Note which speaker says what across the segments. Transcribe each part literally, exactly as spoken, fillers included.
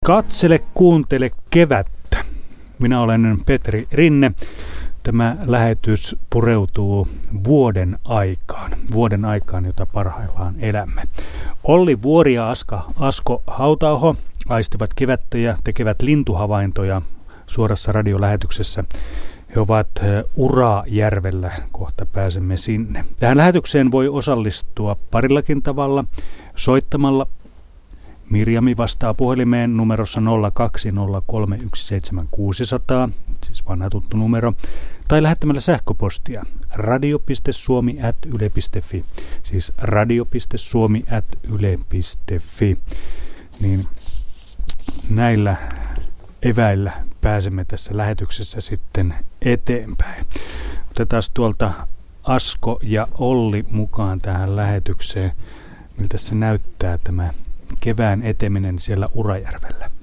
Speaker 1: Katsele, kuuntele kevättä. Minä olen Petri Rinne. Tämä lähetys pureutuu vuoden aikaan, vuoden aikaan, jota parhaillaan elämme. Olli Vuori ja Aska, Asko Hauta-aho aistivat kevättä ja tekevät lintuhavaintoja suorassa radiolähetyksessä. He ovat Urajärvellä, kohta pääsemme sinne. Tähän lähetykseen voi osallistua parillakin tavalla, soittamalla. Mirjami vastaa puhelimeen numerossa nolla kaksi nolla kolme yksi seitsemän kuusi nolla nolla, siis vanha tuttu numero, tai lähettämällä sähköpostia radio piste suomi ät yle piste fi, siis radio piste suomi ät yle piste fi. Niin näillä eväillä pääsemme tässä lähetyksessä sitten eteenpäin. Otetaan tuolta Asko ja Olli mukaan tähän lähetykseen. Miltä se näyttää tämä kevään eteminen siellä Urajärvellä?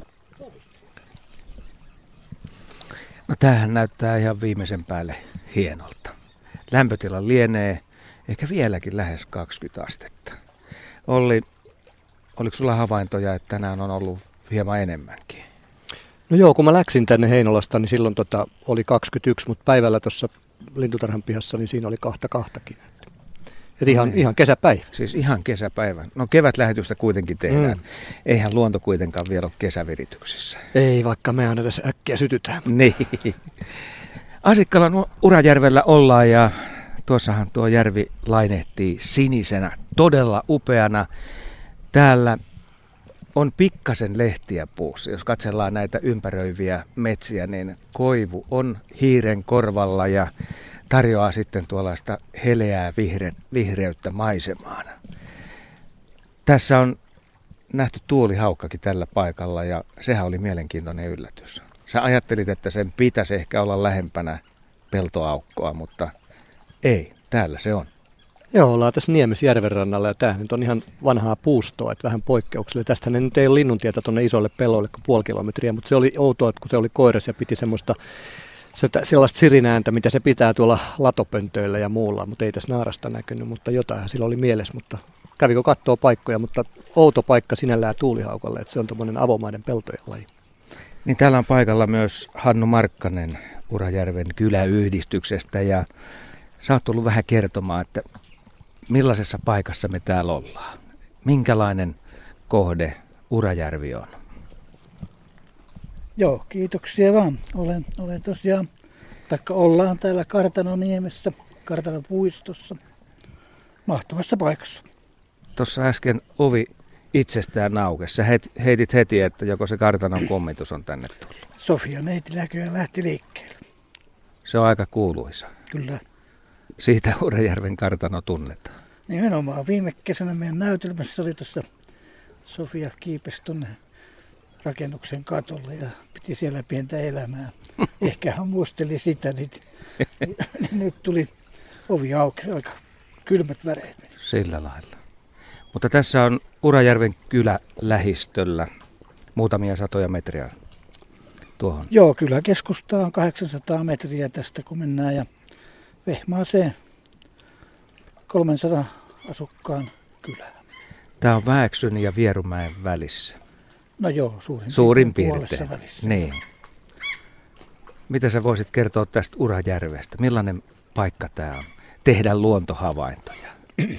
Speaker 2: No tämähän näyttää ihan viimeisen päälle hienolta. Lämpötila lienee ehkä vieläkin lähes kaksikymmentä astetta. Olli, oliko sulla havaintoja, että tänään on ollut hieman enemmänkin?
Speaker 3: No joo, kun mä läksin tänne Heinolasta, niin silloin tota oli kaksikymmentäyksi, mutta päivällä tuossa lintutarhan pihassa, niin siinä oli kahta kahtakin. Et ihan, ihan kesäpäivä.
Speaker 2: Siis ihan kesäpäivä. No kevätlähetystä kuitenkin tehdään. Mm. Eihän luonto kuitenkaan vielä ole kesävirityksissä.
Speaker 3: Ei, vaikka me aina tässä äkkiä sytytään.
Speaker 2: Niin. Asikkalan Urajärvellä ollaan ja tuossahan tuo järvi lainehtii sinisenä, todella upeana. Täällä on pikkasen lehtiä puussa. Jos katsellaan näitä ympäröiviä metsiä, niin koivu on hiiren korvalla ja tarjoaa sitten tuollaista heleää vihre, vihreyttä maisemaan. Tässä on nähty tuulihaukkakin tällä paikalla ja sehän oli mielenkiintoinen yllätys. Sä ajattelit, että sen pitäisi ehkä olla lähempänä peltoaukkoa, mutta ei, täällä se on.
Speaker 3: Joo, ollaan tässä Niemisjärven rannalla ja tämähän nyt on ihan vanhaa puustoa, että vähän poikkeuksellinen. Tästähän nyt ei ole linnuntietä tuonne isoille pelloille kuin puoli kilometriä, mutta se oli outoa, että kun se oli koiras ja piti semmoista sellaista sirinääntä, mitä se pitää tuolla latopöntöillä ja muulla, mutta ei tässä naarasta näkynyt, mutta jotain sillä oli mielessä, mutta kävikö kattoo paikkoja, mutta outo paikka sinällään tuulihaukalle, että se on tuommoinen avomaiden peltojen laji.
Speaker 2: Niin täällä on paikalla myös Hannu Markkanen Urajärven kyläyhdistyksestä ja sä oot tullut vähän kertomaan, että millaisessa paikassa me täällä ollaan. Minkälainen kohde Urajärvi on?
Speaker 4: Joo, kiitoksia vaan. Olen, olen tosiaan, taikka ollaan täällä Kartanoniemessä, Kartanopuistossa, mahtavassa paikassa.
Speaker 2: Tuossa äsken ovi itsestään aukesi. Sä heitit heti, että joko se kartanon kummitus on tänne tullut.
Speaker 4: Sofia neiti näköjään lähti liikkeelle.
Speaker 2: Se on aika kuuluisa.
Speaker 4: Kyllä.
Speaker 2: Siitä Urajärven kartano tunnetaan.
Speaker 4: Nimenomaan viime kesänä meidän näytelmässä oli tuossa Sofia kiipesi tuonne rakennuksen katolle ja piti siellä pientä elämää. Ehkä hän muisteli sitä, niin, niin nyt tuli ovi auki, aika kylmät väreet.
Speaker 2: Sillä lailla. Mutta tässä on Urajärven kylä lähistöllä, muutamia satoja metriä tuohon.
Speaker 4: Joo, kyllä keskusta on kahdeksansataa metriä tästä kun mennään ja Vehmaaseen kolmensadan asukkaan kylään.
Speaker 2: Tämä on Vääksyn ja Vierumäen välissä.
Speaker 4: No joo, suurin,
Speaker 2: suurin piirtein.
Speaker 4: Välissä.
Speaker 2: Niin. Mitä sä voisit kertoa tästä Urajärvestä? Millainen paikka tämä on tehdä luontohavaintoja?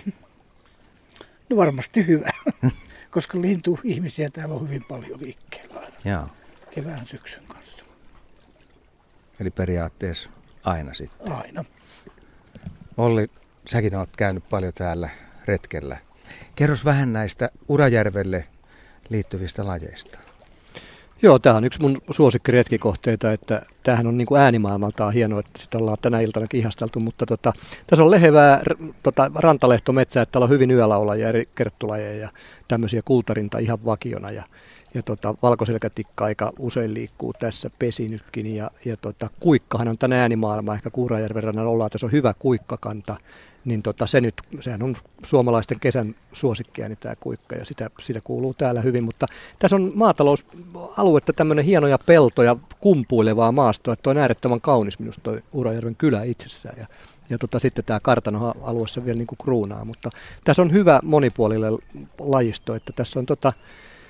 Speaker 4: No varmasti hyvä, koska lintu-ihmisiä täällä on hyvin paljon liikkeellä aina.
Speaker 2: Joo.
Speaker 4: Kevään syksyn kanssa.
Speaker 2: Eli periaatteessa aina sitten.
Speaker 4: Aina.
Speaker 2: Olli, säkin oot käynyt paljon täällä retkellä. Kerros vähän näistä Urajärvelle liittyvistä lajeista.
Speaker 3: Joo, tämä on yksi mun suosikkiretkikohteita, että tämähän on niin kuin äänimaailmaltaan hienoa, että sitä ollaan tänä iltanakin ihasteltu, mutta tota, tässä on lehevää tota, rantalehtometsää, että täällä on hyvin yölaulajia, eri kerttulajeja ja tämmöisiä kultarinta ihan vakiona ja, ja tota, valkoselkätikka aika usein liikkuu tässä pesinytkin ja, ja tota, kuikkahan on tänä äänimaailmaa, ehkä Urajärven rannalla ollaan, tässä on hyvä kuikkakanta. Niin tota, se nyt, sehän on suomalaisten kesän suosikkia, niin tämä kuikka, ja sitä, sitä kuuluu täällä hyvin. Mutta tässä on maatalousaluetta, tämmöinen hienoja peltoja, kumpuilevaa maastoa, että on äärettömän kaunis minusta tuo Urajärven kylä itsessään. Ja, ja tota, sitten tämä kartanoalue se vielä niin kuin kruunaa. Mutta tässä on hyvä monipuolinen lajisto, että tässä on tota,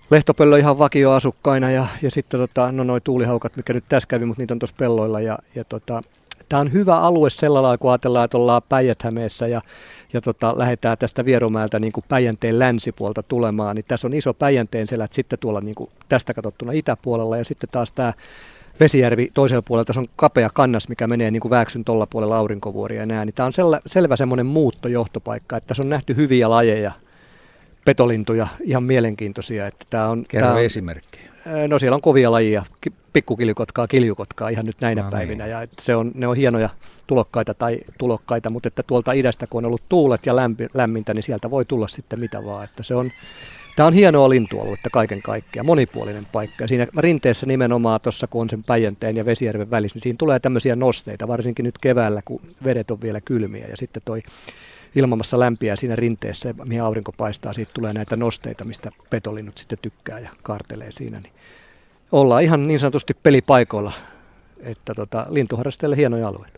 Speaker 3: lehtopöllö ihan vakioasukkaina ja, ja sitten tota, no noi tuulihaukat, mikä nyt tässä kävi, mutta niitä on tuossa pelloilla. Ja, ja tota, tämä on hyvä alue sellainen lailla, kun ajatellaan, että ollaan Päijät-Hämeessä ja, ja tota, lähdetään tästä Vierumäeltä niin kuin Päijänteen länsipuolta tulemaan. Niin tässä on iso Päijänteen selät sitten tuolla niin kuin tästä katsottuna itäpuolella ja sitten taas tämä Vesijärvi toisella puolella. Tässä on kapea kannas, mikä menee niin kuin Vääksyn tuolla puolella aurinkovuoria ja nää. Niin tämä on sel, selvä semmoinen muuttojohtopaikka, että tässä on nähty hyviä lajeja. Petolintuja, ihan mielenkiintoisia. Että tää on,
Speaker 2: Kerro
Speaker 3: tää on,
Speaker 2: esimerkkejä.
Speaker 3: No siellä on kovia lajia, pikkukiljukotkaa, kiljukotkaa ihan nyt näinä
Speaker 2: no,
Speaker 3: päivinä.
Speaker 2: Niin.
Speaker 3: Ja että se on, ne on hienoja tulokkaita tai tulokkaita, mutta että tuolta idästä kun on ollut tuulet ja lämpi, lämmintä, niin sieltä voi tulla sitten mitä vaan. Että se on, tämä on hienoa lintualuetta kaiken kaikkiaan, monipuolinen paikka. Ja siinä rinteessä nimenomaan tuossa, kun on sen Päijänteen ja Vesijärven välissä, niin siinä tulee tämmöisiä nosteita, varsinkin nyt keväällä, kun vedet on vielä kylmiä ja sitten toi ilmamassa lämpiää siinä rinteessä, mihin aurinko paistaa, siitä tulee näitä nosteita, mistä petolinnut sitten tykkää ja kaartelee siinä. Niin ollaan ihan niin sanotusti pelipaikoilla, että tota, lintuharrastajille hienoja alueita.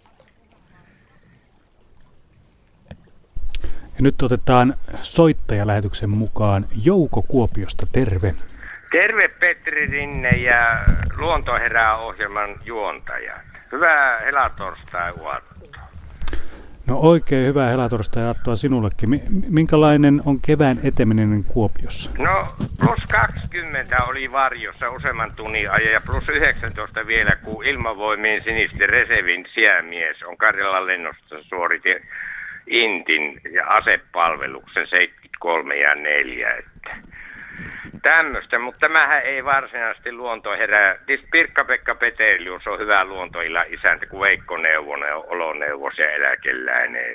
Speaker 1: Ja nyt otetaan soittajalähetyksen mukaan Jouko Kuopiosta, terve.
Speaker 5: Terve Petri Rinne ja Luonto herää -ohjelman juontaja. Hyvää helatorstai-aattoa.
Speaker 1: No oikein hyvää helatorstai-aattoa sinullekin. Minkälainen on kevään eteminen Kuopiossa?
Speaker 5: No plus kaksikymmentä oli varjossa useamman tunnin ajan ja plus yhdeksäntoista vielä, kun Ilmavoimien sinisten reservin sijämies on Karjalan lennosta suoritti Intin ja asepalveluksen seitsemänkymmentäkolme ja neljä. Että tämmöistä, mutta tämähän ei varsinaisesti luonto herää. Pirkka-Pekka Petelius on hyvä luontoilla isäntä, kuin Veikko Neuvonen on oloneuvos ja eläkeläinen.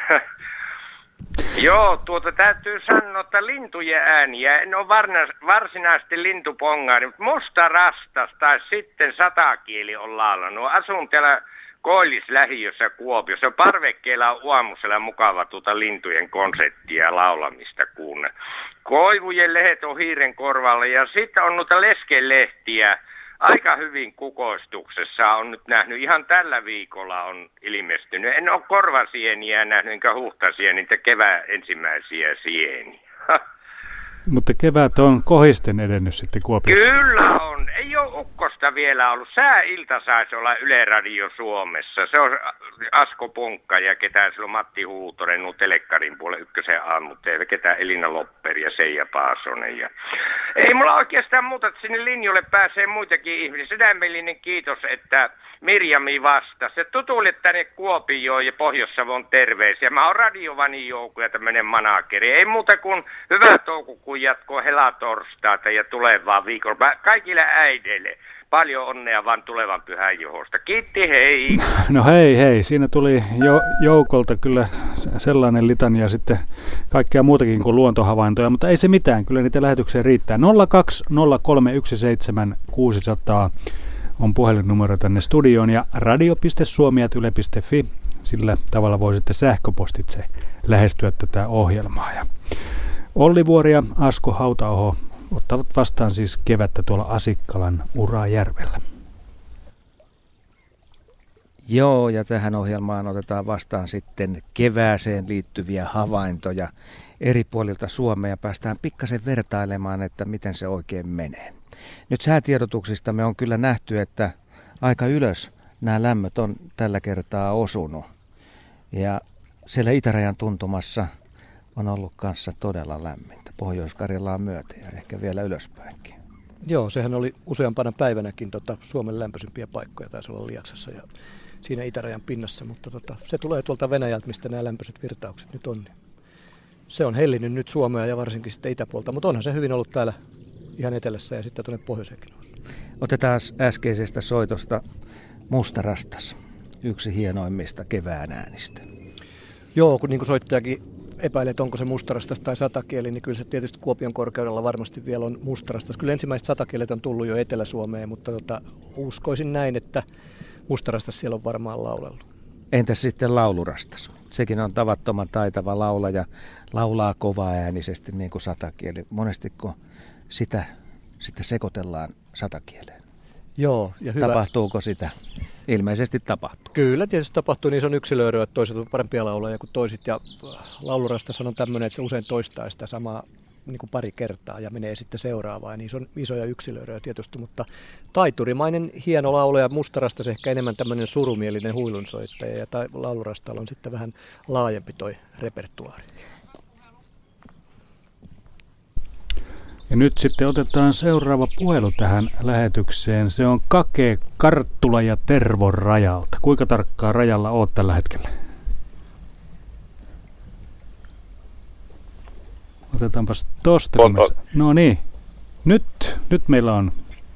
Speaker 5: Joo, tuota täytyy sanoa, että lintujen ääniä, en ole varsinaisesti lintupongaari, mutta musta rastas tai sitten satakieli on laulannut. Asun täällä Koillis-lähiössä Kuopiossa. Parvekkeella on aamusella mukava tuota lintujen konserttia ja laulamista kuunnella. Koivujen lehet on hiiren korvalla ja sitten on noita leskelehtiä aika hyvin kukoistuksessa. On nyt nähnyt, ihan tällä viikolla on ilmestynyt. En ole korvasieniä nähnyt enkä huhtasieniä, niitä kevään ensimmäisiä sieniä.
Speaker 1: Mutta kevät on kohisten edennyt sitten Kuopiossa.
Speaker 5: Kyllä on. Ei ole ukkosta vielä ollut. Sääilta saisi olla Yle Radio Suomessa. Se on Asko Punkka ja ketään silloin Matti Huutonen, nuo telekkarin puolella ykkösen aamu T V, ketään Elina Lopperi ja Seija Paasonen. Ja ei mulla oikeastaan muuta, että sinne linjoille pääsee muitakin ihmisiä. Sydämellinen kiitos, että Mirjami vastasi. Se tutuille tänne Kuopioon ja Pohjois-Savon terveisiä. Mä oon Radiovanin joukko ja tämmönen manageri. Ei muuta kuin hyvää toukokuun jatkoa helatorstaita ja tulevaa viikolla. Kaikille äideille paljon onnea vaan tulevan pyhän johdosta. Kiitti, hei!
Speaker 1: No hei hei, siinä tuli jo, Joukolta kyllä sellainen litania sitten kaikkea muutakin kuin luontohavaintoja, mutta ei se mitään, kyllä niitä lähetyksiä riittää. nolla kaksi nolla kolme yksi seitsemän kuusi nolla nolla on puhelinnumero tänne studioon ja radio piste suomi ät yle piste fi, sillä tavalla voi sitten sähköpostitse lähestyä tätä ohjelmaa. Ja Olli Vuori ja Asko Hauta-aho ottavat vastaan siis kevättä tuolla Asikkalan Urajärvellä.
Speaker 2: Joo, ja tähän ohjelmaan otetaan vastaan sitten kevääseen liittyviä havaintoja eri puolilta Suomea. Päästään pikkasen vertailemaan, että miten se oikein menee. Nyt säätiedotuksista me on kyllä nähty, että aika ylös nämä lämmöt on tällä kertaa osunut. Ja siellä itärajan tuntumassa on ollut kanssa todella lämmintä. Pohjois-Karjalaan myöten ja ehkä vielä ylöspäinkin.
Speaker 3: Joo, sehän oli useampana päivänäkin tota, Suomen lämpöisimpiä paikkoja, taisi olla Liaksassa ja siinä itärajan pinnassa, mutta tota, se tulee tuolta Venäjältä, mistä nämä lämpöiset virtaukset nyt on. Niin se on hellinyt nyt Suomea ja varsinkin sitten itäpuolta, mutta onhan se hyvin ollut täällä ihan etelässä ja sitten tuonne pohjoiseenkin noussut.
Speaker 2: Otetaan äskeisestä soitosta Musta rastas, yksi hienoimmista kevään äänistä.
Speaker 3: Joo, kun niin kuin soittajakin epäilee, että onko se mustarastas tai satakieli, niin kyllä se tietysti Kuopion korkeudella varmasti vielä on mustarastas. Kyllä ensimmäiset satakielet on tullut jo Etelä-Suomeen, mutta tota, uskoisin näin, että mustarastas siellä on varmaan laulellut.
Speaker 2: Entäs sitten laulurastas? Sekin on tavattoman taitava laulaja, laulaa kovaäänisesti niin kuin satakieli. Monesti kun sitä, sitä sekoitellaan satakieleen.
Speaker 3: Joo, ja hyvä.
Speaker 2: Tapahtuuko sitä? Ilmeisesti tapahtuu.
Speaker 3: Kyllä, tietysti tapahtuu, niin se on yksilöidy, että toiset on parempia laulajia kuin toiset. Ja laulurastas on tämmöinen, että se usein toistaa sitä samaa niin kuin pari kertaa ja menee sitten seuraavaan. Ja niissä on isoja yksilöitä tietysti, mutta taiturimainen hieno laulaja. Mustarastas ehkä enemmän tämmöinen surumielinen huilunsoittaja ja ta- laulurastalla on sitten vähän laajempi toi repertuaari.
Speaker 1: Ja nyt sitten otetaan seuraava puhelu tähän lähetykseen. Se on Kake Karttula ja Tervon rajalta. Kuinka tarkkaa rajalla oot tällä hetkellä? Otetaanpas tosta. No niin. Nyt, nyt meillä on.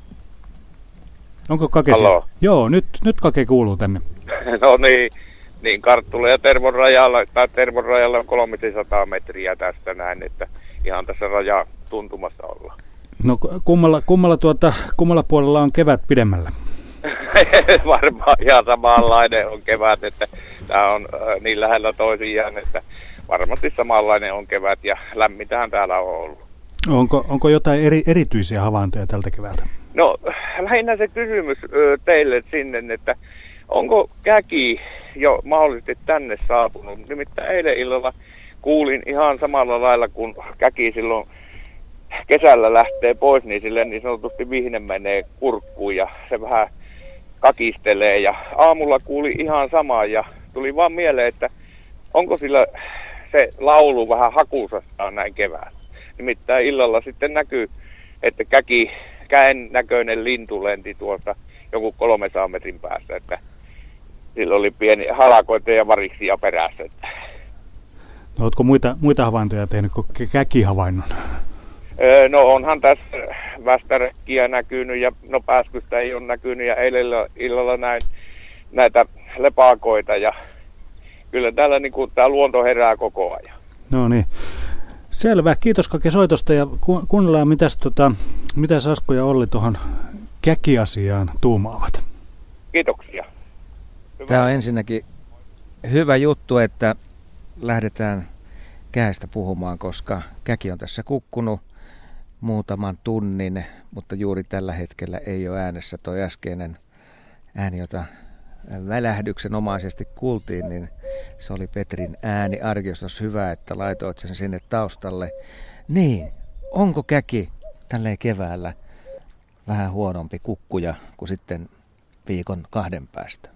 Speaker 1: Onko Kake siellä? Joo, nyt, nyt Kake kuuluu tänne.
Speaker 5: No niin, niin Karttula ja Tervon rajalla, tai Tervon rajalla on kolmesataa metriä tästä näin, että ihan tässä raja tuntumassa ollaan.
Speaker 1: No kummalla, kummalla, tuota, kummalla puolella on kevät pidemmällä?
Speaker 5: Varmaan ihan samanlainen on kevät, että tämä on äh, niin lähellä toisiaan, että varmasti samanlainen on kevät ja lämmitähän täällä on ollut.
Speaker 1: Onko, onko jotain eri, erityisiä havaintoja tältä keväältä?
Speaker 5: No lähinnä se kysymys ö, teille sinne, että onko käki jo mahdollisesti tänne saapunut? Nimittäin eilen illalla kuulin ihan samalla lailla, kun käki silloin kesällä lähtee pois, niin sille niin sanotusti vihne menee kurkkuun ja se vähän kakistelee. Ja aamulla kuuli ihan samaa ja tuli vaan mieleen, että onko sillä se laulu vähän hakusastaan näin keväällä. Nimittäin illalla sitten näkyy, että käki, käen näköinen lintu lenti tuosta joku kolmesataa metrin päässä, että sillä oli pieni halakoita ja variksia perässä. Että.
Speaker 1: No, ootko muita, muita havaintoja tehnyt kuin käkihavainnon?
Speaker 5: Öö, no onhan tässä västärekkiä näkynyt ja no pääskystä ei ole näkynyt ja eilen illalla näin näitä lepakoita ja kyllä täällä niin kuin, tää luonto herää koko ajan.
Speaker 1: No niin. Selvä. Kiitos Kake soitosta ja ku- kuunnellaan, mitäs, tota, mitäs Asko ja Olli tuohon käkiasiaan tuumaavat.
Speaker 5: Kiitoksia. Hyvä.
Speaker 2: Tämä on ensinnäkin hyvä juttu, että lähdetään käestä puhumaan, koska käki on tässä kukkunut muutaman tunnin, mutta juuri tällä hetkellä ei ole äänessä. Tuo äskeinen ääni, jota välähdyksenomaisesti kuultiin, niin se oli Petrin ääni. Arkiostos, hyvä, että laitoit sen sinne taustalle. Niin, onko käki tälleen keväällä vähän huonompi kukkuja kuin sitten viikon kahden päästä?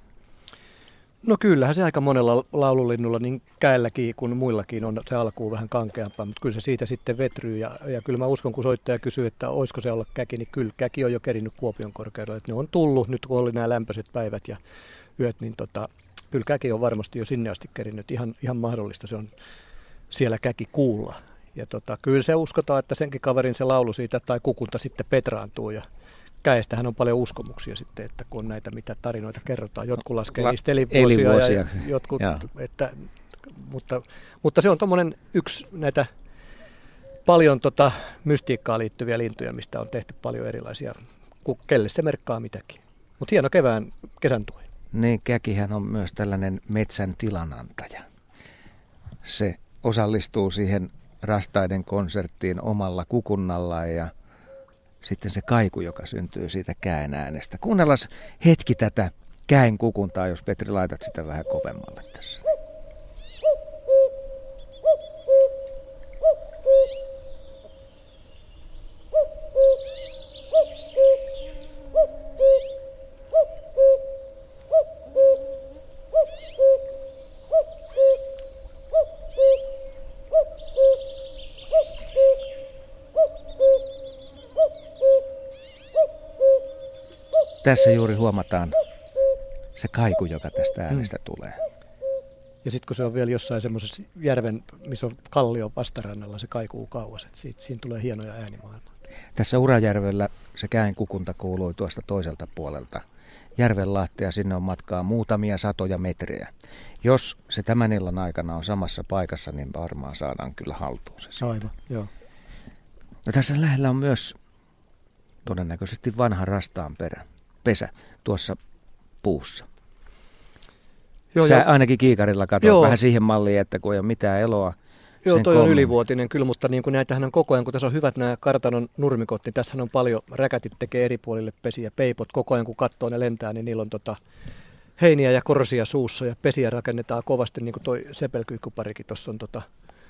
Speaker 3: No kyllähän se aika monella laululinnulla, niin käelläkin kuin muillakin on se alkuun vähän kankeampaa, mutta kyllä se siitä sitten vetryy. Ja, ja kyllä mä uskon, kun soittaja kysyy, että olisiko se olla käki, niin kyllä käki on jo kerinnyt Kuopion korkeudella. Että ne on tullut nyt, kun oli nämä lämpöiset päivät ja yöt, niin tota, kyllä käki on varmasti jo sinne asti kerinnyt. Ihan, ihan mahdollista se on siellä käki kuulla. Ja tota, kyllä se uskotaan, että senkin kaverin se laulu siitä tai kukunta sitten petraantuu ja käestähän on paljon uskomuksia sitten, että kun on näitä mitä tarinoita kerrotaan. Jotkut laskee La- niistä elinvuosia, elinvuosia. Ja jotkut, että, mutta, mutta se on tommoinen yksi näitä paljon tota mystiikkaa liittyviä lintuja, mistä on tehty paljon erilaisia, kelle se merkkaa mitäkin. Mutta hieno kevään kesän tuo.
Speaker 2: Niin, käkihän on myös tällainen metsän tilanantaja. Se osallistuu siihen rastaiden konserttiin omalla kukunnallaan ja sitten se kaiku, joka syntyy siitä käen äänestä. Kuunnellaan hetki tätä käen kukuntaa, jos Petri laitat sitä vähän kovemmalle tässä. Tässä juuri huomataan se kaiku, joka tästä äänestä mm. tulee.
Speaker 3: Ja sitten kun se on vielä jossain semmoisessa järven, missä on kallio vastarannalla, se kaikuu kauas. Et siitä, siinä tulee hienoja äänimaailmaa.
Speaker 2: Tässä Urajärvellä se käen kukunta kuului tuosta toiselta puolelta järvenlahtea. Sinne on matkaa muutamia satoja metrejä. Jos se tämän illan aikana on samassa paikassa, niin varmaan saadaan kyllä haltuun se.
Speaker 3: Aivan, joo.
Speaker 2: No tässä lähellä on myös todennäköisesti vanha rastaan perä. pesä tuossa puussa. Joo, Sä jo. ainakin kiikarilla katsoit vähän siihen malliin, että kun ei ole mitään eloa.
Speaker 3: Joo, toi on ylivuotinen kyllä, mutta niin kuin näitähän on koko ajan, kun tässä on hyvät nämä kartanon nurmikot, niin tässä on paljon, räkätit tekee eri puolille pesiä, peipot koko ajan kun katsoo ne lentää, niin niillä on tota heiniä ja korsia suussa ja pesiä rakennetaan kovasti, niin kuin toi sepelkyykkuparikin tuossa on tota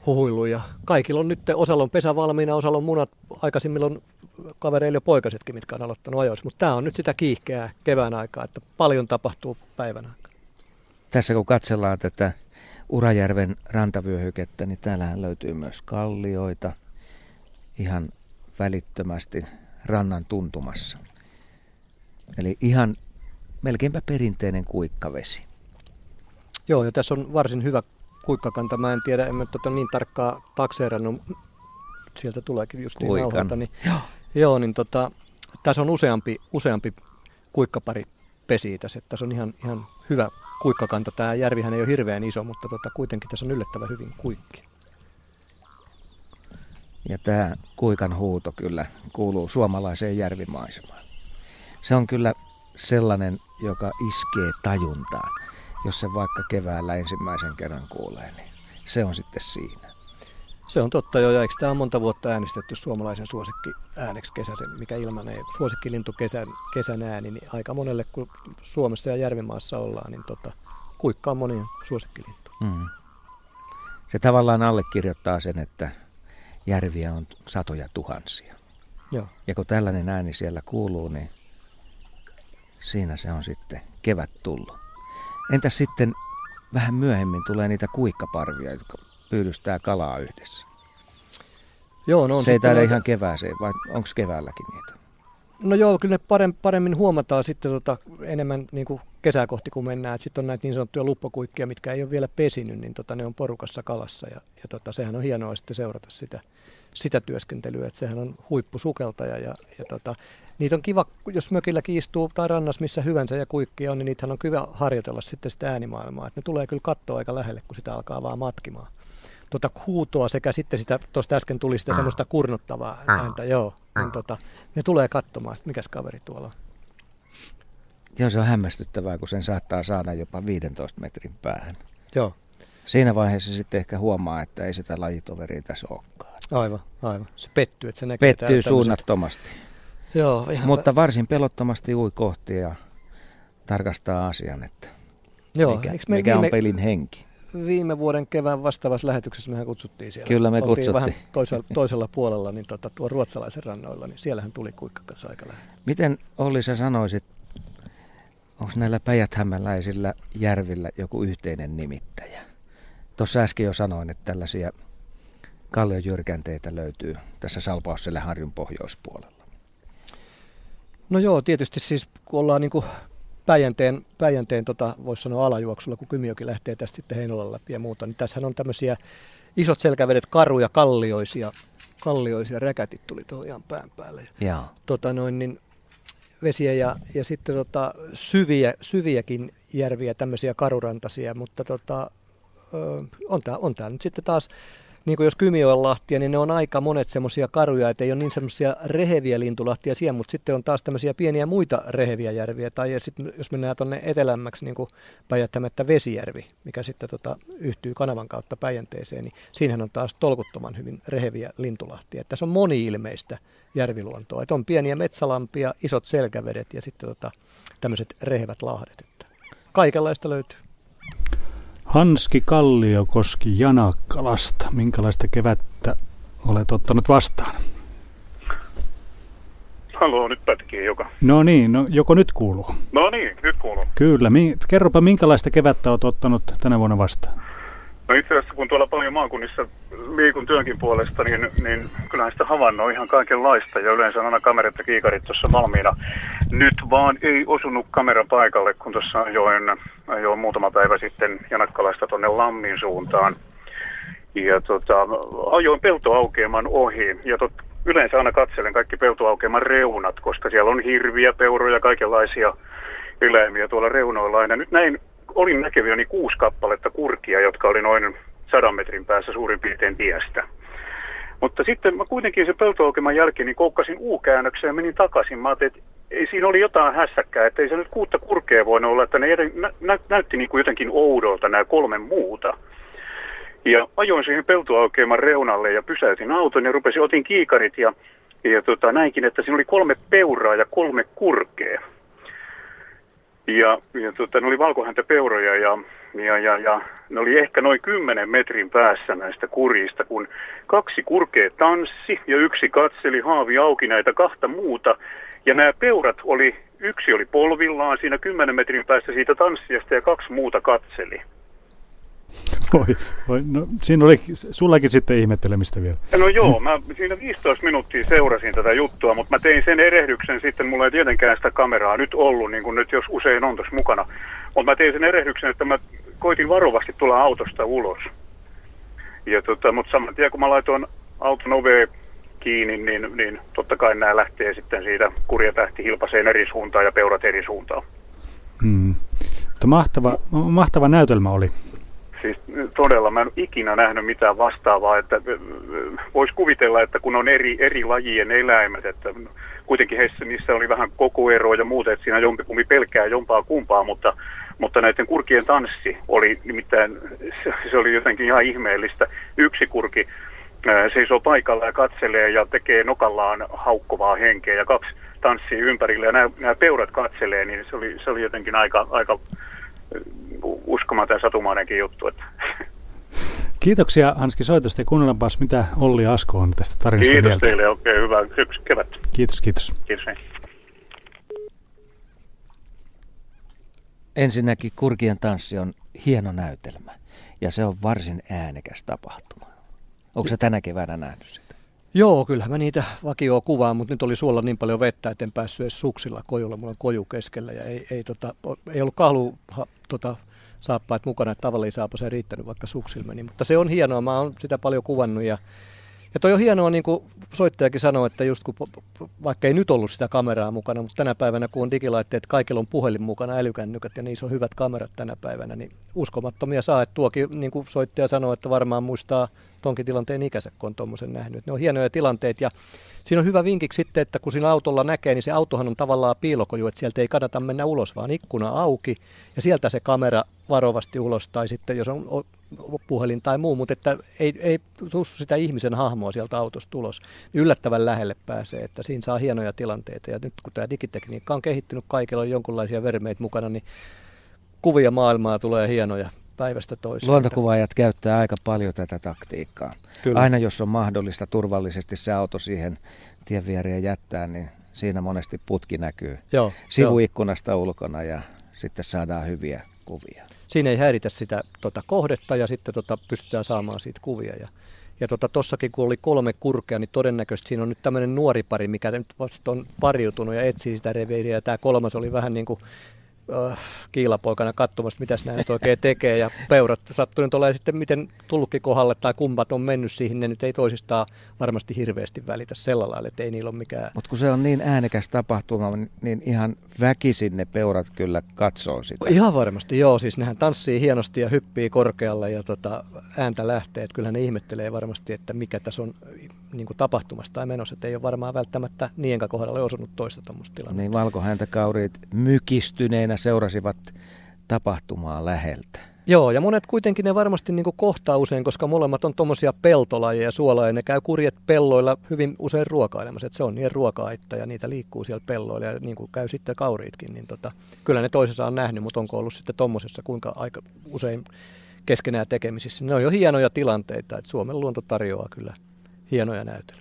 Speaker 3: huhuillut ja kaikilla on nyt, osalla on pesä valmiina, osalla on munat, aikaisemmin on kavereilla jo poikasetkin, mitkä on aloittanut ajoissa, mutta tämä on nyt sitä kiihkeää kevään aikaa, että paljon tapahtuu päivän aikana.
Speaker 2: Tässä kun katsellaan tätä Urajärven rantavyöhykettä, niin täällähän löytyy myös kallioita ihan välittömästi rannan tuntumassa. Eli ihan melkeinpä perinteinen kuikkavesi.
Speaker 3: Joo, ja tässä on varsin hyvä kuikkakanta. Mä en tiedä, en mä tota niin tarkkaa takseerannut. Sieltä tuleekin just niin nauhalta. Niin, joo. joo, niin tota, tässä on useampi, useampi kuikkapari pesi tässä. Tässä on ihan, ihan hyvä kuikkakanta. Tämä järvihän ei ole hirveän iso, mutta tota, kuitenkin tässä on yllättävän hyvin kuikki.
Speaker 2: Ja tämä kuikan huuto kyllä kuuluu suomalaiseen järvimaisemaan. Se on kyllä sellainen, joka iskee tajuntaan. Jos se vaikka keväällä ensimmäisen kerran kuulee, niin se on sitten siinä.
Speaker 3: Se on totta jo, ja eikö tämä on monta vuotta äänestetty suomalaisen suosikki ääneksi kesäsen, mikä ilmanee suosikkilintu kesän, kesän ääni, niin aika monelle, kun Suomessa ja Järvimaassa ollaan, niin tota, kuikka on monien suosikkilintu.
Speaker 2: Mm. Se tavallaan allekirjoittaa sen, että järviä on satoja tuhansia.
Speaker 3: Joo. Ja
Speaker 2: kun tällainen ääni siellä kuuluu, niin siinä se on sitten kevät tullut. Entäs sitten vähän myöhemmin tulee niitä kuikkaparvia, jotka pyydystää kalaa yhdessä?
Speaker 3: Joo, no on
Speaker 2: se ei taida
Speaker 3: noita...
Speaker 2: ihan kevääseen, vai onko keväälläkin niitä?
Speaker 3: No joo, kyllä ne paremmin huomataan sitten tota, enemmän niin kuin kesää kohti, kun mennään. Sitten on näitä niin sanottuja luppokuikkia, mitkä ei ole vielä pesinyt, niin tota, ne on porukassa kalassa. Ja, ja tota, sehän on hienoa sitten seurata sitä, sitä työskentelyä, että sehän on huippusukeltaja. Ja, ja tota, niitä on kiva, jos mökilläkin istuu tai rannassa missä hyvänsä ja kuikkia on, niin niitähän on kiva harjoitella sitten sitä äänimaailmaa. Että ne tulee kyllä katsoa aika lähelle, kun sitä alkaa vaan matkimaan. Tuota huutoa sekä sitten sitä, tuosta äsken tuli sitä semmoista kurnuttavaa ääntä, joo, niin tota, ne tulee katsomaan, että mikäs kaveri tuolla on.
Speaker 2: Joo, se on hämmästyttävää, kun sen saattaa saada jopa viidentoista metrin päähän.
Speaker 3: Joo.
Speaker 2: Siinä vaiheessa sitten ehkä huomaa, että ei sitä lajitoveria tässä olekaan.
Speaker 3: Aivan, aivan. Se pettyy, että se näkee.
Speaker 2: Pettyy suunnattomasti.
Speaker 3: Joo, ihan
Speaker 2: mutta varsin pelottomasti ui kohti ja tarkastaa asian, että
Speaker 3: joo,
Speaker 2: mikä,
Speaker 3: me
Speaker 2: mikä
Speaker 3: viime...
Speaker 2: on pelin henki.
Speaker 3: Viime vuoden kevään vastaavassa lähetyksessä mehän kutsuttiin siellä.
Speaker 2: Kyllä me
Speaker 3: Oltiin
Speaker 2: kutsuttiin.
Speaker 3: vähän toisella, toisella puolella, niin tota, tuon ruotsalaisen rannoilla, niin siellähän tuli kuikka kanssa aika lähellä.
Speaker 2: Miten Olli sä sanoisit, onko näillä päijäthämäläisillä järvillä joku yhteinen nimittäjä? Tuossa äsken jo sanoin, että tällaisia kalliojyrkänteitä löytyy tässä Salpausselän harjun pohjoispuolella.
Speaker 3: No joo, tietysti siis kun ollaan niin kuin Päijänteen, Päijänteen tota, voisi sanoa alajuoksulla, kun Kymijoki lähtee tästä sitten Heinolan läpi ja muuta, niin tässähän on tämmöisiä isot selkävedet, karuja, kallioisia, kallioisia räkätit tuli tuohon ihan pään päälle.
Speaker 2: Joo.
Speaker 3: Tota noin, niin vesiä ja, ja sitten tota, syviä, syviäkin järviä, tämmöisiä karurantaisia, mutta tota, on tää, on tää nyt sitten taas, niin kuin jos Kymijoen lahtia, niin ne on aika monet semmoisia karuja, että ei ole niin semmoisia reheviä lintulahtia siellä, mutta sitten on taas tämmöisiä pieniä muita reheviä järviä, tai sitten jos mennään tuonne etelämmäksi, niin kuin Päijät-Hämettä Vesijärvi, mikä sitten tota, yhtyy kanavan kautta Päijänteeseen, niin siinähän on taas tolkuttoman hyvin reheviä lintulahtia. Että tässä on moni-ilmeistä järviluontoa, että on pieniä metsälampia, isot selkävedet ja sitten tota, tämmöiset rehevät lahdet, että kaikenlaista löytyy.
Speaker 1: Hanski Kalliokoski Janakkalasta. Minkälaista kevättä olet ottanut vastaan?
Speaker 6: Haloo, nyt pätkii joka.
Speaker 1: No niin, no, joko nyt kuuluu?
Speaker 6: No niin, nyt kuuluu.
Speaker 1: Kyllä. Mi- kerropa, minkälaista kevättä olet ottanut tänä vuonna vastaan?
Speaker 6: No itse asiassa, kun tuolla paljon maakunnissa liikun työnkin puolesta, niin, niin kyllähän sitä havainnoi ihan kaikenlaista. Ja yleensä on aina kamerat ja kiikarit tuossa valmiina. Nyt vaan ei osunut kamera paikalle, kun tuossa ajoin, ajoin muutama päivä sitten Janakkalasta tuonne Lammin suuntaan. Ja tota, ajoin peltoaukeaman ohi. Ja tot, yleensä aina katselen kaikki peltoaukeaman reunat, koska siellä on hirviä, peuroja, kaikenlaisia eläimiä tuolla reunoilla. Ja nyt näin olin näkeviäni kuusi kappaletta kurkia, jotka oli noin sadan metrin päässä suurin piirtein tiestä. Mutta sitten mä kuitenkin sen peltoaukeman jälkeen niin koukkasin U-käännökseen ja menin takaisin. Mä ajattelin, että ei siinä oli jotain hässäkkää, että ei se nyt kuutta kurkea voinut olla, että ne nä- nä- näytti niin kuin jotenkin oudolta nämä kolme muuta. Ja ajoin siihen peltoaukeaman reunalle ja pysäytin auton ja rupesin, otin kiikarit ja, ja tota, näinkin, että siinä oli kolme peuraa ja kolme kurkea. Ja, ja tota, ne oli valkohäntäpeuroja ja, ja, ja, ja ne oli ehkä noin kymmenen metrin päässä näistä kurjista, kun kaksi kurkea tanssi ja yksi katseli haavi auki näitä kahta muuta. Ja nämä peurat oli, yksi oli polvillaan siinä kymmenen metrin päässä siitä tanssijasta ja kaksi muuta katseli.
Speaker 1: Voi, voi, no, siinä oli sullakin sitten ihmettelemistä vielä.
Speaker 6: No joo, mä siinä viisitoista minuuttia seurasin tätä juttua, mutta mä tein sen erehdyksen sitten, mulla ei tietenkään sitä kameraa nyt ollut, niin kuin nyt jos usein on tuossa mukana. Mutta mä tein sen erehdyksen, että mä koitin varovasti tulla autosta ulos. Ja tota, mutta saman tien kun mä laitoin auton oveen kiinni, niin, niin totta kai nämä lähtee sitten siitä kurjatähti hilpaseen eri suuntaan ja peurat eri suuntaan.
Speaker 1: Hmm. Mutta mahtava, mahtava näytelmä oli.
Speaker 6: Siis todella, mä en ole ikinä nähnyt mitään vastaavaa, että voisi kuvitella, että kun on eri, eri lajien eläimet, että kuitenkin heissä niissä oli vähän kokoeroa ja muuta, että siinä jompikumpi pelkää jompaa kumpaa, mutta, mutta näiden kurkien tanssi oli nimittäin, se oli jotenkin ihan ihmeellistä. Yksi kurki seisoo paikalla ja katselee ja tekee nokallaan haukkovaa henkeä ja kaksi tanssii ympärillä ja nämä, nämä peurat katselee, niin se oli, se oli jotenkin aika... aika uskomaton ja satumainenkin juttu. Että.
Speaker 1: Kiitoksia Hanski soitosta ja kuunnellaanpas mitä Olli Asko on tästä tarinasta
Speaker 6: Kiitos
Speaker 1: mieltä.
Speaker 6: teille, oikein okay, hyvää syksy kevät.
Speaker 1: Kiitos, kiitos.
Speaker 6: Kiitos.
Speaker 2: Ensinnäkin Kurkien tanssi on hieno näytelmä ja se on varsin äänekäs tapahtuma. Onko sä tänä keväänä nähnyt sitä?
Speaker 3: Joo, kyllähän mä niitä vakioa kuvaan, mutta nyt oli suolla niin paljon vettä, että en päässyt edes suksilla kojulla. Mulla on koju keskellä ja ei, ei, tota, ei ollut kahlu tota, saappaat mukana, että tavallaan saapa se riittänyt, vaikka suksilla meni. Mutta se on hienoa, mä oon sitä paljon kuvannut ja, ja toi on hienoa, niin kuin soittajakin sanoi, että just kun, vaikka ei nyt ollut sitä kameraa mukana, mutta tänä päivänä kun on digilaitteet, kaikilla on puhelin mukana, älykännykät ja niissä on hyvät kamerat tänä päivänä, niin uskomattomia saa, että tuokin, niin kuin soittaja sanoi, että varmaan muistaa tonkin tilanteen ikänsä, kun on tuommoisen nähnyt. Ne on hienoja tilanteet ja siinä on hyvä vinkiksi sitten, että kun siinä autolla näkee, niin se autohan on tavallaan piilokoju, että sieltä ei kannata mennä ulos, vaan ikkuna auki ja sieltä se kamera varovasti ulos tai sitten jos on puhelin tai muu, mutta että ei, ei tule sitä ihmisen hahmoa sieltä autosta ulos, niin yllättävän lähelle pääsee, että siinä saa hienoja tilanteita ja nyt kun tämä digitekniikka on kehittynyt, kaikilla on jonkinlaisia vermeitä mukana, niin kuvia maailmaa tulee hienoja päivästä toiseen.
Speaker 2: Luontokuvaajat käyttää aika paljon tätä taktiikkaa.
Speaker 3: Kyllä.
Speaker 2: Aina jos on mahdollista turvallisesti se auto siihen tien viereen jättää, niin siinä monesti putki näkyy
Speaker 3: Joo,
Speaker 2: sivuikkunasta jo. ulkona ja sitten saadaan hyviä kuvia.
Speaker 3: Siinä ei häiritä sitä tota, kohdetta ja sitten tota, pystytään saamaan siitä kuvia. Ja, ja tossakin kun oli kolme kurkea, niin todennäköisesti siinä on nyt tämmöinen nuori pari, mikä nyt vasta on pariutunut ja etsii sitä reviiriä. Ja tämä kolmas oli vähän niin kuin äh, kiilapoikana katsomassa, mitäs nämä nyt oikein tekee. Ja peurat sattunut olemaan sitten miten tullutkin kohdalle tai kumpat on mennyt siihen, ne nyt ei toisistaan varmasti hirveästi välitä sillä lailla, että ei niillä ole mikään.
Speaker 2: Mutta kun se on niin äänekäs tapahtuma, niin ihan väkisin ne peurat kyllä katsoo sitä.
Speaker 3: Ihan varmasti, joo. Siis nehän tanssii hienosti ja hyppii korkealle ja tota, ääntä lähtee. Että kyllähän ne ihmettelee varmasti, että mikä tässä on niin kuin tapahtumassa tai menossa. Että ei ole varmaan välttämättä niidenkä kohdalle osunut toista tuommoista tilannetta.
Speaker 2: Niin valkohäntäkauriit mykistyneinä seurasivat tapahtumaa läheltä.
Speaker 3: Joo, ja monet kuitenkin ne varmasti niin kuin kohtaa usein, koska molemmat on tuommoisia peltolajeja suolaa, ja ne käy kurjet pelloilla hyvin usein ruokailemassa, että se on niiden ruoka-aitta, ja niitä liikkuu siellä pelloilla, ja niin kuin käy sitten kauriitkin, niin tota, kyllä ne toisessa on nähnyt, mutta onko ollut sitten tuommoisessa kuinka aika usein keskenään tekemisissä. Ne on jo hienoja tilanteita, että Suomen luonto tarjoaa kyllä hienoja näytelmiä.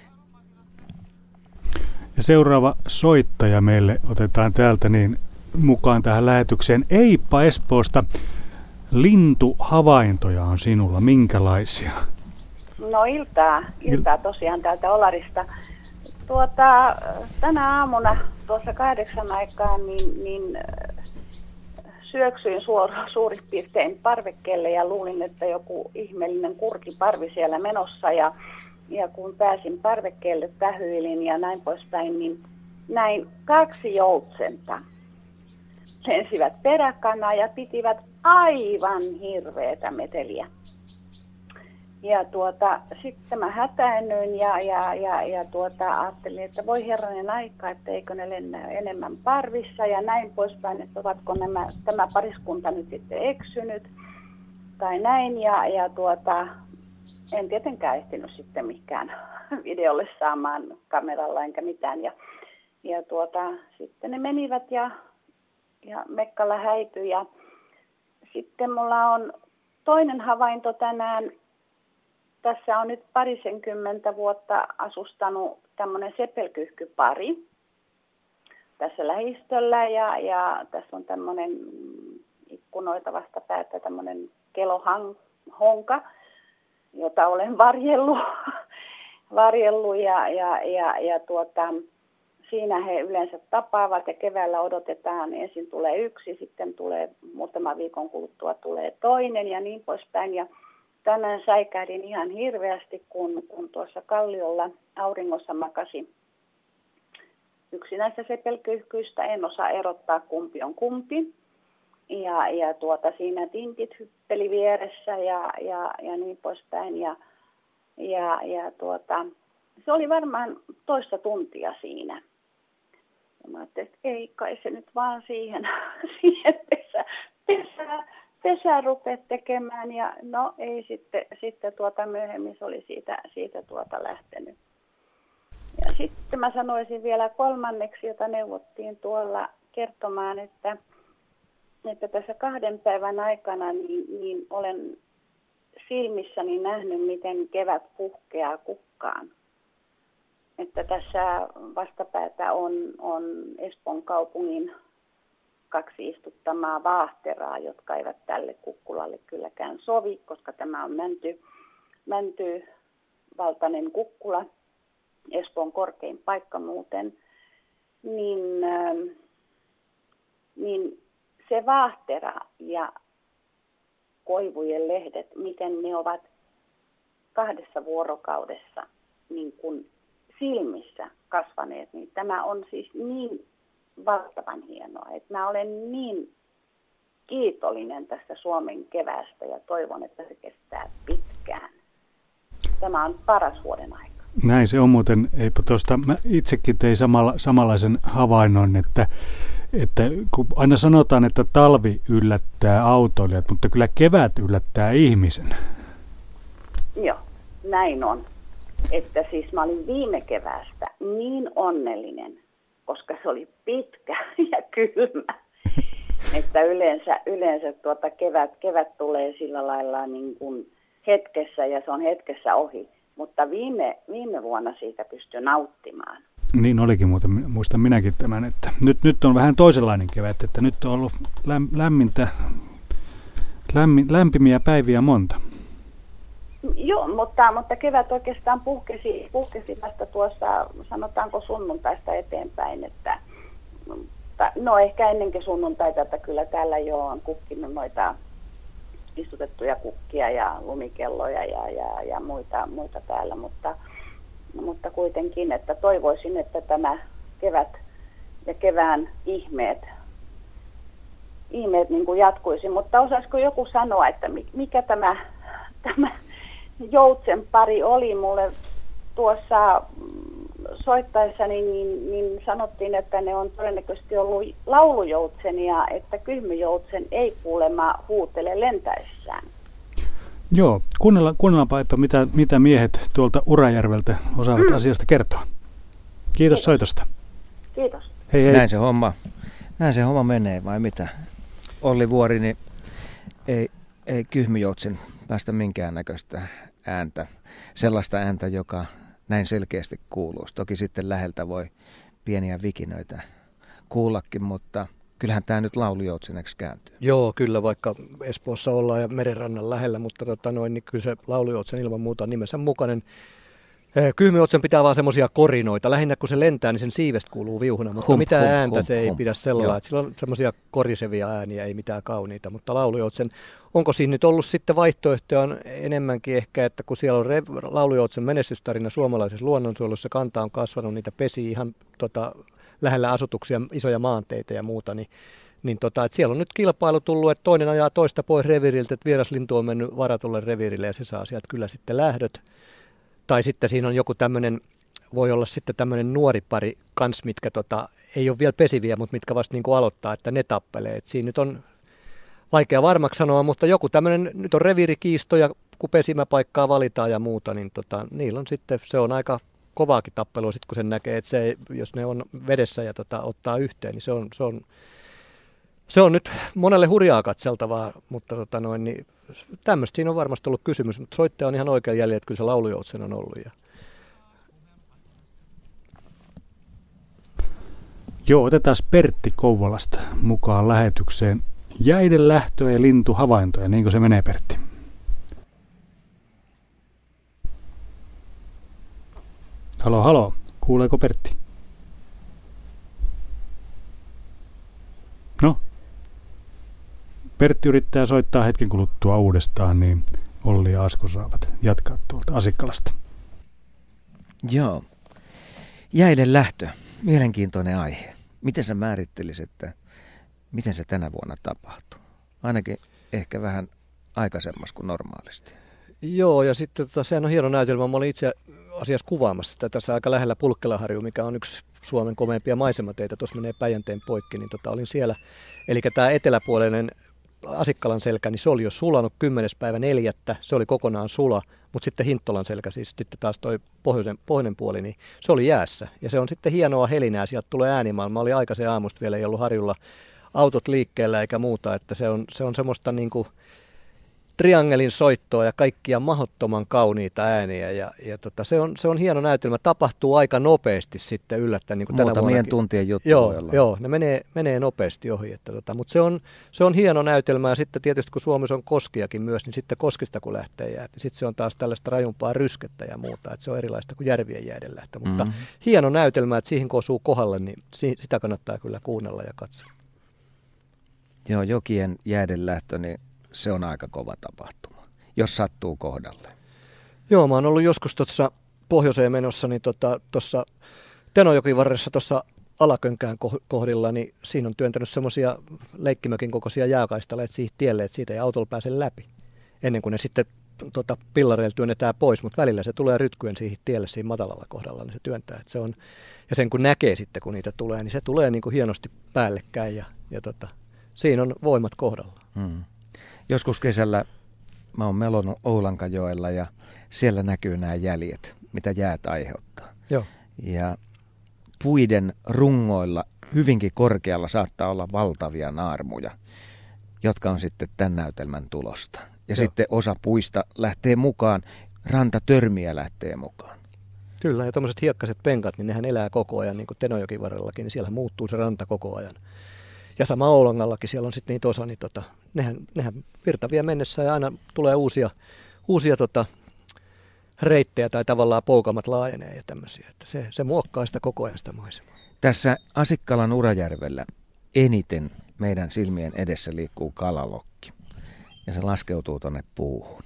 Speaker 3: Ja
Speaker 1: seuraava soittaja meille otetaan täältä niin mukaan tähän lähetykseen. Eippa Espoosta. Lintuhavaintoja on sinulla. Minkälaisia?
Speaker 7: No iltaa, iltaa tosiaan täältä Olarista. Tuota, tänä aamuna tuossa kahdeksan aikaan niin, niin syöksyin suor, suurin piirtein parvekkeelle ja luulin, että joku ihmeellinen kurkiparvi siellä menossa. Ja, ja kun pääsin parvekkeelle, tähyilin ja näin poispäin, niin näin kaksi joutsenta lensivät peräkanaa ja pitivät aivan hirveätä meteliä. Ja tuota, sitten mä hätäännyin ja, ja, ja, ja tuota, ajattelin, että voi herranen aika, että eikö ne lennä enemmän parvissa ja näin poispäin, että ovatko nämä, tämä pariskunta nyt sitten eksynyt tai näin. Ja, ja tuota, en tietenkään ehtinyt sitten mikään videolle saamaan kameralla enkä mitään. Ja, ja tuota, sitten ne menivät ja ja Mekkala häipyi. Ja sitten mulla on toinen havainto tänään. Tässä on nyt parisenkymmentä vuotta asustanut tämmöinen sepelkyhkypari tässä lähistöllä ja, ja tässä on tämmöinen ikkunoita vastapäätä tämmöinen kelohonka, jota olen varjellut, varjellut ja, ja, ja, ja tuota, siinä he yleensä tapaavat ja keväällä odotetaan, ensin tulee yksi, sitten tulee muutaman viikon kuluttua tulee toinen ja niin poispäin. Ja tänään säikähdin ihan hirveästi, kun, kun tuossa kalliolla auringossa makasi yksi näistä sepelkyhkyistä. En osaa erottaa, kumpi on kumpi. Ja, ja tuota, siinä tintit hyppeli vieressä ja, ja, ja niin poispäin. Ja, ja, ja tuota, se oli varmaan toista tuntia siinä. Ja mä ajattelin, että ei kai se nyt vaan siihen, siihen pesä, pesä, pesää rupea tekemään. Ja no ei sitten, sitten tuota myöhemmin se oli siitä, siitä tuota lähtenyt. Ja sitten mä sanoisin vielä kolmanneksi, jota neuvottiin tuolla kertomaan, että, että tässä kahden päivän aikana niin, niin olen silmissäni nähnyt, miten kevät puhkeaa kukkaan. Että tässä vastapäätä on, on Espoon kaupungin kaksi istuttamaa vaahteraa, jotka eivät tälle kukkulalle kylläkään sovi, koska tämä on mänty, mäntyvaltainen kukkula, Espoon korkein paikka muuten, niin, äh, niin se vaahtera ja koivujen lehdet, miten ne ovat kahdessa vuorokaudessa niin kuin silmissä kasvaneet, niin tämä on siis niin valtavan hienoa, että mä olen niin kiitollinen tästä Suomen keväästä ja toivon, että se kestää pitkään. Tämä on paras vuoden aika.
Speaker 1: Näin se on muuten, eipä tuosta, mä itsekin tein samalla, samanlaisen havainnon, että, että kun aina sanotaan, että talvi yllättää autoilijat, mutta kyllä kevät yllättää ihmisen.
Speaker 7: Joo, näin on. Että siis mä olin viime keväästä niin onnellinen, koska se oli pitkä ja kylmä. Että yleensä, yleensä tuota kevät, kevät tulee sillä lailla niin kuin hetkessä ja se on hetkessä ohi. Mutta viime, viime vuonna siitä pystyi nauttimaan.
Speaker 1: Niin olikin muuten, muistan minäkin tämän, että nyt, nyt on vähän toisenlainen kevät, että nyt on ollut lämmintä, lämmin, lämpimiä päiviä monta.
Speaker 7: Joo, mutta, mutta kevät oikeastaan puhkesi, puhkesi vasta tuossa, sanotaanko sunnuntaista eteenpäin, että no ehkä ennenkin sunnuntaita, että kyllä täällä jo on kukkinut noita istutettuja kukkia ja lumikelloja ja, ja, ja muita, muita täällä, mutta, mutta kuitenkin, että toivoisin, että tämä kevät ja kevään ihmeet, ihmeet niin kuin jatkuisi, mutta osaisiko joku sanoa, että mikä tämä, tämä joutsen pari oli mulle tuossa soittaessani, niin, niin sanottiin, että ne on todennäköisesti ollut laulujoutsen ja että kylmyjoutsen ei kuulemma huutele lentäessään.
Speaker 1: Joo, kuunnella, kuunnellaanpa, mitä, mitä miehet tuolta Urajärveltä osaavat mm. asiasta kertoa. Kiitos Kiitos soitosta.
Speaker 7: Kiitos.
Speaker 1: Hei, hei.
Speaker 2: Näin se homma, näin se homma menee vai mitä? Olli Vuori, niin ei, ei kyhmyjoutsen päästä minkäännäköistä ääntä, sellaista ääntä, joka näin selkeästi kuuluu. Toki sitten läheltä voi pieniä vikinöitä kuullakin, mutta kyllähän tämä nyt laulujoutseneksi kääntyy.
Speaker 3: Joo, kyllä, vaikka Espoossa ollaan ja merenrannan lähellä, mutta tota noin, niin kyllä se laulujoutsen ilman muuta on nimensä mukainen. Kyhmyjoutsen pitää vaan semmoisia korinoita. Lähinnä kun se lentää, niin sen siivestä kuuluu viuhuna, mutta
Speaker 2: hum,
Speaker 3: mitään
Speaker 2: hum,
Speaker 3: ääntä
Speaker 2: hum,
Speaker 3: se ei
Speaker 2: hum.
Speaker 3: pidä sellainen. Että sillä on semmoisia korisevia ääniä, ei mitään kauniita. Mutta laulujoutsen, onko siinä nyt ollut sitten vaihtoehtoja enemmänkin ehkä, että kun siellä on re- laulujoutsen menestystarina suomalaisessa luonnonsuojelussa, kanta on kasvanut, niitä pesi ihan tota, lähellä asutuksia, isoja maanteita ja muuta, niin Niin tota, että siellä on nyt kilpailu tullut, että toinen ajaa toista pois reviiriltä, että vieraslintu on mennyt varatulle reviirille ja se saa sieltä kyllä sitten lähdöt. Tai sitten siinä on joku tämmöinen, voi olla sitten tämmöinen nuori pari kans, mitkä tota, ei ole vielä pesiviä, mutta mitkä vasta niin kuin aloittaa, että ne tappelee. Et siinä nyt on vaikea varmaksi sanoa, mutta joku tämmöinen, nyt on reviirikiistoja, kun pesimäpaikkaa valitaan ja muuta, niin tota, niillä on sitten, se on aika kovaakin tappelua sitten, kun sen näkee, että se, jos ne on vedessä ja tota, ottaa yhteen, niin se on, se on Se on nyt monelle hurjaa katseltavaa, mutta tota noin, niin tämmöistä siinä on varmasti ollut kysymys, mutta soittaja on ihan oikein jäljellä, että kyllä se laulujoutsen on ollut. Ja...
Speaker 1: Joo, otetaan Pertti Kouvolasta mukaan lähetykseen. Jäiden lähtöä ja lintuhavaintoja, niin kuin se menee, Pertti? Halo, halo. Kuuleeko Pertti? No? Pertti yrittää soittaa hetken kuluttua uudestaan, niin Olli ja Asko saavat jatkaa tuolta Asikkalasta.
Speaker 2: Joo. Jäiden lähtö. Mielenkiintoinen aihe. Miten sä määrittelisit, että miten se tänä vuonna tapahtuu? Ainakin ehkä vähän aikaisemmassa kuin normaalisti.
Speaker 3: Joo, ja sitten tota, sehän on hieno näytelmä. Mä olin itse asiassa kuvaamassa sitä tässä aika lähellä Pulkkelaharju, mikä on yksi Suomen komeimpia maisemateitä. Tuossa menee Päijänteen poikki, niin tota, olin siellä. Eli tämä eteläpuolinen Asikkalan selkä, niin se oli jo sulanut kymmenes päivä neljättä. Se oli kokonaan sula, mutta sitten Hinttolan selkä, siis sitten taas toi pohjoisen, pohjoinen puoli, niin se oli jäässä. Ja se on sitten hienoa helinää, sieltä tulee äänimaailma. Oli aikaisen aamusta vielä, ei ollut harjulla autot liikkeellä eikä muuta, että se on, se on semmoista niin kuin triangelin soittoa ja kaikkia mahdottoman kauniita ääniä. Ja, ja tota, se, on, se on hieno näytelmä. Tapahtuu aika nopeasti sitten yllättäen. Niin kuin
Speaker 2: muutamien tuntien juttu
Speaker 3: joo,
Speaker 2: voi olla.
Speaker 3: Joo, ne menee, menee nopeasti ohi. Että tota, mutta se on, se on hieno näytelmä. Ja sitten tietysti kun Suomessa on koskiakin myös, niin sitten koskista kun lähtee jäät, niin sitten se on taas tällaista rajumpaa ryskettä ja muuta. Että se on erilaista kuin järvien jäiden lähtö. Mutta mm-hmm. hieno näytelmä, että siihen kun osuu kohdalle, niin si- sitä kannattaa kyllä kuunnella ja katsoa.
Speaker 2: Joo, jokien jäiden lähtö, niin se on aika kova tapahtuma, jos sattuu kohdalle.
Speaker 3: Joo, mä oon ollut joskus tuossa pohjoiseen menossa, niin tuossa tota, Tenojokivarressa tuossa Alakönkään kohdilla, niin siinä on työntänyt semmoisia leikkimökin kokoisia jääkaistaleita siihen tielle, että siitä ei autolla pääse läpi, ennen kuin ne sitten tota, pillareilla työnnetään pois, mutta välillä se tulee rytkyen siihen tielle siinä matalalla kohdalla, niin se työntää. Että se on, ja sen kun näkee sitten, kun niitä tulee, niin se tulee niin kuin hienosti päällekkäin ja, ja tota, siinä on voimat kohdalla.
Speaker 2: Hmm. Joskus kesällä mä oon melonnut Oulankajoella ja siellä näkyy nämä jäljet, mitä jäät aiheuttaa.
Speaker 3: Joo.
Speaker 2: Ja puiden rungoilla hyvinkin korkealla saattaa olla valtavia naarmuja, jotka on sitten tämän näytelmän tulosta. Ja Joo. sitten osa puista lähtee mukaan, rantatörmiä lähtee mukaan.
Speaker 3: Kyllä, ja tuommoiset hiekkaset penkat, niin nehän elää koko ajan, niin kuin Tenojokivarrellakin, niin siellä muuttuu se ranta koko ajan. Ja sama Oulangallakin, siellä on sitten niitä osa, niin tota, nehän, nehän virtavia mennessä ja aina tulee uusia, uusia tota, reittejä tai tavallaan poukamat laajenee ja tämmöisiä. Että se, se muokkaa sitä koko ajan sitä maisemaa.
Speaker 2: Tässä Asikkalan Urajärvellä eniten meidän silmien edessä liikkuu kalalokki ja se laskeutuu tuonne puuhun.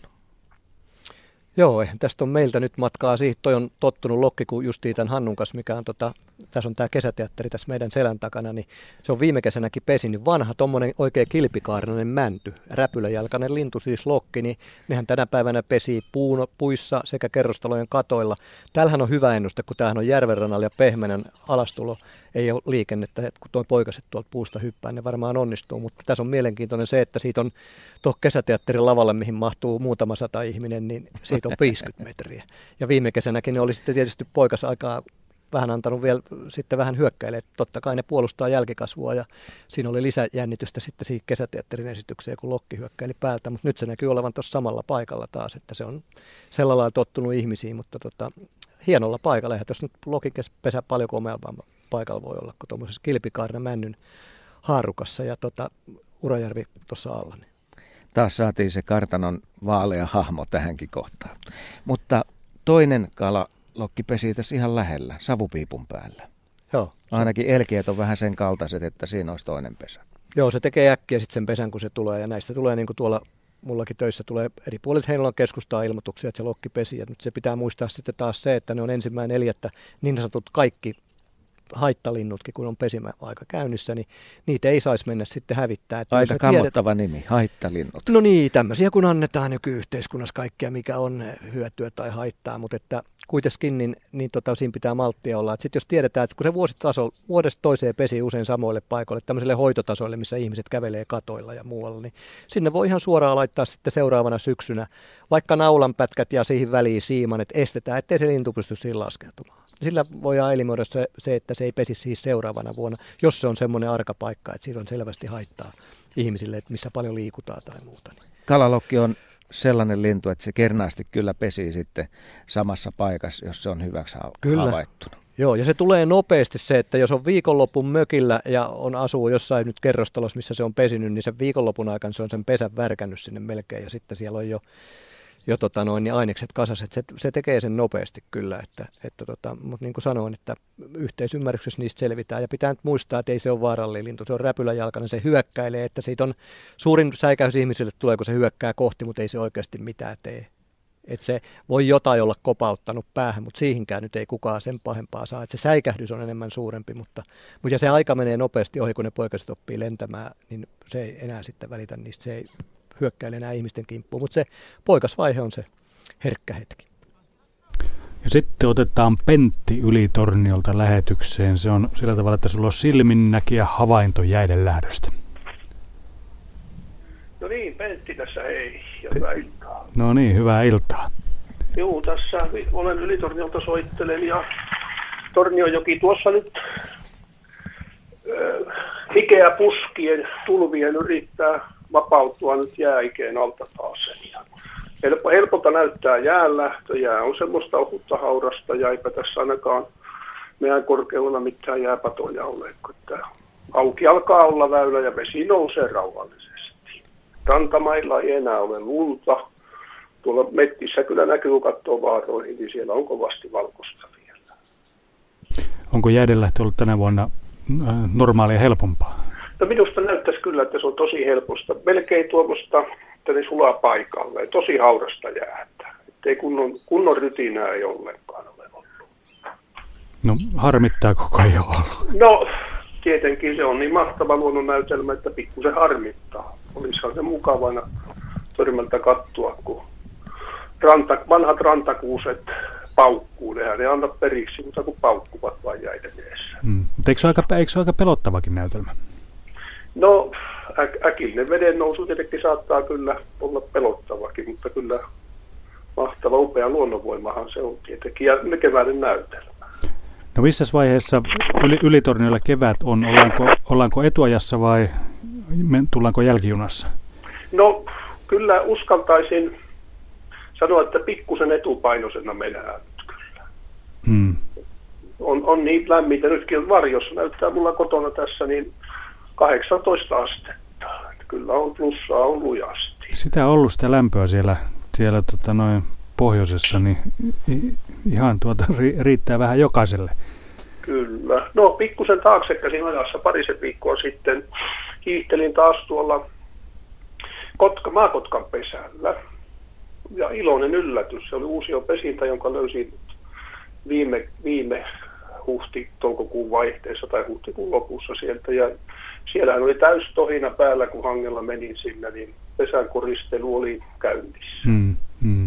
Speaker 3: Joo, eihän tästä on meiltä nyt matkaa siihen. Toi on tottunut lokki kuin justiin tämän Hannun kanssa, mikä on tota, tässä on tämä kesäteatteri tässä meidän selän takana, niin se on viime kesänäkin pesi, niin vanha tommonen oikein kilpikaarnainen mänty, räpyläjalkainen lintu siis lokki, niin nehän tänä päivänä pesii puun, puissa sekä kerrostalojen katoilla. Täällähän on hyvä ennuste, kun tämähän on järvenrannalla ja pehmeänän alastulo, ei ole liikennettä, että kun tuo poikaset tuolta puusta hyppää, ne varmaan onnistuu, mutta tässä on mielenkiintoinen se, että siitä on tuohon kesäteatterin lavalle, mihin mahtuu muutama sata ihminen, niin siitä on viisikymmentä metriä. Ja viime kesänäkin ne oli sitten tietysti poikasaikaa vähän antanut vielä sitten vähän hyökkäille. Totta kai ne puolustaa jälkikasvua ja siinä oli lisäjännitystä sitten siihen kesäteatterin esitykseen, kun lokki hyökkäili päältä, mutta nyt se näkyy olevan tuossa samalla paikalla taas, että se on sellainen lailla tottunut ihmisiin, mutta tota, hienolla paikalla. Eihän tuossa nyt lokipesä paljon komeampaa paikalla voi olla kuin tuommoisessa kilpikaarna männyn haarukassa ja tota, Urajärvi tuossa alla. Niin.
Speaker 2: Taas saatiin se kartanon vaalea hahmo tähänkin kohtaan. Mutta toinen kalalokki pesi tässä ihan lähellä, savupiipun päällä.
Speaker 3: Joo.
Speaker 2: Ainakin elkeet on vähän sen kaltaiset, että siinä olisi toinen pesä.
Speaker 3: Joo, se tekee äkkiä sitten sen pesän, kun se tulee. Ja näistä tulee niin kuin tuolla mullakin töissä tulee eri puolilta Heinolan keskustaa ilmoituksia, että se lokki pesi. Ja nyt se pitää muistaa sitten taas se, että ne on ensimmäinen neljättä niin sanotut kaikki haittalinnutkin, kun on pesimäaika käynnissä, niin niitä ei saisi mennä sitten hävittää. Että
Speaker 2: aika kammottava tiedät... nimi, haittalinnut.
Speaker 3: No niin, tämmöisiä kun annetaan nyky-yhteiskunnassa kaikkea, mikä on hyötyä tai haittaa, mutta että kuitenkin niin, niin tota, siinä pitää malttia olla. Sitten jos tiedetään, että kun se vuositaso, vuodesta toiseen pesii usein samoille paikoille, tämmöisille hoitotasoille, missä ihmiset kävelee katoilla ja muualla, niin sinne voi ihan suoraan laittaa sitten seuraavana syksynä vaikka naulanpätkät ja siihen väliin siiman, että estetään, ettei se lintu pysty siihen laskeutumaan. sillä voidaan eliminoida se, se, että se ei pesi siis seuraavana vuonna, jos se on semmoinen arka paikka, että siitä on selvästi haittaa ihmisille, että missä paljon liikutaan tai muuta.
Speaker 2: Kalalokki on sellainen lintu, että se kernaasti kyllä pesii sitten samassa paikassa, jos se on hyväksi havaittuna.
Speaker 3: Joo, ja se tulee nopeasti se, että jos on viikonlopun mökillä ja on asuu jossain nyt kerrostalossa, missä se on pesinyt, niin sen viikonlopun aikana se on sen pesän värkännyt sinne melkein, ja sitten siellä on jo, jo tota noin, niin ainekset kasaset. Se, se tekee sen nopeasti kyllä, että, että tota, mutta niin kuin sanoin, että yhteisymmärryksessä niistä selvitään, ja pitää nyt muistaa, että ei se ole vaarallinen lintu, se on räpyläjalkainen, se hyökkäilee, että siitä on suurin säikäys ihmisille tulee, kun se hyökkää kohti, mutta ei se oikeasti mitään tee. Että se voi jotain olla kopauttanut päähän, mutta siihenkään nyt ei kukaan sen pahempaa saa. Että se säikähdys on enemmän suurempi, mutta, mutta ja se aika menee nopeasti ohi, kun ne poikaset oppii lentämään, niin se ei enää sitten välitä niistä, se ei hyökkäile enää ihmisten kimppuun. Mutta se poikasvaihe on se herkkä hetki.
Speaker 1: Ja sitten otetaan Pentti Ylitorniolta lähetykseen. Se on sillä tavalla, että sulla on silminnäkijä havainto jäiden lähdöstä.
Speaker 8: No niin, Pentti tässä, hei, ja hyvää iltaa.
Speaker 1: No niin, hyvää iltaa.
Speaker 8: Joo, tässä olen Ylitorniolta soittelen, ja Tornionjoki tuossa nyt äh, hikeä puskien tulvien yrittää vapautua nyt jääikeen alta taas. Helpo, helpolta näyttää jäänlähtö, jää on semmoista ohutta haurasta, ja eipä tässä ainakaan meidän korkeudella mitään jääpatoja ole, että auki alkaa olla väylä ja vesi nousee rauhallisesti. Rantamailla ei enää ole lunta. Tuolla mettissä kyllä näkyy, kun katsoo vaaroihin, niin siellä on kovasti valkoista vielä.
Speaker 1: Onko jäidenlähtö ollut tänä vuonna normaalia helpompaa?
Speaker 8: No minusta näyttäisi kyllä, että se on tosi helposta. Melkein tuommoista, että ne sulaa paikalleen. Tosi haurasta jäätä. Ei kunnon, kunnon rytinää ei ollenkaan ole ollut.
Speaker 1: No harmittaa koko ei ole ollut.
Speaker 8: No tietenkin se on niin mahtava luonnonnäytelmä, että pikkusen harmittaa. Olisihan se mukavana törmältä katsoa, kun ranta, vanhat rantakuuset paukkuu. Nehän ei anna periksi, mutta kun paukkuvat vain jäiden edessä.
Speaker 1: Hmm. Eikö se, aika, eikö se aika pelottavakin näytelmä?
Speaker 8: No äk, äkillinen veden nousu tietenkin saattaa kyllä olla pelottavakin, mutta kyllä mahtava, upea luonnonvoimahan se on tietenkin. Ja keväinen näytelmä.
Speaker 1: No missä vaiheessa yli, Ylitorniolla kevät on? Ollaanko, ollaanko etuajassa vai tullaanko jälkijunassa?
Speaker 8: No kyllä uskaltaisin sanoa, että pikkusen etupainoisena mennään nyt kyllä.
Speaker 1: Hmm.
Speaker 8: On, on niin lämmintä. Nytkin varjossa näyttää mulla kotona tässä niin kahdeksantoista astetta. Kyllä on plussaa on lujasti.
Speaker 1: Sitä on ollut sitä lämpöä siellä, siellä tota noin pohjoisessa, niin ihan tuota riittää vähän jokaiselle.
Speaker 8: Kyllä. No pikkusen taaksekäsin ajassa parisen viikkoa sitten hiihtelin taas tuolla Kotka, Maakotkan pesällä. Ja iloinen yllätys. Se oli uusio pesintä, jonka löysin viime, viime huhti-toukokuun vaihteessa tai huhtikuun lopussa sieltä. Ja siellähän oli täys tohina päällä, kun hangella menin sinne, niin pesän koristelu oli käynnissä.
Speaker 1: Hmm, hmm.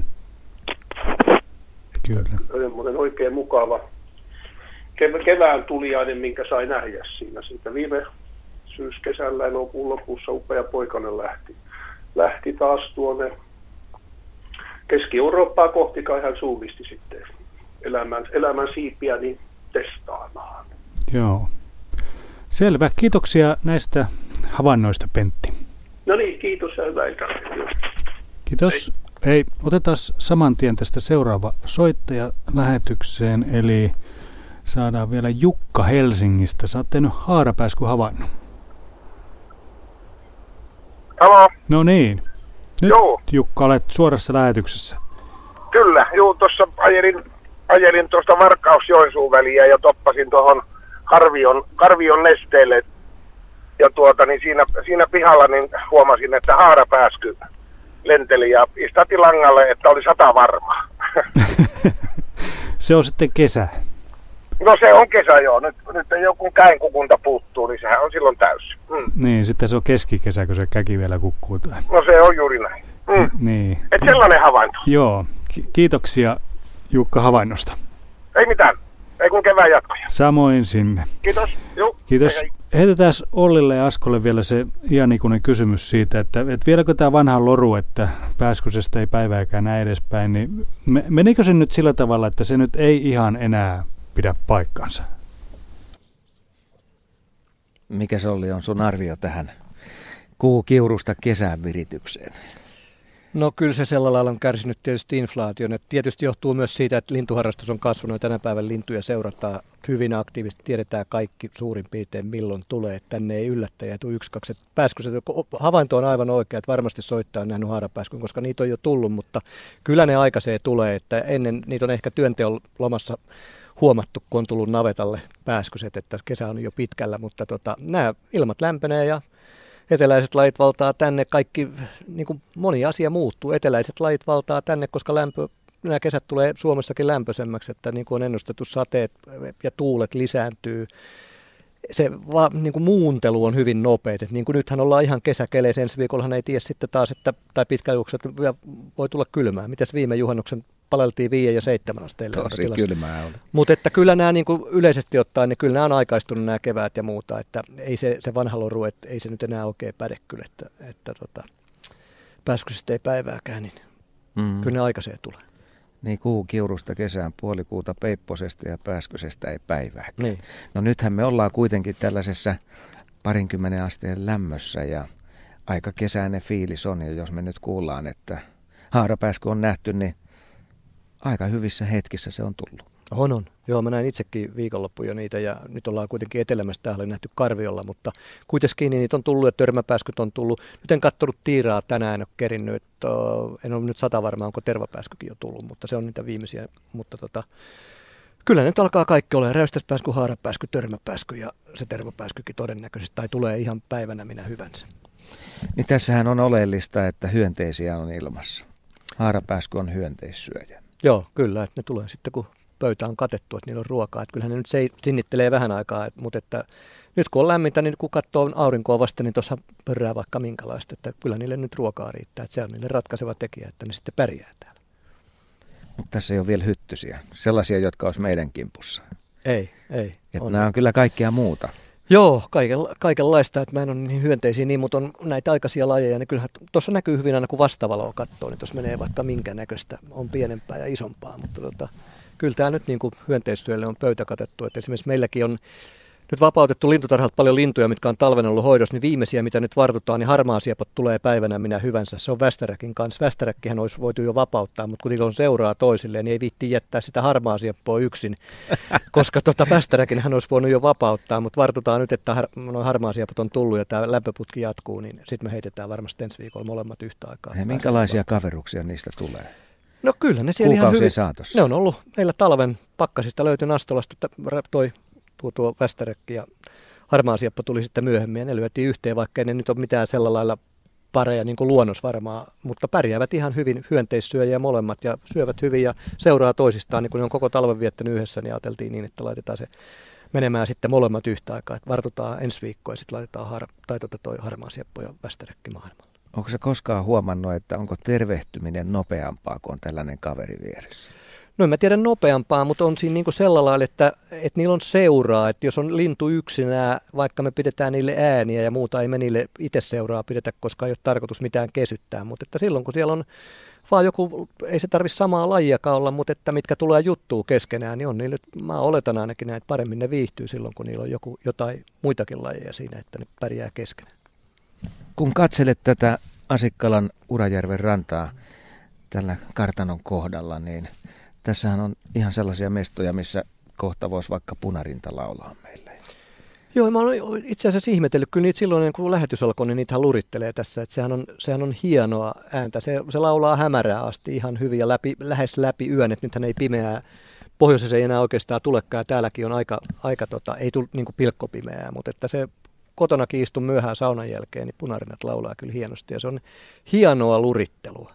Speaker 1: Kyllä.
Speaker 8: Semmoinen oikein mukava kevään tuliainen, minkä sai nähdä siinä. Siitä viime syyskesällä elokuun lopussa upea poikainen lähti, lähti taas tuonne Keski-Eurooppaa kohti, kai hän suunnisti sitten elämän, elämän siipiä niin testaamaan.
Speaker 1: Joo. Selvä. Kiitoksia näistä havainnoista, Pentti.
Speaker 8: No niin, kiitos ja hyvää iltaa.
Speaker 1: Kiitos. Hei, otetaan saman tien tästä seuraava soittaja lähetykseen, eli saadaan vielä Jukka Helsingistä. Sä oot tehnyt haarapääskyn havainnon.
Speaker 9: Halo.
Speaker 1: No niin. Nyt
Speaker 9: Joo.
Speaker 1: Jukka, olet suorassa lähetyksessä.
Speaker 9: Kyllä, juu, tuossa ajelin, ajelin tuosta Varkaus-Joensuun väliä ja toppasin tuohon Karvion, Karvion nesteelle. Ja tuota, niin siinä, siinä pihalla niin huomasin, että haarapääsky lenteli ja istatti langalle, että oli sata varmaa.
Speaker 1: Se on sitten kesä.
Speaker 9: No se on kesä joo. Nyt, nyt joku käenkukunta puuttuu, niin sehän on silloin täysi. Mm.
Speaker 1: Niin, sitten se on keskikesä, kun se käki vielä kukkuu.
Speaker 9: No se on juuri näin. Mm.
Speaker 1: Niin.
Speaker 9: Et sellainen havainto.
Speaker 1: Joo. Ki- kiitoksia Jukka havainnosta.
Speaker 9: Ei mitään. Ei kun kevään jatkoja.
Speaker 1: Samoin sinne.
Speaker 9: Kiitos. Juu.
Speaker 1: Kiitos.
Speaker 9: Hei, hei.
Speaker 1: Heitetään Ollille ja Askolle vielä se iänikuinen kysymys siitä, että, että vieläkö tämä vanha loru, että pääskysestä ei päivääkään näin edespäin, niin menikö se nyt sillä tavalla, että se nyt ei ihan enää pidä paikkansa.
Speaker 2: Mikä se oli on sun arvio tähän kuukiurusta kesän viritykseen?
Speaker 3: No kyllä se sillä lailla on kärsinyt tietysti inflaation. Et tietysti johtuu myös siitä, että lintuharrastus on kasvanut ja tänä päivänä lintuja seurataan hyvin aktiivisesti. Tiedetään kaikki suurin piirtein milloin tulee, että tänne ei yllättäjä tule yksi, kaksi. Pääskyset, havainto on aivan oikea, että varmasti soittaa on nähnyt haarapääskyn, koska niitä on jo tullut, mutta kyllä ne aikaiseen tulee, että ennen niitä on ehkä työnteon lomassa huomattu, kun on tullut navetalle pääskyset, että kesä on jo pitkällä, mutta tota, nämä ilmat lämpenee ja eteläiset lajit valtaa tänne, kaikki, niin kuin moni asia muuttuu, eteläiset lajit valtaa tänne, koska lämpö, nämä kesät tulee Suomessakin lämpöisemmäksi, että niin kuin on ennustettu, sateet ja tuulet lisääntyy. Se va, niin kuin muuntelu on hyvin nopeet, että niin kuin nythän ollaan ihan kesäkeleissä, ensi viikollahan ei tiedä sitten taas, että, tai pitkäjuokset voi tulla kylmää. Mitäs viime juhannuksen paleltiin viiden ja seitsemän asteelle?
Speaker 2: Tosi kylmää oli.
Speaker 3: Mutta että kyllä nämä niin kuin yleisesti ottaen, niin kyllä nämä on aikaistunut nämä keväät ja muuta, että ei se, se vanha loru, että ei se nyt enää oikein päde kyllä, että, että tota, pääskysistä ei päivääkään, niin mm. kyllä ne aikaiseen tulee.
Speaker 2: Niin kuukiurusta kesään, puolikuuta peipposesta ja pääskysestä ei päivääkään.
Speaker 3: Niin.
Speaker 2: No nythän me ollaan kuitenkin tällaisessa parinkymmenen asteen lämmössä ja aika kesäinen fiilis on. Ja jos me nyt kuullaan, että haarapääsky on nähty, niin aika hyvissä hetkissä se on tullut.
Speaker 3: On, on. Joo, mä näin itsekin viikonloppu jo niitä ja nyt ollaan kuitenkin etelämässä täällä nähty Karviolla, mutta kuitenkin niitä on tullut ja törmäpääskyt on tullut. Nyt en katsonut tiiraa tänään, en ole kerinnyt, että en ole nyt sata varmaan, onko tervapääskykin jo tullut, mutta se on niitä viimeisiä. Mutta tota, kyllä nyt alkaa kaikki olla räystäspääsky, haarapääsky, törmäpääsky ja se tervapääskykin todennäköisesti, tai tulee ihan päivänä minä hyvänsä.
Speaker 2: Niin tässähän on oleellista, että hyönteisiä on ilmassa. Haarapääsky on hyönteissyöjä.
Speaker 3: Joo, kyllä, että ne tulee sitten kun pöytä on katettu, että niillä on ruokaa. Että kyllähän ne nyt sinnittelee vähän aikaa, että, mutta että nyt kun on lämmintä, niin kun katsoo aurinkoa vasta, niin tuossa pörrää vaikka minkälaista. Että kyllä niille nyt ruokaa riittää, että se on niille ratkaiseva tekijä, että ne sitten pärjää täällä.
Speaker 2: Mutta tässä ei ole vielä hyttysiä, sellaisia, jotka olisi meidän kimpussa.
Speaker 3: Ei, ei.
Speaker 2: Että nämä on kyllä kaikkea muuta.
Speaker 3: Joo, kaiken, kaikenlaista, että mä en ole niin hyönteisiä niin, mutta on näitä aikaisia lajeja, niin kyllähän tuossa näkyy hyvin aina, kun vastavaloa katsoo, niin tuossa menee vaikka minkä näköistä, on pienempää ja isompaa, mutta tota, kyllä tämä nyt niin kuin hyönteistyölle on pöytä katettu, että esimerkiksi meilläkin on nyt vapautettu lintutarhalta paljon lintuja, mitkä on talven ollut hoidossa, niin viimeisiä, mitä nyt vartutaan, niin harmaasiepat tulee päivänä minä hyvänsä. Se on västäräkin kanssa. Västäräkkihän olisi voitu jo vapauttaa, mutta kun niillä on seuraa toisilleen, niin ei viitti jättää sitä harmaasieppoa yksin, koska tota västäräkinhän olisi voinut jo vapauttaa, mutta vartutaan nyt, että har, no, harmaasiepat on tullut ja tämä lämpöputki jatkuu, niin sitten me heitetään varmasti ensi viikolla molemmat yhtä aikaa.
Speaker 2: Ja minkälaisia kaveruksia niistä tulee?
Speaker 3: No kyllä ne siellä ihan hyvin.
Speaker 2: Saatossa.
Speaker 3: Ne on ollut meillä talven pakkasista löytyi Nastolasta toi tuo, tuo västäräkki ja harmaasieppo tuli sitten myöhemmin ja ne lyötiin yhteen, vaikka ei ne nyt ole mitään sillä lailla pareja niin kuin luonnos varmaan, mutta pärjäävät ihan hyvin hyönteissyöjiä molemmat ja syövät hyvin ja seuraa toisistaan, niin kun ne on koko talven viettänyt yhdessä, niin ajateltiin niin, että laitetaan se menemään sitten molemmat yhtä aikaa, että vartutaan ensi viikkoa ja sitten laitetaan har, tai tuota toi harmaasieppo ja västäräkki maailmalle.
Speaker 2: Onko se koskaan huomannut, että onko tervehtyminen nopeampaa, kun on tällainen kaveri vieressä?
Speaker 3: No en mä tiedä nopeampaa, mutta on siinä niinku sellainen lailla, että, että niillä on seuraa, että jos on lintu yksinään, vaikka me pidetään niille ääniä ja muuta, ei me niille itse seuraa pidetä, koska ei ole tarkoitus mitään kesyttää, mutta että silloin kun siellä on vaan joku, ei se tarvitse samaa lajiakaan olla, mutta että mitkä tulee juttua keskenään, niin on niille, mä oletan ainakin näin, että paremmin ne viihtyy silloin, kun niillä on joku, jotain muitakin lajeja siinä, että ne pärjää keskenään.
Speaker 2: Kun katselet tätä Asikkalan Urajärven rantaa tällä kartanon kohdalla, niin tässähän on ihan sellaisia mestoja, missä kohta voisi vaikka punarinta laulaa meille.
Speaker 3: Joo, mä olen itse asiassa ihmetellyt, kyllä niitä silloin kun lähetys alkoi, niin niitä lurittelee tässä, että sehän on, sehän on hienoa ääntä. Se, se laulaa hämärää asti ihan hyvin ja läpi, lähes läpi yön, että nythän ei pimeää, pohjoisessa ei enää oikeastaan tulekaan, täälläkin on aika, aika tota, ei tule niin kuin pilkkopimeää, mutta että se kotonakin istun myöhään saunan jälkeen, niin punarinnat laulaa kyllä hienosti ja se on hienoa lurittelua.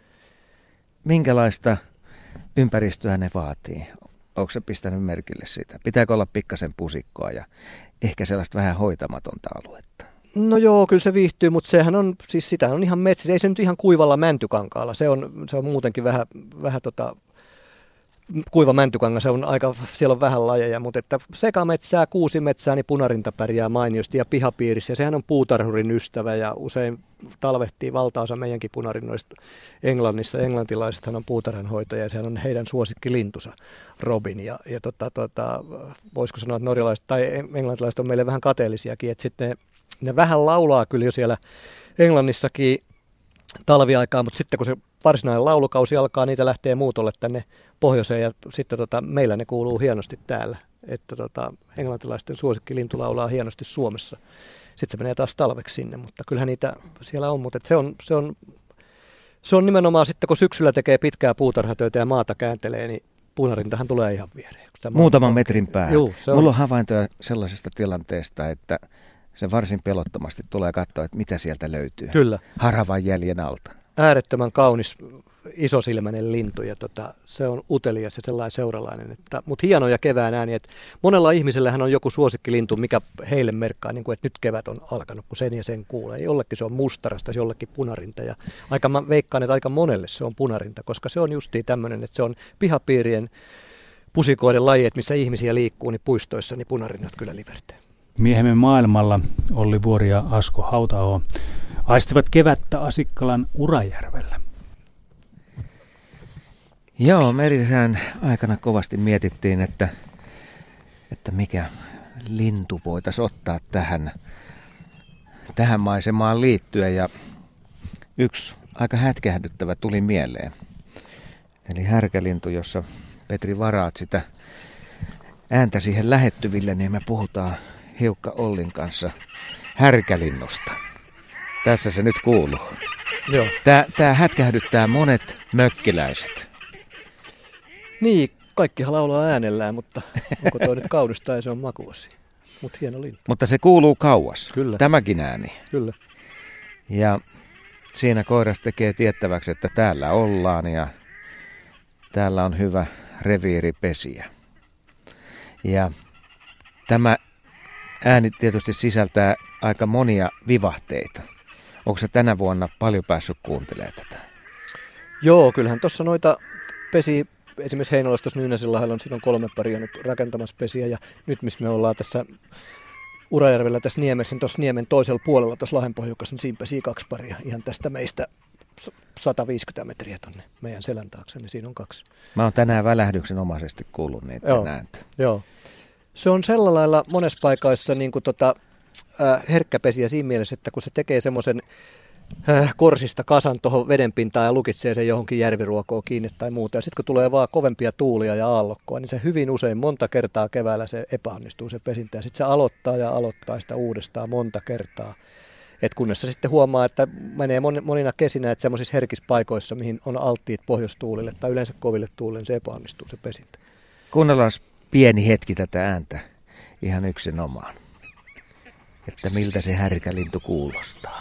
Speaker 2: Minkälaista ympäristöä ne vaatii? Onko se pistänyt merkille siitä? Pitääkö olla pikkasen pusikkoa ja ehkä sellaista vähän hoitamatonta aluetta?
Speaker 3: No joo, kyllä se viihtyy, mutta sehän on, siis sitä on ihan metsissä. Ei se nyt ihan kuivalla mäntykankaalla. Se on, se on muutenkin vähän, vähän tota, Kuiva mäntykangas on aika, siellä on vähän lajeja, mutta että sekametsää, kuusimetsää, niin punarinta pärjää mainiosti ja pihapiirissä. Ja sehän on puutarhurin ystävä ja usein talvehtii valtaosa meidänkin punarinnoista Englannissa. Englantilaisethan on puutarhanhoitaja ja sehän on heidän suosikkilintusa Robin. Ja, ja tota, tota, voisiko sanoa, että norjalaiset tai englantilaiset on meille vähän kateellisiakin, että sitten ne, ne vähän laulaa kyllä jo siellä Englannissakin talviaikaa, mutta sitten kun se varsinainen laulukausi alkaa, niitä lähtee muutolle tänne pohjoiseen ja sitten tota, meillä ne kuuluu hienosti täällä. Että tota, englantilaisten suosikkilintu laulaa hienosti Suomessa. Sitten se menee taas talveksi sinne, mutta kyllähän niitä siellä on. Mutta se on, se, on, se on nimenomaan sitten, kun syksyllä tekee pitkää puutarhatöitä ja maata kääntelee, niin puunarintahan tulee ihan viereen.
Speaker 2: Muutaman metrin päähän.
Speaker 3: Juu, on.
Speaker 2: Mulla on havaintoja sellaisesta tilanteesta, että se varsin pelottomasti tulee katsoa, että mitä sieltä löytyy.
Speaker 3: Kyllä.
Speaker 2: Haravan jäljen alta.
Speaker 3: Äärettömän kaunis, isosilmäinen lintu ja tota, se on utelias ja sellainen seuralainen. Että, mutta hienoja kevään ääni, että monella ihmisellähän on joku suosikkilintu, mikä heille merkkaa, niin kuin, että nyt kevät on alkanut, kun sen ja sen kuulee. Jollekin se on mustarasta, jollekin punarinta ja aika, mä veikkaan, että aika monelle se on punarinta, koska se on justiin tämmöinen, että se on pihapiirien pusikoiden laji, että missä ihmisiä liikkuu, niin puistoissa niin punarinnat kyllä livertää.
Speaker 1: Miehemme maailmalla Olli Vuori ja Asko Hauta-aho aistivat kevättä Asikkalan Urajärvellä.
Speaker 2: Joo, merisään aikana kovasti mietittiin, että, että mikä lintu voitaisiin ottaa tähän, tähän maisemaan liittyen. Ja yksi aika hätkähdyttävä tuli mieleen. Eli härkälintu, jossa Petri varaat sitä ääntä siihen lähettyville, niin me puhutaan Hiukka Ollin kanssa härkälinnusta. Tässä se nyt kuuluu.
Speaker 3: Joo.
Speaker 2: Tää, tää hätkähdyttää monet mökkiläiset.
Speaker 3: Niin, kaikkihan laulaa äänellään, mutta onko toi nyt kaunis tai se on makuasia. Mutta hieno lintu.
Speaker 2: Mutta se kuuluu kauas.
Speaker 3: Kyllä.
Speaker 2: Tämäkin ääni.
Speaker 3: Kyllä.
Speaker 2: Ja siinä koiras tekee tiettäväksi, että täällä ollaan ja täällä on hyvä reviiripesiä. Ja tämä ääni tietysti sisältää aika monia vivahteita. Onko se tänä vuonna paljon päässyt kuuntelemaan tätä?
Speaker 3: Joo, kyllähän tuossa noita pesi, esimerkiksi Heinolassa tuossa Nyynäsenlahdella on, siinä on kolme paria nyt rakentamassa pesiä. Ja nyt missä me ollaan tässä Urajärvellä tässä Niemessä, niin tuossa Niemen toisella puolella tuossa Lahdenpohjukassa, niin siinä pesi kaksi paria ihan tästä meistä sata viisikymmentä metriä tonne meidän selän taakse, niin siinä on kaksi.
Speaker 2: Mä oon tänään välähdyksenomaisesti kuullut niitä
Speaker 3: joo,
Speaker 2: ääntä.
Speaker 3: Joo. Se on sellä lailla monessa paikassa niin kuin tota, äh, herkkäpesiä siinä mielessä, että kun se tekee semmoisen äh, korsista kasan tuohon vedenpintaan ja lukitsee sen johonkin järviruokoon kiinni tai muuta. Ja sitten kun tulee vaan kovempia tuulia ja aallokkoa, niin se hyvin usein monta kertaa keväällä se epäonnistuu se pesintä. Ja sitten se aloittaa ja aloittaa sitä uudestaan monta kertaa. Et kunnes se sitten huomaa, että menee monina kesinä, että semmoisissa herkissä paikoissa, mihin on alttiit pohjoistuulille tai yleensä koville tuulille, niin se epäonnistuu se pesintä.
Speaker 2: Kuunnellaan pieni hetki tätä ääntä ihan yksinomaan, että miltä se härkälintu kuulostaa.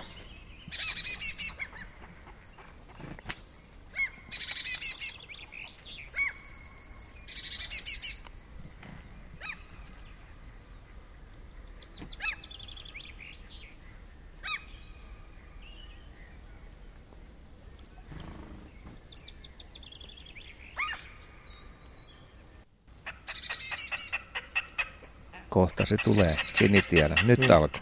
Speaker 2: Kohta se tulee, sinitiedä. Nyt mm. alkoi.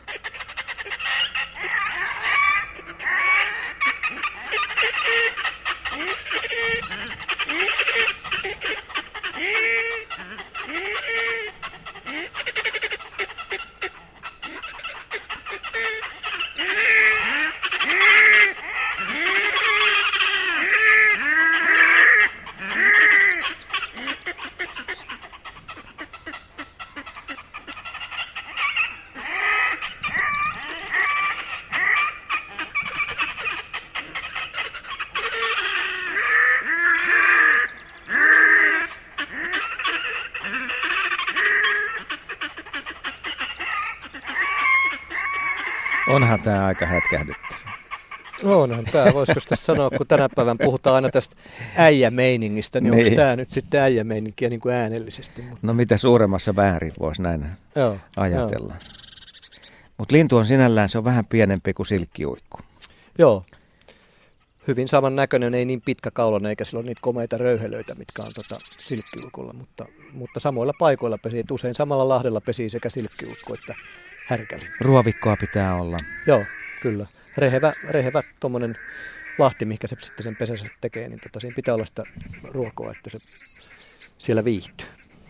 Speaker 2: Onhan tämä aika hätkähdyttävä.
Speaker 3: Onhan tämä, voisiko sitä sanoa, kun tänä päivän puhutaan aina tästä äijämeiningistä, niin, niin. Onko tämä nyt sitten äijämeininkiä niin kuin äänellisesti? Mutta...
Speaker 2: No mitä suuremmassa väärin voisi näin
Speaker 3: joo,
Speaker 2: ajatella. Mutta lintu on sinällään, se on vähän pienempi kuin silkkiuikku.
Speaker 3: Joo. hyvin saman näköinen, ei niin pitkä kaulon eikä sillä ole niitä komeita röyhelöitä, mitkä on tota silkkiukolla, mutta, mutta samoilla paikoilla pesii, usein samalla lahdella pesii sekä silkkiukko että härkäli.
Speaker 2: Ruovikkoa pitää olla.
Speaker 3: Joo, kyllä. Rehevä, rehevä tuommoinen lahti, mikä se sitten sen pesänsä tekee, niin tota, siinä pitää olla sitä ruokoa, että se siellä viihtyy.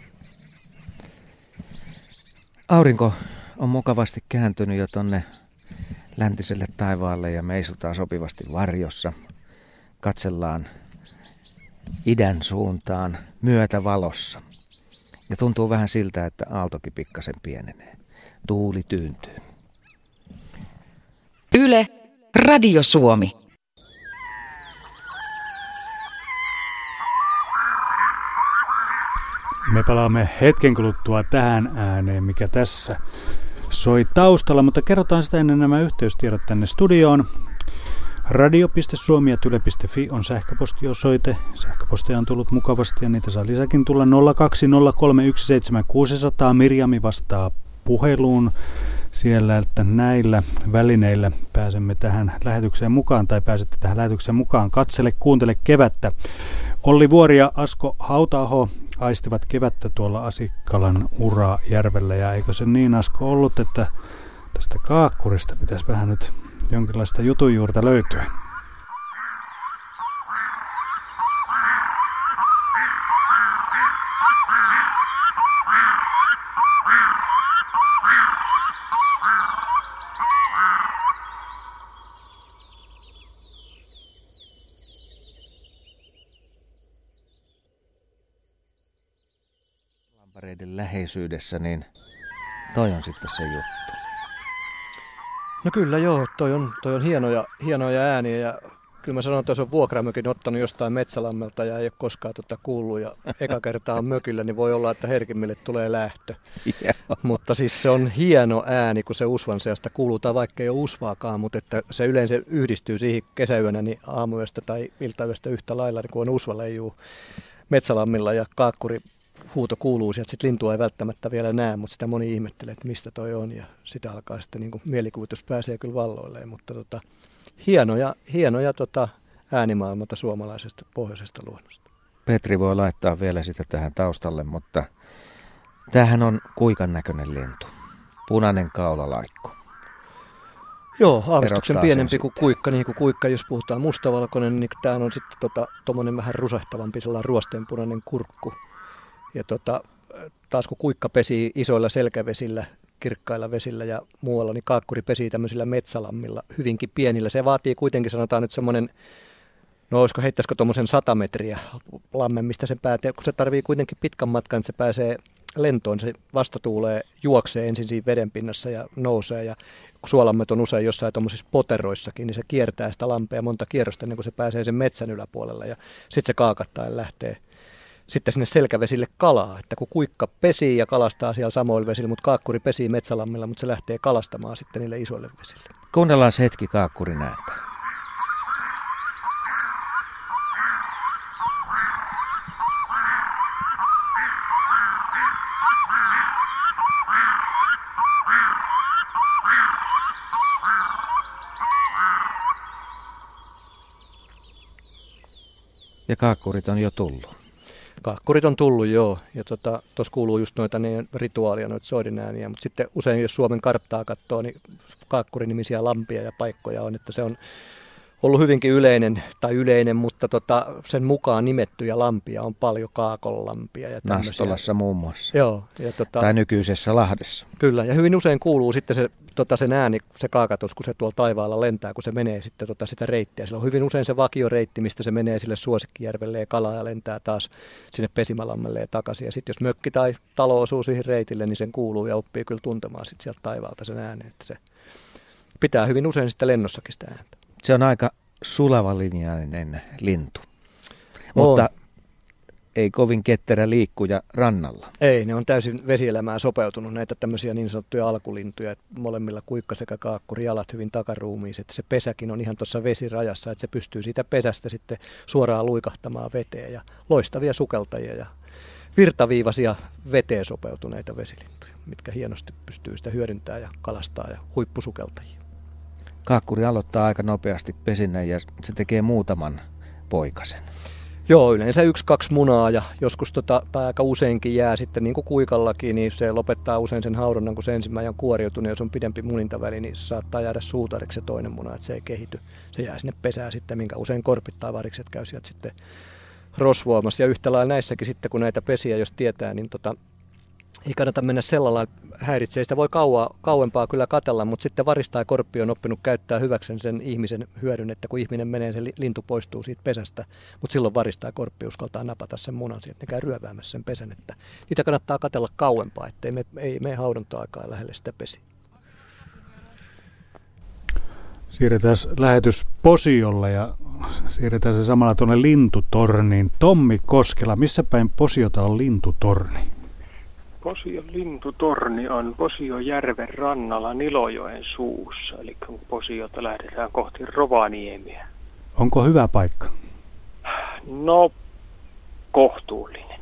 Speaker 2: Aurinko on mukavasti kääntynyt jo tonne läntiselle taivaalle ja me istutaan sopivasti varjossa. Katsellaan idän suuntaan myötävalossa. Ja tuntuu vähän siltä, että aaltokin pikkasen pienenee. Tuuli tyyntyy.
Speaker 10: Yle, Radio Suomi.
Speaker 1: Me palaamme hetken kuluttua tähän ääneen, mikä tässä soi taustalla, mutta kerrotaan sitä ennen nämä yhteystiedot tänne studioon. radio piste suomi ät yle piste fi on sähköpostiosoite. Sähköposteja on tullut mukavasti ja niitä saa lisäkin tulla nolla kaksi nolla kolme yksi seitsemän kuusi nolla nolla. Mirjami vastaa puheluun siellä, että näillä välineillä pääsemme tähän lähetykseen mukaan tai pääsette tähän lähetykseen mukaan. Katsele, kuuntele kevättä. Olli Vuori ja Asko Hauta-aho aistivat kevättä tuolla Asikkalan Urajärvellä ja eikö se niin, Asko, ollut, että tästä kaakkurista pitäisi vähän nyt jonkinlaista jutunjuurta löytyä?
Speaker 2: Lampareiden läheisyydessä, niin toi on sitten se juttu.
Speaker 3: No kyllä joo, toi on, toi on hienoja, hienoja ääniä ja kyllä mä sanon, että jos on vuokramökin ottanut jostain Metsälammelta ja ei ole koskaan tuota kuullut ja eka kertaa on mökillä, niin voi olla, että herkimmille tulee lähtö. Mutta siis se on hieno ääni, kun se usvan seasta kuuluu, tai vaikka ei ole usvaakaan, mutta että se yleensä yhdistyy siihen kesäyönä niin aamuyöstä tai iltayöstä yhtä lailla, niin kun on usva leijuu Metsälammilla ja kaakkuri huuto kuuluu sieltä, sitten lintua ei välttämättä vielä näe, mutta sitä moni ihmettelee, että mistä toi on ja sitä alkaa sitten niin kuin mielikuvitus pääsee kyllä valloilleen, mutta tota, hienoja, hienoja tota, äänimaailmalta suomalaisesta pohjoisesta luonnosta.
Speaker 2: Petri voi laittaa vielä sitä tähän taustalle, mutta tämähän on kuikan näköinen lintu, punainen kaulalaikko.
Speaker 3: Joo, aavistuksen pienempi kuin
Speaker 2: sitten
Speaker 3: kuikka, niin kuin kuikka, jos puhutaan mustavalkoinen, niin tämä on sitten tuommoinen tota, vähän rusahtavampi sellainen ruosteenpunainen kurkku. Ja tota, taas kun kuikka pesii isoilla selkävesillä, kirkkailla vesillä ja muualla, niin kaakkuri pesii tämmöisillä metsälammilla hyvinkin pienillä. Se vaatii kuitenkin, sanotaan nyt semmoinen, no olisiko, heittäisikö tuommoisen sata metriä lammen, mistä se päätee, kun se tarvii kuitenkin pitkän matkan, että se pääsee lentoon, se vastatuulee, juoksee ensin siinä vedenpinnassa ja nousee. Ja kun suolammet on usein jossain tuommoisissa poteroissakin, niin se kiertää sitä lampea monta kierrosta ennen kuin se pääsee sen metsän yläpuolelle ja sitten se kaakattaen lähtee sitten sinne selkävesille kalaa, että kun kuikka pesii ja kalastaa siellä samoilla vesillä, mutta kaakkuri pesii metsälammilla, mutta se lähtee kalastamaan sitten niille isoille vesille.
Speaker 2: Kuunnellaan hetki kaakkurin ääntä. Ja kaakkurit on jo tullut.
Speaker 3: Kaakkurit on tullut, joo. Ja tuossa tota, kuuluu just noita niin rituaalia, noita soidinääniä. Mutta sitten usein, jos Suomen karttaa katsoo, niin kaakkurinimisiä lampia ja paikkoja on. Että se on ollut hyvinkin yleinen, tai yleinen, mutta tota, sen mukaan nimettyjä lampia on paljon, Kaakonlampia ja tämmöisiä.
Speaker 2: Nastolassa muun muassa.
Speaker 3: Joo. Ja tota,
Speaker 2: tai nykyisessä Lahdessa.
Speaker 3: Kyllä, ja hyvin usein kuuluu sitten se, tota, sen ääni, se kaakatus, kun se tuolla taivaalla lentää, kun se menee sitten tota, sitä reittiä. Sillä on hyvin usein se vakioreitti, mistä se menee sille Suosikkijärvelle ja kalaa ja lentää taas sinne Pesimälammelle ja takaisin. Ja sitten jos mökki tai talo osuu siihen reitille, niin sen kuuluu ja oppii kyllä tuntemaan sitten sieltä taivaalta sen äänen. Että se pitää hyvin usein sitten lennossakin sitä ääntä.
Speaker 2: Se on aika sulavalinjainen lintu, mutta ei kovin ketterä liikkuja rannalla.
Speaker 3: Ei, ne on täysin vesielämään sopeutunut, näitä tämmöisiä niin sanottuja alkulintuja, että molemmilla kuikka sekä kaakkuri jalat hyvin takaruumiiset. Se pesäkin on ihan tuossa vesirajassa, että se pystyy siitä pesästä sitten suoraan luikahtamaan veteen ja loistavia sukeltajia ja virtaviivaisia veteen sopeutuneita vesilintuja, mitkä hienosti pystyy sitä hyödyntämään ja kalastaa ja huippusukeltajia.
Speaker 2: Kaakkuri aloittaa aika nopeasti pesinnän ja se tekee muutaman poikasen.
Speaker 3: Joo, yleensä yksi, kaksi munaa ja joskus tota, tai aika useinkin jää sitten niin kuin kuikallakin, niin se lopettaa usein sen haudonnan, kun se ensimmäinen on kuoriutunut ja jos on pidempi munintaväli, niin se saattaa jäädä suutariksi se toinen muna, että se ei kehity. Se jää sinne pesään sitten, minkä usein korpit tai varikset käy sieltä sitten rosvoamassa. Ja yhtä lailla näissäkin sitten, kun näitä pesiä, jos tietää, niin tota, ei kannata mennä sellalla häiritsee. Sitä voi kauaa, kauempaa kyllä katella, mutta sitten varista ja korppi on oppinut käyttää hyväksen sen ihmisen hyödyn, että kun ihminen menee, se lintu poistuu siitä pesästä, mutta silloin varista ja korppi uskaltaa napata sen munan sieltä, ne käy ryöväämässä sen pesän, että niitä kannattaa katella kauempaa, ettei me, ei mene haudonta-aikaa lähelle sitä pesiä.
Speaker 1: Siirretään lähetys Posiolle ja siirretään se samalla tuonne lintutorniin. Tommi Koskela, missä päin Posiota on lintutorni?
Speaker 11: Posion lintutorni on Posiojärven rannalla Nilojoen suussa, eli kun Posiota lähdetään kohti Rovaniemiä.
Speaker 1: Onko hyvä paikka?
Speaker 11: No, kohtuullinen.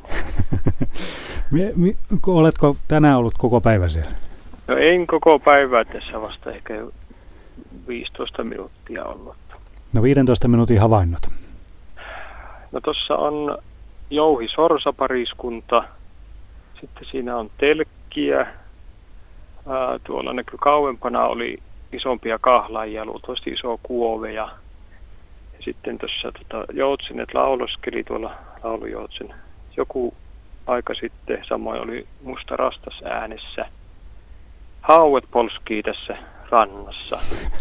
Speaker 1: Oletko tänään ollut koko päivä siellä?
Speaker 11: No en koko päivää, tässä vasta ehkä viisitoista minuuttia ollut.
Speaker 1: No viidentoista minuutin havainnot.
Speaker 11: No tuossa on Jouhi Sorsa-pariskunta. Sitten siinä on telkkiä. Ää, tuolla näkyy kauempana oli isompia kahlaajia, luultavasti iso kuove. Ja, ja sitten tuossa tota, joutsinet lauloskeli tuolla laulujoutsen. Joku aika sitten samoin oli musta rastas äänessä. Hauet polskii tässä rannassa.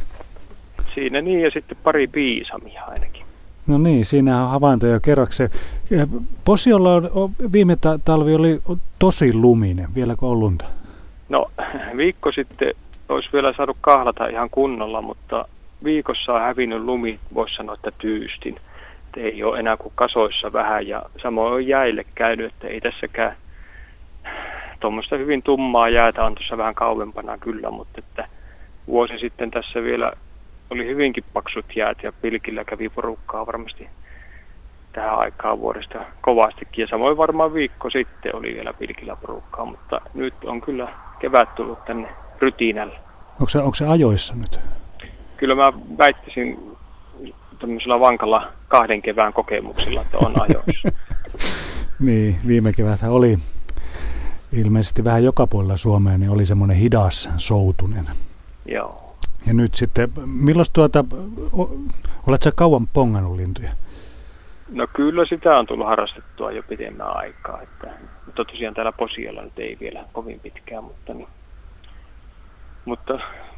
Speaker 11: Siinä niin ja sitten pari piisamia ainakin.
Speaker 1: No niin, siinä on havaintoja kerrakseen. Posiolla on, viime talvi oli tosi luminen. Vieläkö on lunta?
Speaker 11: No viikko sitten olisi vielä saanut kahlata ihan kunnolla, mutta viikossa on hävinnyt lumi, voisi sanoa, että tyystin. Että ei ole enää kuin kasoissa vähän ja samoin on jäille käynyt, että ei tässäkään tuommoista hyvin tummaa jäätä on tuossa vähän kauempana kyllä, mutta että vuosi sitten tässä vielä oli hyvinkin paksut jäät ja pilkillä kävi porukkaa varmasti tähän aikaan vuodesta kovastikin. Ja samoin varmaan viikko sitten oli vielä pilkillä porukkaa, mutta nyt on kyllä kevät tullut tänne rytinällä.
Speaker 1: Onko se, onko se ajoissa nyt?
Speaker 11: Kyllä mä väittäisin tämmöisellä vankalla kahden kevään kokemuksilla, että on ajoissa.
Speaker 1: Niin, viime keväthän oli ilmeisesti vähän joka puolella Suomea, niin oli semmoinen hidas soutunen.
Speaker 11: Joo.
Speaker 1: Ja nyt sitten, milloin tuota, oletko sä kauan pongannut lintuja?
Speaker 11: No kyllä sitä on tullut harrastettua jo pidemmän aikaa, että, mutta tosiaan täällä Posiolla nyt ei vielä kovin pitkään, mutta, niin, mutta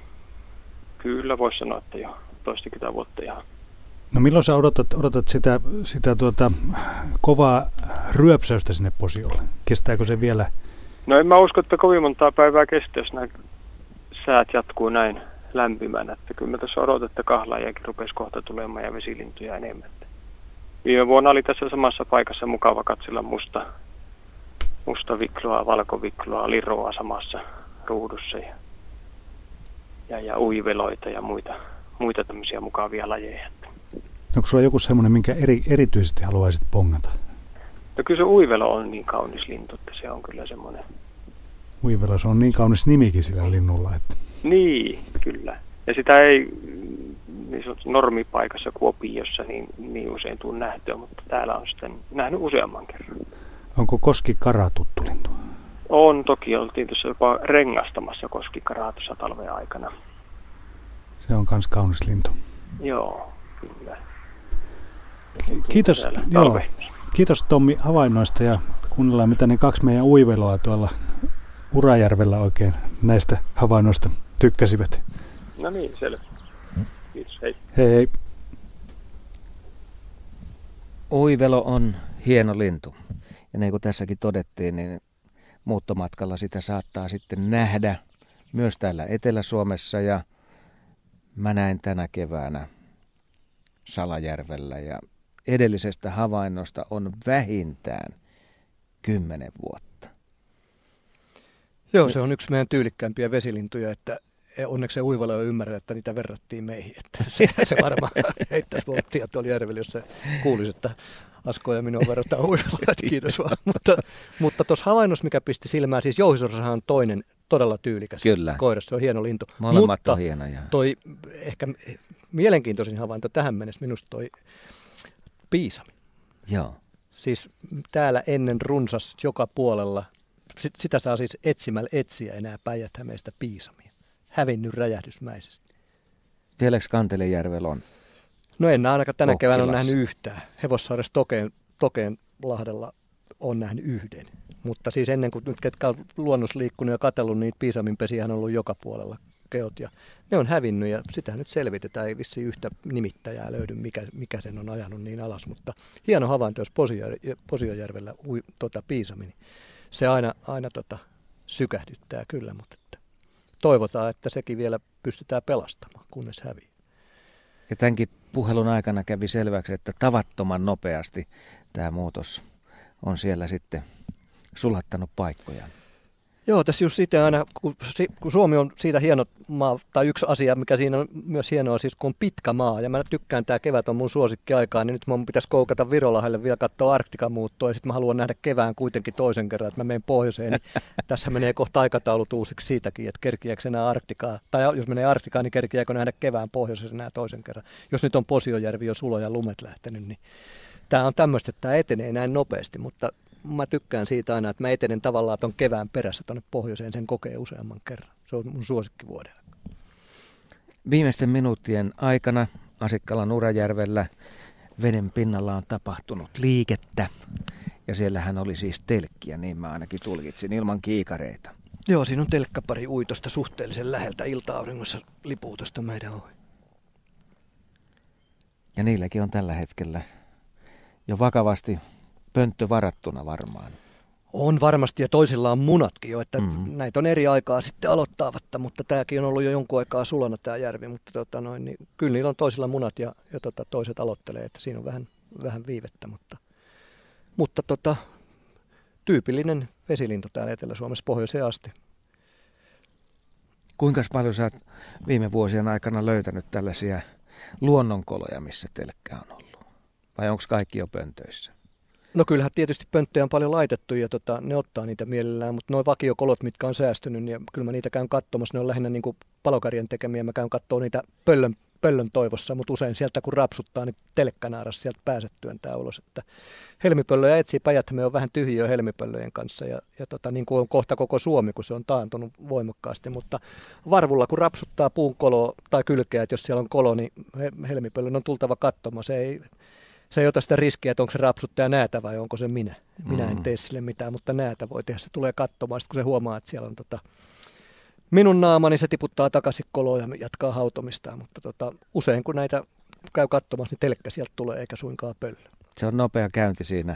Speaker 11: kyllä voisi sanoa, että jo toistakymmentä vuotta ihan.
Speaker 1: No milloin sä odotat, odotat sitä, sitä tuota, kovaa ryöpsäystä sinne Posiolle? Kestääkö se vielä?
Speaker 11: No en mä usko, että kovin montaa päivää kestää, jos nämä säät jatkuu näin lämpimänä. Että kyllä mä tässä odotan, että kahlaajakin rupesi kohta tulemaan ja vesilintuja enemmän. Viime vuonna oli tässä samassa paikassa mukava katsella musta, musta vikloa, valkovikloa, liroa samassa ruudussa ja, ja, ja uiveloita ja muita, muita tämmöisiä mukavia lajeja.
Speaker 1: Onko sulla joku semmoinen, minkä eri, erityisesti haluaisit pongata?
Speaker 11: No kyllä se uivelo on niin kaunis lintu, että se on kyllä semmoinen.
Speaker 1: Uivelo, se on niin kaunis nimikin sillä linnulla. Että...
Speaker 11: Niin, kyllä. Ja sitä ei niin normipaikassa Kuopiossa niin, niin usein tule nähtyä, mutta täällä on sitten nähnyt useamman kerran.
Speaker 1: Onko koskikara tuttu lintu?
Speaker 11: On, toki oltiin tuossa jopa rengastamassa koskikaraa tuossa talven aikana.
Speaker 1: Se on kans kaunis lintu.
Speaker 11: Joo, kyllä.
Speaker 1: Kiitos, joo, kiitos Tommi havainnoista ja kuunnellaan mitä ne kaksi meidän uiveloa tuolla Urajärvellä oikein näistä havainnoista tykkäsivät.
Speaker 11: No niin, selvä. Kiitos, hei.
Speaker 1: Hei hei.
Speaker 2: Uivelo on hieno lintu. Ja niin kuin tässäkin todettiin, niin muuttomatkalla sitä saattaa sitten nähdä myös täällä Etelä-Suomessa. Ja mä näin tänä keväänä Salajärvellä ja edellisestä havainnosta on vähintään kymmenen vuotta.
Speaker 3: Joo, se on yksi meidän tyylikkäimpiä vesilintuja, että onneksi se uivalo jo ymmärrä, että niitä verrattiin meihin. Että se, se varmaan heittäisi volttia tuolla järvellä, jos se kuulisi, että Asko ja minua verrataan uivaloa. Kiitos vaan. Mutta, mutta tuossa havainnossa, mikä pisti silmään, siis Jouhisorsahan on toinen todella tyylikäs
Speaker 2: Kyllä.
Speaker 3: koiras, se on hieno lintu.
Speaker 2: Molemmat
Speaker 3: Mutta
Speaker 2: on hienoja.
Speaker 3: toi ehkä mielenkiintoisin havainto tähän mennessä minusta toi piisami.
Speaker 2: Joo.
Speaker 3: Siis täällä ennen runsas joka puolella, sit, sitä saa siis etsimällä etsiä enää Päijät-Hämeestä piisamia. Hävinnyt räjähdysmäisesti.
Speaker 2: Vieläks Kantelejärvellä on?
Speaker 3: No en ainakaan tänä keväänä ole
Speaker 2: Okkilassa.
Speaker 3: nähnyt yhtään. Hevossaaressa Tokeen, Tokeen lahdella on nähnyt yhden. Mutta siis ennen kuin nyt ketkä on luonnossa liikkunut ja katsellut, niin piisaminpesiä on ollut joka puolella keot. Ja ne on hävinnyt ja sitä nyt selvitetään. Ei vissiin yhtä nimittäjää löydy, mikä, mikä sen on ajanut niin alas. Mutta hieno havainto, jos Posio- Posiojärvellä ui, tota, piisami, niin se aina, aina tota, sykähdyttää kyllä. Mutta että toivotaan, että sekin vielä pystytään pelastamaan, kunnes häviää.
Speaker 2: Ja tämänkin puhelun aikana kävi selväksi, että tavattoman nopeasti tämä muutos on siellä sitten sulattanut paikkojaan.
Speaker 3: Joo, tässä just sitä aina, kun, kun Suomi on siitä hieno maa, tai yksi asia, mikä siinä on myös hienoa, siis kun on pitkä maa, ja mä tykkään, tämä kevät on mun suosikkiaikaa, niin nyt mun pitäisi koukata Virolahdelle vielä katsoa Arktikan muuttoa, ja sitten mä haluan nähdä kevään kuitenkin toisen kerran, että mä menen pohjoiseen, niin tässä menee kohta aikataulut uusiksi siitäkin, että kerkiääkö enää Arktikaa, tai jos menee Arktikaan, niin kerkiääkö nähdä kevään pohjoisessa enää toisen kerran. Jos nyt on Posiojärvi jo sulo ja lumet lähtenyt, niin tämä on tämmöistä, että tämä etenee näin nopeasti, mutta mä tykkään siitä aina, että mä etenen tavallaan ton kevään perässä tuonne pohjoiseen, sen kokee useamman kerran. Se on mun suosikkivuoden.
Speaker 2: Viimeisten minuuttien aikana Asikkalan Urajärvellä veden pinnalla on tapahtunut liikettä. Ja siellähän oli siis telkkiä, niin mä ainakin tulkitsin, ilman kiikareita.
Speaker 3: Joo, siinä on telkkapari uitosta suhteellisen läheltä ilta-auringossa lipuu tuosta meidän ohi.
Speaker 2: Ja niilläkin on tällä hetkellä jo vakavasti pönttö varattuna varmaan.
Speaker 3: On varmasti, ja toisilla on munatkin jo, että
Speaker 2: Mm-hmm.
Speaker 3: näitä on eri aikaa sitten aloittaavatta, mutta tämäkin on ollut jo jonkun aikaa sulana tämä järvi, mutta tota noin, niin kyllä niillä on toisilla munat ja, ja tota, toiset aloittelee, että siinä on vähän, vähän viivettä, mutta, mutta tota, tyypillinen vesilintu täällä Etelä-Suomessa pohjoiseen asti.
Speaker 2: Kuinka paljon sä oot viime vuosien aikana löytänyt tällaisia luonnonkoloja, missä telkkä on ollut? Vai onko kaikki jo pöntöissä?
Speaker 3: No kyllähän tietysti pönttöjä on paljon laitettu ja tota, ne ottaa niitä mielellään, mutta nuo vakiokolot, mitkä on säästynyt, niin kyllä mä niitä käyn katsomassa. Ne on lähinnä niin kuin palokarjan tekemiä, mä käyn katsomaan niitä pöllön, pöllön toivossa, mutta usein sieltä kun rapsuttaa, niin telkkänaaras sieltä pääset työntää ulos. Että helmipöllöjä etsii, Päijät-Häme on vähän tyhjiö helmipöllöjen kanssa ja, ja tota, niin kuin on kohta koko Suomi, kun se on taantunut voimakkaasti, mutta varvulla kun rapsuttaa puun kolo tai kylkeä, että jos siellä on kolo, niin helmipöllön on tultava katsomaan. Se ei... Se ei ota sitä riskiä, että onko se rapsuttaja näätä vai onko se minä. Minä en tee sille mitään, mutta näätä voi tehdä. Se tulee katsomaan, sit kun se huomaa, että siellä on tota minun naama, niin se tiputtaa takaisin koloon ja jatkaa hautomistaan. Mutta tota, usein kun näitä käy katsomassa, niin telkkä sieltä tulee eikä suinkaan pöllö.
Speaker 2: Se on nopea käynti siinä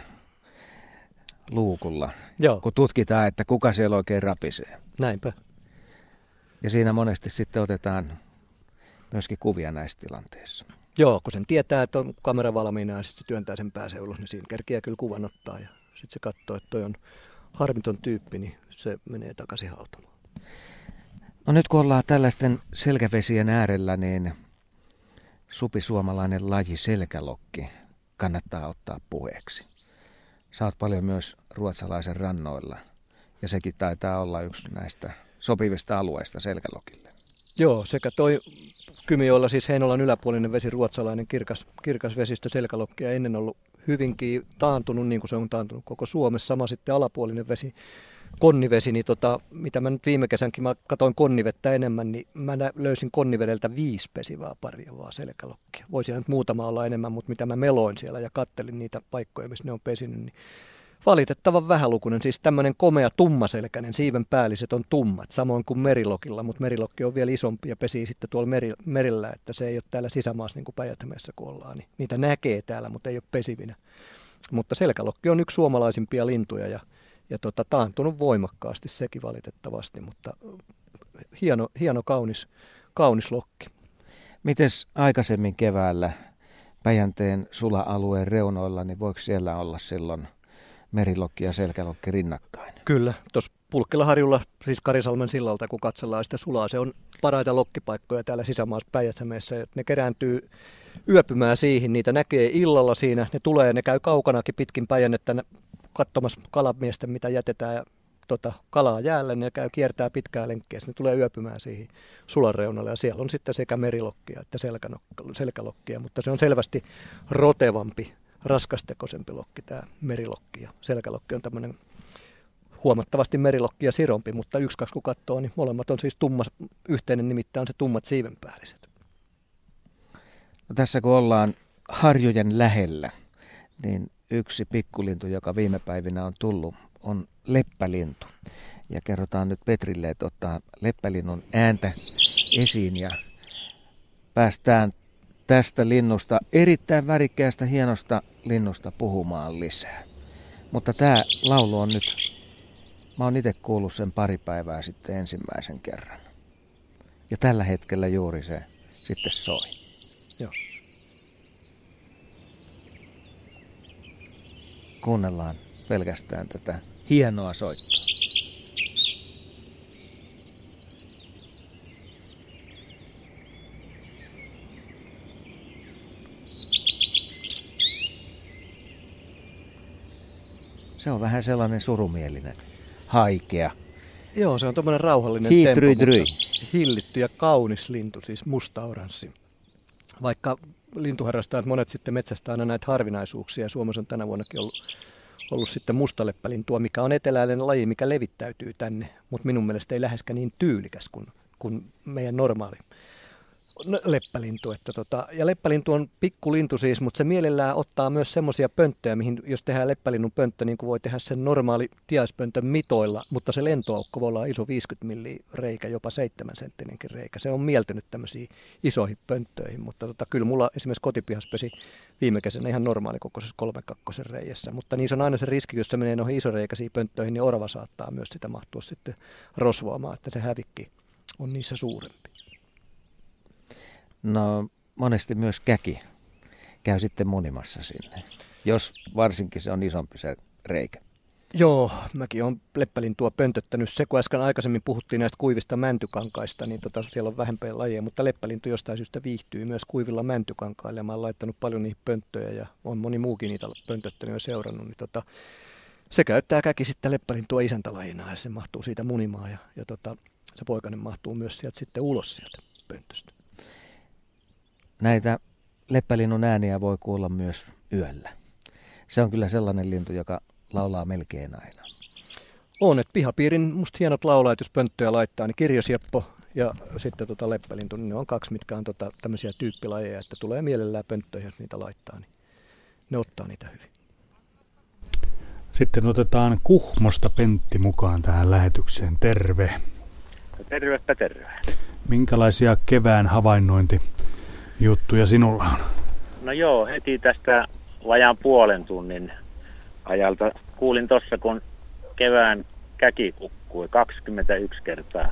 Speaker 2: luukulla,
Speaker 3: Joo.
Speaker 2: kun tutkitaan, että kuka siellä oikein rapisee.
Speaker 3: Näinpä.
Speaker 2: Ja siinä monesti sitten otetaan myöskin kuvia näissä tilanteissa.
Speaker 3: Joo, kun sen tietää, että on kamera valmiina ja sitten se työntää sen pääsee ulos, niin siinä kerkiää kyllä kuvan ottaa. Ja sitten se katsoo, että toi on harmiton tyyppi, niin se menee takaisin hautamaan.
Speaker 2: No nyt kun ollaan tällaisten selkävesien äärellä, niin supisuomalainen laji selkälokki kannattaa ottaa puheeksi. Sä oot paljon myös ruotsalaisen rannoilla ja sekin taitaa olla yksi näistä sopivista alueista selkälokille.
Speaker 3: Joo, sekä toi Kymijoella, siis Heinolan yläpuolinen vesi, ruotsalainen kirkas, kirkas vesistö selkälokki ja ennen ollut hyvinkin taantunut, niin kuin se on taantunut koko Suomessa. Sama sitten alapuolinen vesi, konnivesi, niin tota, mitä mä nyt viime kesänkin, mä katsoin konnivettä enemmän, niin mä löysin konnivedeltä viisi pesivää paria vaan selkälokkia. Voisi nyt muutama olla enemmän, mutta mitä mä meloin siellä ja kattelin niitä paikkoja, missä ne on pesinyt, niin valitettavan vähälukuinen, siis tämmöinen komea tummaselkäinen, siiven päälliset on tummat, samoin kuin merilokilla, mutta merilokki on vielä isompi ja pesii sitten tuolla meri, merillä, että se ei ole täällä sisämaassa niin kuin Päijät-Hämeessä kun ollaan, niin niitä näkee täällä, mutta ei ole pesivinä. Mutta selkälokki on yksi suomalaisimpia lintuja ja, ja tota, taantunut voimakkaasti sekin valitettavasti, mutta hieno, hieno kaunis, kaunis lokki.
Speaker 2: Mites aikaisemmin keväällä Päijänteen sula-alueen reunoilla, niin voiko siellä olla silloin merilokki ja selkälokki rinnakkain?
Speaker 3: Kyllä, tuossa Pulkkilaharjulla, siis Karisalmen sillalta, kun katsellaan sitä sulaa, se on paraita lokkipaikkoja täällä sisämaassa Päijät-Hämeessä. Ne kerääntyy yöpymään siihen, niitä näkee illalla siinä, ne tulee, ne käy kaukanakin pitkin Päijännettä katsomassa kalamiesten, mitä jätetään ja tota, kalaa jäälle, ne käy kiertää pitkää lenkkiä, ne tulee yöpymään siihen sulan reunalle ja siellä on sitten sekä merilokkia että selkälokkia, mutta se on selvästi rotevampi, raskastekoisempi lokki tämä merilokki ja selkälokki on tämmöinen huomattavasti merilokki ja sirompi, mutta yksi kaksi kun katsoo, niin molemmat on siis tumma, yhteinen nimittäin on se tummat siivenpäälliset.
Speaker 2: No tässä kun ollaan harjojen lähellä, niin yksi pikkulintu, joka viime päivinä on tullut, on leppälintu. Ja kerrotaan nyt Petrille, että ottaa leppälinnun ääntä esiin ja päästään tästä linnusta, erittäin värikkäästä, hienosta linnusta puhumaan lisää. Mutta tämä laulu on nyt, mä oon itse kuullut sen pari päivää sitten ensimmäisen kerran. Ja tällä hetkellä juuri se sitten soi.
Speaker 3: Joo.
Speaker 2: Kuunnellaan pelkästään tätä hienoa soittoa. Se on vähän sellainen surumielinen, haikea.
Speaker 3: Joo, se on tommoinen rauhallinen
Speaker 2: Hiitry,
Speaker 3: tempo,
Speaker 2: try.
Speaker 3: mutta hillitty ja kaunis lintu, siis musta-oranssi. Vaikka lintuharrastajat monet sitten metsästää aina näitä harvinaisuuksia. Suomessa on tänä vuonnakin ollut, ollut sitten mustaleppälintua, mikä on eteläinen laji, mikä levittäytyy tänne. Mutta minun mielestä ei läheskään niin tyylikäs kuin, kuin meidän normaali leppälintu. Että tota, ja leppälintu on pikkulintu siis, mutta se mielellään ottaa myös semmoisia pönttöjä, mihin jos tehdään leppälinnun pönttö, niin kuin voi tehdä sen normaali tiaispöntön mitoilla, mutta se lentoaukko voi olla iso viisikymmentä milliä reikä, jopa seitsemän senttinenkin reikä. Se on mieltynyt tämmöisiin isoihin pönttöihin, mutta tota, kyllä mulla esimerkiksi kotipihassa pesi viime kesänä ihan normaalikokoisessa kolme kakkosen reijässä, mutta niin se on aina se riski, jos se menee noihin isoreikäisiin pönttöihin, niin orava saattaa myös sitä mahtua sitten rosvoamaan, että se hävikki on niissä suurempi.
Speaker 2: No monesti myös käki käy sitten munimassa sinne, jos varsinkin se on isompi se reikä.
Speaker 3: Joo, mäkin olen leppälintua pöntöttänyt. Se, kun äsken aikaisemmin puhuttiin näistä kuivista mäntykankaista, niin tota, siellä on vähempiä lajeja, mutta leppälintu jostain syystä viihtyy myös kuivilla mäntykankailla. Mä olen laittanut paljon niihin pönttöjä ja on moni muukin niitä pöntöttänyt ja seurannut. Niin tota, se käyttää käki sitten leppälintua isäntälajina ja se mahtuu siitä munimaan ja, ja tota, se poikainen mahtuu myös sieltä sitten ulos sieltä pöntöstä.
Speaker 2: Näitä leppälinnun ääniä voi kuulla myös yöllä. Se on kyllä sellainen lintu, joka laulaa melkein aina.
Speaker 3: On, että pihapiirin musta hienot laulajat, jos pönttöjä laittaa, niin kirjosieppo ja sitten tota leppälintu, niin ne on kaksi, mitkä on tota, tämmöisiä tyyppilajeja, että tulee mielellään pönttöjä, jos niitä laittaa, niin ne ottaa niitä hyvin.
Speaker 1: Sitten otetaan Kuhmosta Pentti mukaan tähän lähetykseen. Terve.
Speaker 12: Tervepä terve.
Speaker 1: Minkälaisia kevään havainnointijuttuja sinulla on?
Speaker 12: No joo, heti tästä vajaan puolen tunnin ajalta kuulin tuossa, kun kevään käki kukkui kaksikymmentäyksi kertaa.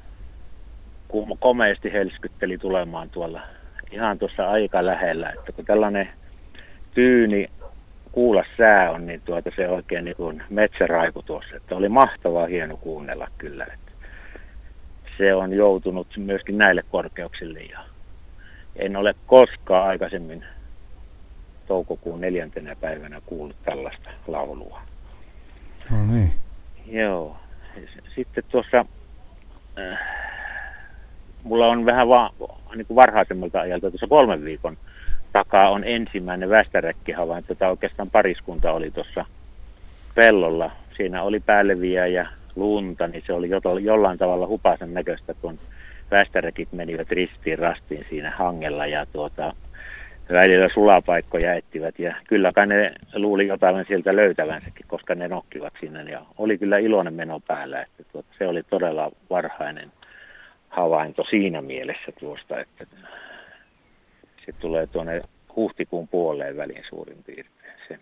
Speaker 12: Kun komeasti helskytteli tulemaan tuolla ihan tuossa aika lähellä, että kun tällainen tyyni kuulla sää on, niin tuota se oikein niin kuin metsäraiku tuossa, että oli mahtavaa hieno kuunnella kyllä, että se on joutunut myöskin näille korkeuksille ja en ole koskaan aikaisemmin toukokuun neljäntenä päivänä kuullut tällaista laulua.
Speaker 1: No niin.
Speaker 12: Joo. Sitten tuossa äh, mulla on vähän va, niin kuin varhaisemmalta ajalta tuossa kolmen viikon takaa on ensimmäinen västäräkkihavainto, jota oikeastaan pariskunta oli tuossa pellolla. Siinä oli päälleviä ja lunta, niin se oli jollain tavalla hupaisen näköistä, kun västäräkit menivät ristiin rastiin siinä hangella ja tuota, välillä sulapaikkoja etsivät ja kyllä kai ne luuli jotain sieltä löytävänsäkin, koska ne nokkivat sinne ja oli kyllä iloinen meno päällä, että tuota, se oli todella varhainen havainto siinä mielessä tuosta, että se tulee tuonne huhtikuun puoleen väliin suurin piirtein se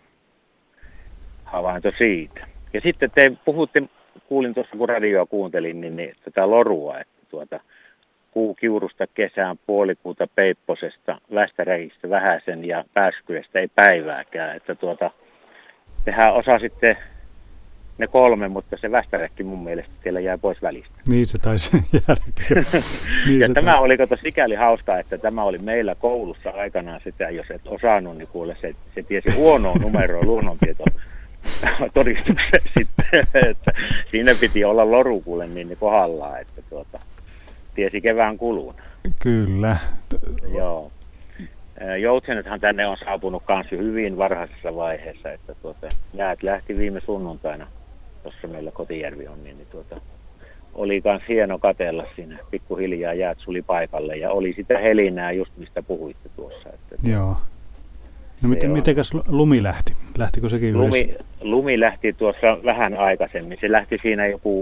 Speaker 12: havainto siitä. Ja sitten te puhutte, kuulin tuossa kun radioa kuuntelin, niin, niin tätä lorua, että tuota kuukiurusta kesään, puolikuuta peipposesta, västäräkistä vähäsen ja pääskyrestä ei päivääkään. Että tuota, tehän osasitte ne kolme, mutta se västäräkki mun mielestä siellä jäi pois välistä.
Speaker 1: Niin se taisi jäädä kyllä. Niin
Speaker 12: ja
Speaker 1: se
Speaker 12: tämä
Speaker 1: ta...
Speaker 12: oli kato sikäli hauskaa, että tämä oli meillä koulussa aikanaan sitä, jos et osannut, niin kuule se, se tiesi huonoa numeroa luonnontieto todistuksen sitten, että siinä piti olla loru kuule niin kohdallaan, että tuota, tiesi kevään kulun.
Speaker 1: Kyllä.
Speaker 12: Joo. Joutsenethan tänne on saapunut kanssa hyvin varhaisessa vaiheessa, että tuota, jäät lähti viime sunnuntaina, tuossa meillä Kotijärvi on, niin, niin tuota, oli kans hieno katella siinä, pikkuhiljaa jäät suli paikalle ja oli sitä helinää just mistä puhuitte tuossa. Että,
Speaker 1: joo. No miten, mitenkäs lumi lähti? Lähtikö sekin
Speaker 12: lumi,
Speaker 1: yhdessä?
Speaker 12: Lumi lähti tuossa vähän aikaisemmin, se lähti siinä joku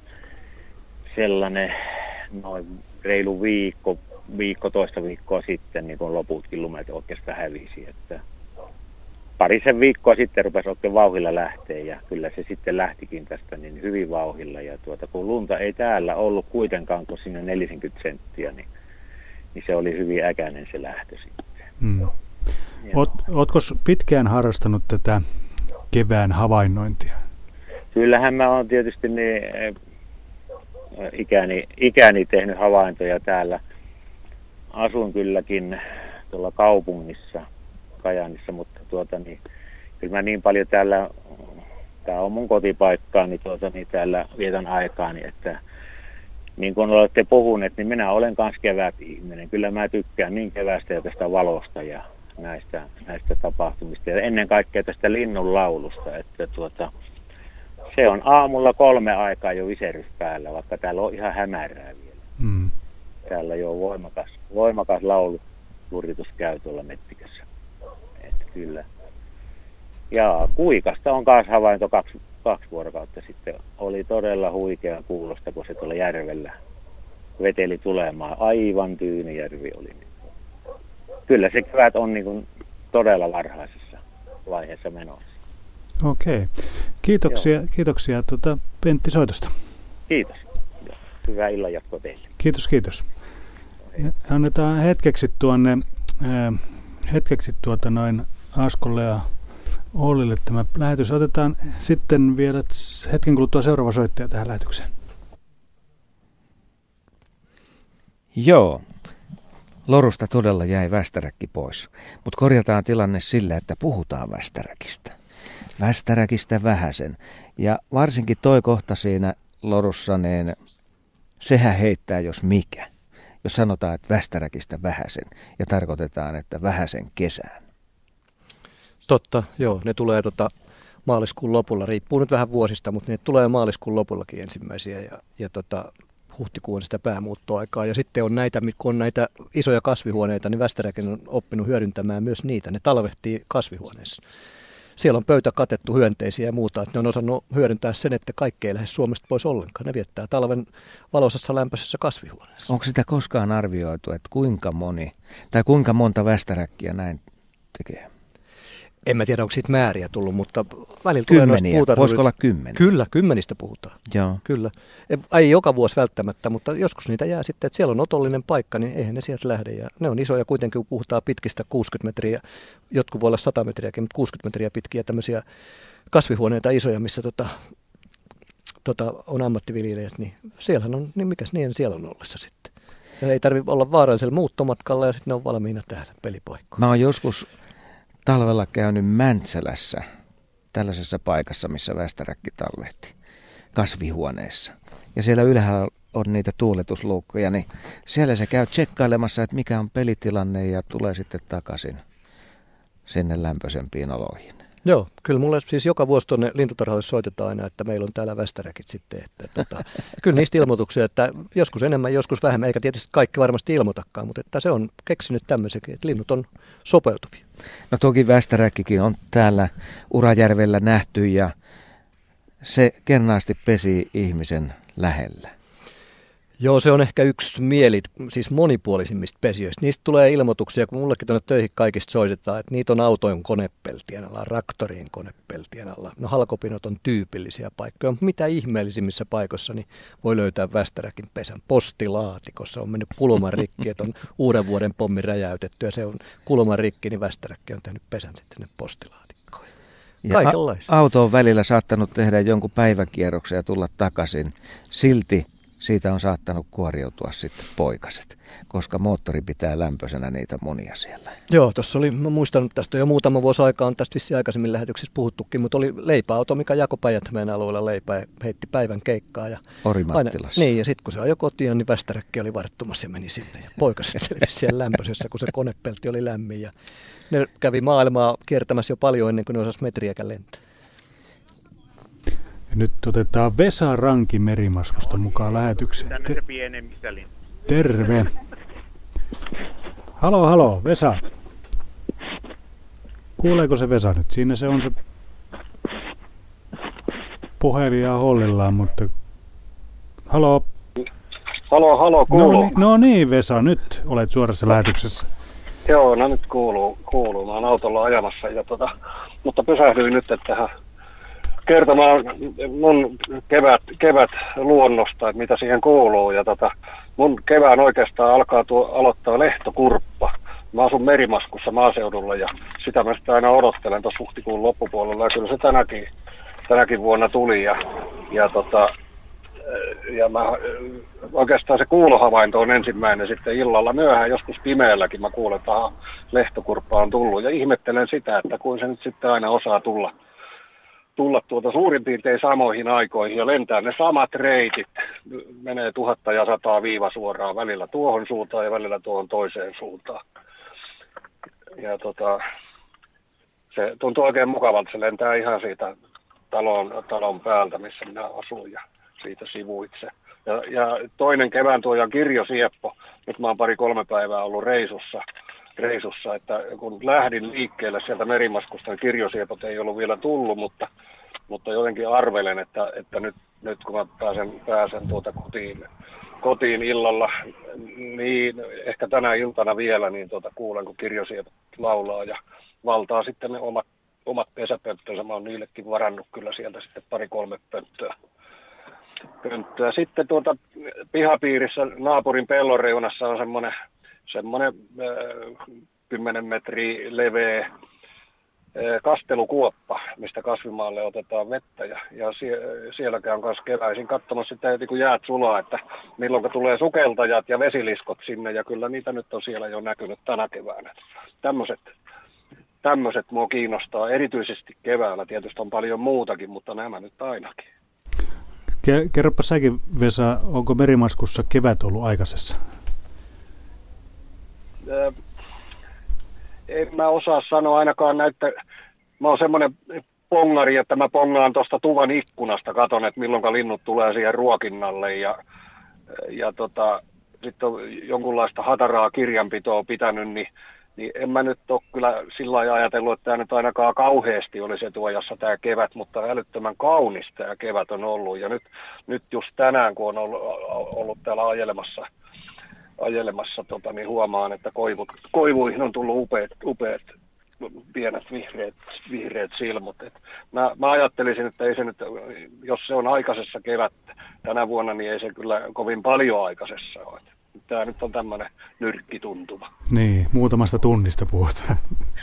Speaker 12: sellainen noin reilu viikko, viikko toista viikkoa sitten, niin kun loputkin lumet oikeastaan hävisi, että parisen viikkoa sitten rupesi oikein vauhdilla lähteä ja kyllä se sitten lähtikin tästä niin hyvin vauhdilla ja tuota, kun lunta ei täällä ollut kuitenkaan kuin sinne neljäkymmentä senttiä, niin, niin se oli hyvin äkäinen se lähtö sitten.
Speaker 1: Hmm. Oot, ootko pitkään harrastanut tätä kevään havainnointia?
Speaker 12: Kyllähän mä oon tietysti niin, ikäni, ikäni tehnyt havaintoja täällä. Asun kylläkin tuolla kaupungissa, Kajaanissa, mutta tuota, niin, kyllä mä niin paljon täällä, tää on mun kotipaikkaa, niin, tuota, niin täällä vietän aikaani, että niin kuin olette puhuneet, niin minä olen kans kevät-ihminen. Kyllä mä tykkään niin keväästä ja tästä valosta ja näistä, näistä tapahtumista ja ennen kaikkea tästä linnun laulusta, että tuota, se on aamulla kolme aikaa jo viserys päällä, vaikka täällä on ihan hämärää vielä.
Speaker 1: Mm.
Speaker 12: Täällä jo on voimakas, voimakas lauluritus käy tuolla Mettikässä. Että kyllä. Ja Kuikasta on kanssa havainto kaksi, kaksi vuorokautta sitten. Oli todella huikea kuulosta, kun se tuolla järvellä veteli tulemaan. Aivan tyyni järvi oli. Kyllä se kevät on niin kuin todella varhaisessa vaiheessa menossa.
Speaker 1: Okei. Kiitoksia, kiitoksia tuota Pentti soitosta.
Speaker 12: Kiitos. Hyvää illan jatkoa teille.
Speaker 1: Kiitos, kiitos. Ja annetaan hetkeksi tuonne, äh, hetkeksi tuota noin Askolle ja Ollille tämä lähetys. Otetaan sitten vielä hetken kuluttua seuraava soittaja tähän lähetykseen.
Speaker 2: Joo. Lorusta todella jäi västäräkki pois, mutta korjataan tilanne sillä, että puhutaan västäräkistä. Västäräkistä vähäsen. Ja varsinkin toi kohta siinä lorussa, niin sehän heittää jos mikä. Jos sanotaan, että västäräkistä vähäsen ja tarkoitetaan, että vähäsen kesään.
Speaker 3: Totta, joo. Ne tulee tota maaliskuun lopulla. Riippuu nyt vähän vuosista, mutta ne tulee maaliskuun lopullakin ensimmäisiä ja, ja tota, huhtikuun sitä päämuuttoaikaa. Ja sitten on näitä, kun on näitä isoja kasvihuoneita, niin västäräkin on oppinut hyödyntämään myös niitä. Ne talvehtii kasvihuoneessa. Siellä on pöytä katettu hyönteisiä ja muuta, että ne on osannut hyödyntää sen, että kaikki ei lähde Suomesta pois ollenkaan. Ne viettää talven valoisessa lämpöisessä kasvihuoneessa.
Speaker 2: Onko sitä koskaan arvioitu, että kuinka moni tai kuinka monta västäräkkiä näin tekee?
Speaker 3: En mä tiedä, onko siitä määriä tullut, mutta välillä
Speaker 2: kymmeniä.
Speaker 3: Tulee noista puutarhurit.
Speaker 2: Voisiko olla kymmeniä?
Speaker 3: Kyllä, kymmenistä puhutaan.
Speaker 2: Joo.
Speaker 3: Kyllä. Ei joka vuosi välttämättä, mutta joskus niitä jää sitten, että siellä on otollinen paikka, niin eihän ne sieltä lähde. Ja ne on isoja kuitenkin, kun puhutaan pitkistä kuusikymmentä metriä, jotkut voi olla sata metriäkin, mutta kuusikymmentä metriä pitkiä tämmöisiä kasvihuoneita isoja, missä tota, tota, on ammattiviljelijät, niin siellähän on, niin mikäs niin siellä on ollessa sitten. Ja ei tarvitse olla vaarallisella muuttomatkalla ja sitten ne on valmiina täällä pelipaikkoon.
Speaker 2: Mä oon joskus talvella käynyt Mäntsälässä, tällaisessa paikassa, missä västäräkki talvehti, kasvihuoneessa. Ja siellä ylhäällä on niitä tuuletusluukkoja, niin siellä se käy tsekkailemassa, että mikä on pelitilanne ja tulee sitten takaisin sinne lämpöisempiin oloihin.
Speaker 3: Joo, kyllä mulle siis joka vuosi tuonne lintutarhalle soitetaan aina, että meillä on täällä västäräkit sitten. Että, tota, kyllä niistä ilmoituksia, että joskus enemmän, joskus vähemmän, eikä tietysti kaikki varmasti ilmoitakaan, mutta että se on keksinyt tämmöisenkin, että linnut on sopeutuvia.
Speaker 2: No toki västäräkkikin on täällä Urajärvellä nähty ja se kernaasti pesi ihmisen lähellä.
Speaker 3: Joo, se on ehkä yksi mieli, siis monipuolisimmista pesijöistä. Niistä tulee ilmoituksia, kun mullekin tuonne töihin kaikista soitetaan, että niitä on autojen konepeltien alla, traktorien konepeltien alla. No halkopinot on tyypillisiä paikkoja, mutta mitä ihmeellisimmissä paikoissa niin voi löytää västäräkin pesän. Postilaatikossa on mennyt kulman rikki, että on uuden vuoden pommi räjäytetty ja se on kulman rikki, niin västäräkki on tehnyt pesän sitten sinne postilaatikkoon.
Speaker 2: Kaikenlaisia. A- auto on välillä saattanut tehdä jonkun päiväkierroksen ja tulla takaisin. Silti siitä on saattanut kuoriutua sitten poikaset, koska moottori pitää lämpöisenä niitä munia siellä.
Speaker 3: Joo, tuossa oli, mä muistan, tästä jo muutama vuosi aikaa, on tästä vissiin aikaisemmin lähetyksessä puhuttukin, mutta oli leipäauto, mikä jakoi Päijät-Hämeen alueella leipää ja heitti päivän keikkaa. Ja
Speaker 2: Orimattilassa.
Speaker 3: Niin, ja sitten kun se ajoi kotiin, niin västäräkki oli varttumassa ja meni sinne. Ja poikaset selvisi siellä lämpöisessä, kun se konepelti oli lämmin. Ja ne kävi maailmaa kiertämässä jo paljon ennen kuin ne osasi metriäkään lentää.
Speaker 1: Nyt otetaan Vesa Ranki Merimaskusta mukaan lähetykseen.
Speaker 12: Tänne se pienemmissä lintu.
Speaker 1: Terve. Halo, halo, Vesa. Kuuleeko se Vesa nyt? Siinä se on se puhelin ja hollillaan, mutta... Halo.
Speaker 13: Halo, halo, kuuluu.
Speaker 1: No, niin, no niin, Vesa, nyt olet suorassa lähetyksessä.
Speaker 13: Joo, no nyt kuuluu, kuuluu. Mä oon autolla ajamassa, ja tota, mutta pysähdyin nyt tähän kertomaan mun kevät, kevät luonnosta, että mitä siihen kuuluu. Ja tota, mun kevään oikeastaan alkaa tuo, aloittaa lehtokurppa. Mä asun Merimaskussa maaseudulla ja sitä mä sitä aina odottelen tuossa huhtikuun loppupuolella. Ja kyllä se tänäkin, tänäkin vuonna tuli. Ja, ja, tota, ja mä, oikeastaan se kuulohavainto on ensimmäinen sitten illalla myöhään, joskus pimeälläkin mä kuulen, että aha, lehtokurppa on tullut. Ja ihmettelen sitä, että kuin se nyt sitten aina osaa tulla. tulla tuota suurin piirtein samoihin aikoihin ja lentää ne samat reitit. Menee tuhatta ja sataa viiva suoraan välillä tuohon suuntaan ja välillä tuohon toiseen suuntaan. Ja tota, se tuntuu oikein mukavalta. Se lentää ihan siitä talon, talon päältä, missä minä asun ja siitä sivuitse. Ja, ja toinen kevään tuoja Kirjo Sieppo. Nyt mä oon pari-kolme päivää ollut reisussa. reisussa, että kun lähdin liikkeelle sieltä Merimaskusta, niin Kirjosiepot ei ollut vielä tullut, mutta, mutta jotenkin arvelen, että, että nyt, nyt kun mä pääsen, pääsen tuota kotiin, kotiin illalla, niin ehkä tänä iltana vielä, niin tuota kuulen, kun Kirjosiepot laulaa ja valtaa sitten ne omat, omat pesäpönttönsä. Mä oon niillekin varannut kyllä sieltä sitten pari-kolme pönttöä. pönttöä. Sitten tuota pihapiirissä naapurin pellon reunassa on semmoinen semmoinen kymmenen metriä leveä äh, kastelukuoppa, mistä kasvimaalle otetaan vettä. Ja, ja sie, siellä käyn kanssa keväisin katsomassa sitä heti, kun jäät sulaa, että milloin tulee sukeltajat ja vesiliskot sinne. Ja kyllä niitä nyt on siellä jo näkynyt tänä keväänä. Tämmöiset, tämmöiset mua kiinnostaa erityisesti keväällä. Tietysti on paljon muutakin, mutta nämä nyt ainakin.
Speaker 1: Kerropa säkin, Vesa, onko Merimaskussa kevät ollut aikaisessa?
Speaker 13: En mä osaa sanoa ainakaan näitä, mä oon semmoinen pongari, että mä pongaan tuosta tuvan ikkunasta, katon, että milloinka linnut tulee siihen ruokinnalle ja, ja tota, sitten on jonkunlaista hataraa kirjanpitoa pitänyt, niin, niin en mä nyt ole kyllä sillä lailla ajatellut, että tämä nyt ainakaan kauheasti olisi etuajassa tämä kevät, mutta älyttömän kaunis tämä kevät on ollut ja nyt, nyt just tänään, kun on ollut, ollut täällä ajelemassa ajelemassa, tota, niin huomaan, että koivut, koivuihin on tullut upeat, upeat pienet vihreät, vihreät silmut. Et mä, mä ajattelisin, että ei se nyt, jos se on aikaisessa kevättä tänä vuonna, niin ei se kyllä kovin paljon aikaisessa ole. Tämä nyt on tämmöinen nyrkkituntuma.
Speaker 1: Niin, muutamasta tunnista puhutaan.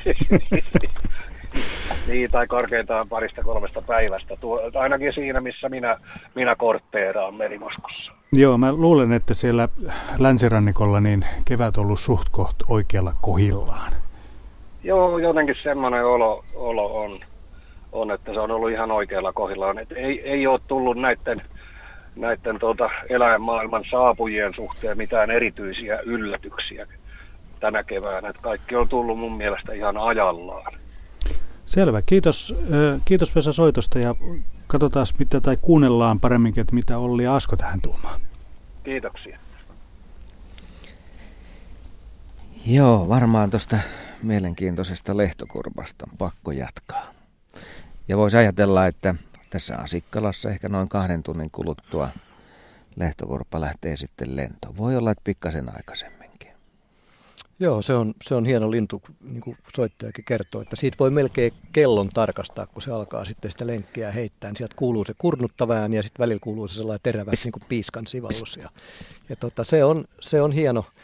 Speaker 13: Niin, tai korkeintaan parista kolmesta päivästä. Tuo, ainakin siinä, missä minä, minä kortteeraan Merimaskussa.
Speaker 1: Joo, mä luulen, että siellä länsirannikolla niin kevät on ollut suht koht oikealla kohillaan.
Speaker 13: Joo, jotenkin semmoinen olo, olo on, on, että se on ollut ihan oikealla kohillaan. Et ei, ei ole tullut näiden, näiden tuota, eläinmaailman saapujien suhteen mitään erityisiä yllätyksiä tänä keväänä. Et kaikki on tullut mun mielestä ihan ajallaan.
Speaker 1: Selvä. Kiitos, kiitos Vesa soitosta ja katsotaan mitä tai kuunnellaan paremminkin, että mitä Olli ja Asko tähän tuumaan.
Speaker 13: Kiitoksia.
Speaker 2: Joo, varmaan tuosta mielenkiintoisesta lehtokurpasta on pakko jatkaa. Ja voisi ajatella, että tässä Asikkalassa ehkä noin kahden tunnin kuluttua lehtokurppa lähtee sitten lentoon. Voi olla, että pikkasen aikaisemminkin.
Speaker 3: Joo, se on, se on hieno lintu, niin kuin soittajakin kertoo, että siitä voi melkein kellon tarkastaa, kun se alkaa sitten sitä lenkkiä heittää. Niin sieltä kuuluu se kurnuttava ääni ja sitten välillä kuuluu se sellainen terävä niin kuin piiskan sivallus. Ja, ja tota, se, on, se on hieno,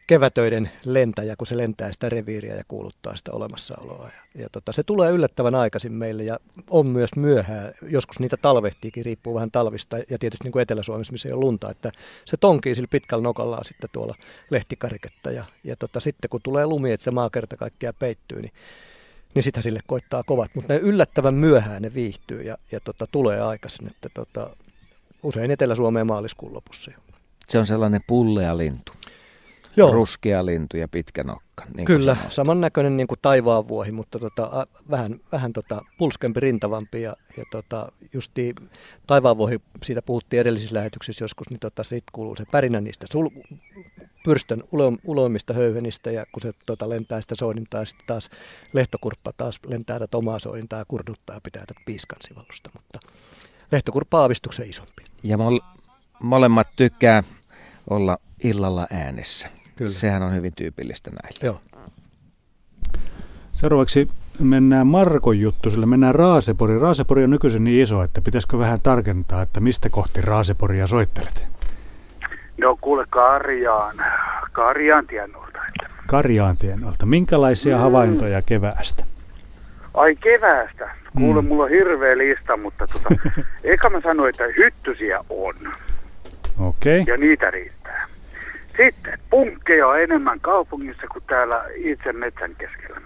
Speaker 3: kevätöiden lentäjä, kun se lentää sitä reviiriä ja kuuluttaa sitä olemassaoloa. Ja, ja tota, se tulee yllättävän aikaisin meille ja on myös myöhään. Joskus niitä talvehtiikin, riippuu vähän talvista ja tietysti niin kuin Etelä-Suomessa, missä ei ole lunta. Että se tonkii sillä pitkällä nokallaan sitten tuolla lehtikariketta. Ja, ja tota, sitten kun tulee lumi, että se maa kerta kaikkiaan peittyy, niin, niin sitä sille koittaa kovat. Mutta ne yllättävän myöhään ne viihtyy ja, ja tota, tulee aikaisin. Että tota, usein Etelä-Suomeen maaliskuun lopussa.
Speaker 2: Se on sellainen pullea lintu.
Speaker 3: Joo.
Speaker 2: Ruskea lintu ja pitkä nokka. Niin
Speaker 3: Kyllä, samannäköinen niin kuin taivaanvuohi, mutta tota, a, vähän, vähän tota, pulskempi, rintavampi. Ja, ja tota, justiin taivaanvuohi, siitä puhuttiin edellisissä lähetyksissä joskus, niin tota, siitä kuuluu se pärinä niistä sul, pyrstön ulo, uloimmista höyhenistä. Ja kun se tota, lentää sitä soidintaa, sitten taas lehtokurppa taas lentää tätä omaa soidintaa ja kurduttaa ja pitää tätä piiskan sivallusta. Mutta lehtokurppa aavistuksen isompi.
Speaker 2: Ja mol, molemmat tykkää olla illalla äänessä.
Speaker 3: Kyllä.
Speaker 2: Sehän on hyvin tyypillistä näille.
Speaker 3: Joo.
Speaker 1: Seuraavaksi mennään Markon juttu, sillä mennään Raaseporiin. Raasepori on nykyisin niin iso, että pitäisikö vähän tarkentaa, että mistä kohti Raaseporia soittelet?
Speaker 14: No kuule Karjaan, Karjaan tienoilta.
Speaker 1: Karjaan tienoilta. Minkälaisia mm. havaintoja keväästä?
Speaker 14: Ai keväästä? Kuule, mm. mulla on hirveä lista, mutta tota, eikä mä sano, että hyttysiä on.
Speaker 1: Okei. Okay.
Speaker 14: Ja niitä riittää. Sitten punkkeja on enemmän kaupungissa kuin täällä itse metsän keskellä.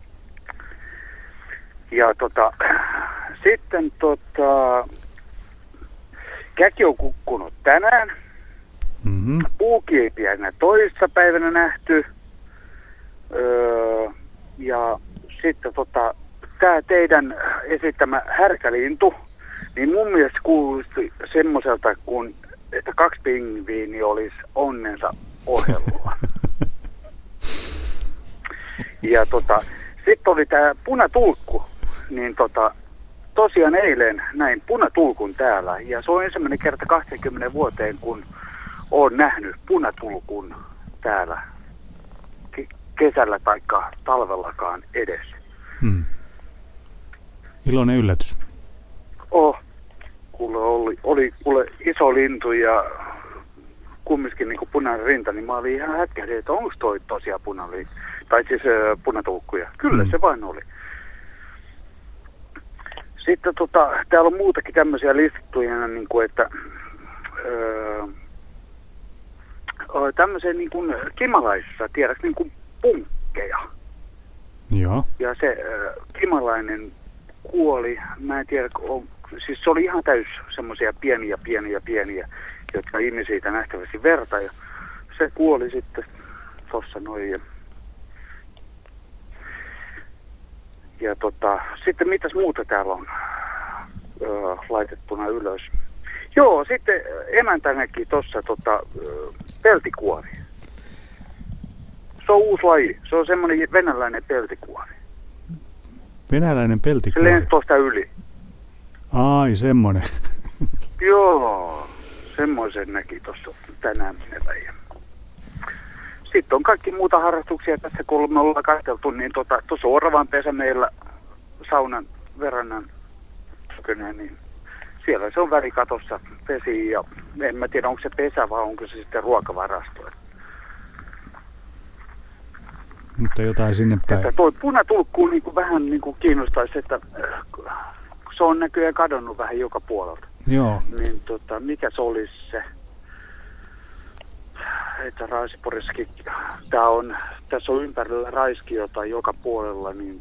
Speaker 14: Ja tota, sitten tota, käki on kukkunut tänään.
Speaker 1: Mm-hmm.
Speaker 14: Puukiipiä toissa päivänä nähty. Öö, ja sitten tota, tämä teidän esittämä härkälintu, niin mun mielestä kuulosti semmoiselta, kun että kaksi pingviiniä olisi onnensa ohella. Ja tota, sitten oli tämä punatulkku, niin tota, tosiaan eilen näin punatulkun täällä, ja se on ensimmäinen kerta kaksikymmentä vuoteen, kun olen nähnyt punatulkun täällä ke- kesällä tai talvellakaan edes.
Speaker 1: Hmm. Iloinen yllätys.
Speaker 14: Oh, kuule oli, oli kuule iso lintu ja kumminkin niin kuin punainen rinta, niin mä olin ihan hätkähdin, että onko toi tosiaan punali, tai siis äh, punatuukkuja. Kyllä mm. se vain oli. Sitten tota, täällä on muutakin tämmöisiä listattuja, niin kuin, että öö, tämmöisiä niin kuin kimalaisissa, tiedätkö, niin kuin punkkeja.
Speaker 1: Joo.
Speaker 14: Ja se öö, kimalainen kuoli, mä en tiedä, on, siis se oli ihan täys semmoisia pieniä, pieniä, pieniä, jotka imi siitä nähtävästi verta, ja se kuoli sitten tossa noin. Ja, ja tota, sitten mitäs muuta täällä on öö, laitettuna ylös? Joo, sitten emäntä näki tuossa tota, öö, peltikuori. Se on uusi laji, se on semmoinen venäläinen peltikuori.
Speaker 1: Venäläinen peltikuori?
Speaker 14: Se lensi tuosta yli.
Speaker 1: Ai, semmoinen.
Speaker 14: Joo, semmoisen näki tuossa tänään menevän. Sitten on kaikki muuta harrastuksia tässä, kun me ollaan katseltu, niin tuossa tota, oravan pesä meillä saunan verannan tykönä, niin siellä se on värikatossa pesi, ja en mä tiedä, onko se pesä vai onko se sitten ruokavarasto.
Speaker 1: Mutta jotain sinne päin.
Speaker 14: Että tuo punatulkku niin kuin vähän niin kuin kiinnostaisi, että se on näköjään kadonnut vähän joka puolelta.
Speaker 1: Joo.
Speaker 14: Niin tota, mikä se olisi se, että Raaseporissakin, tää on, tässä on ympärillä raiskiota joka puolella, niin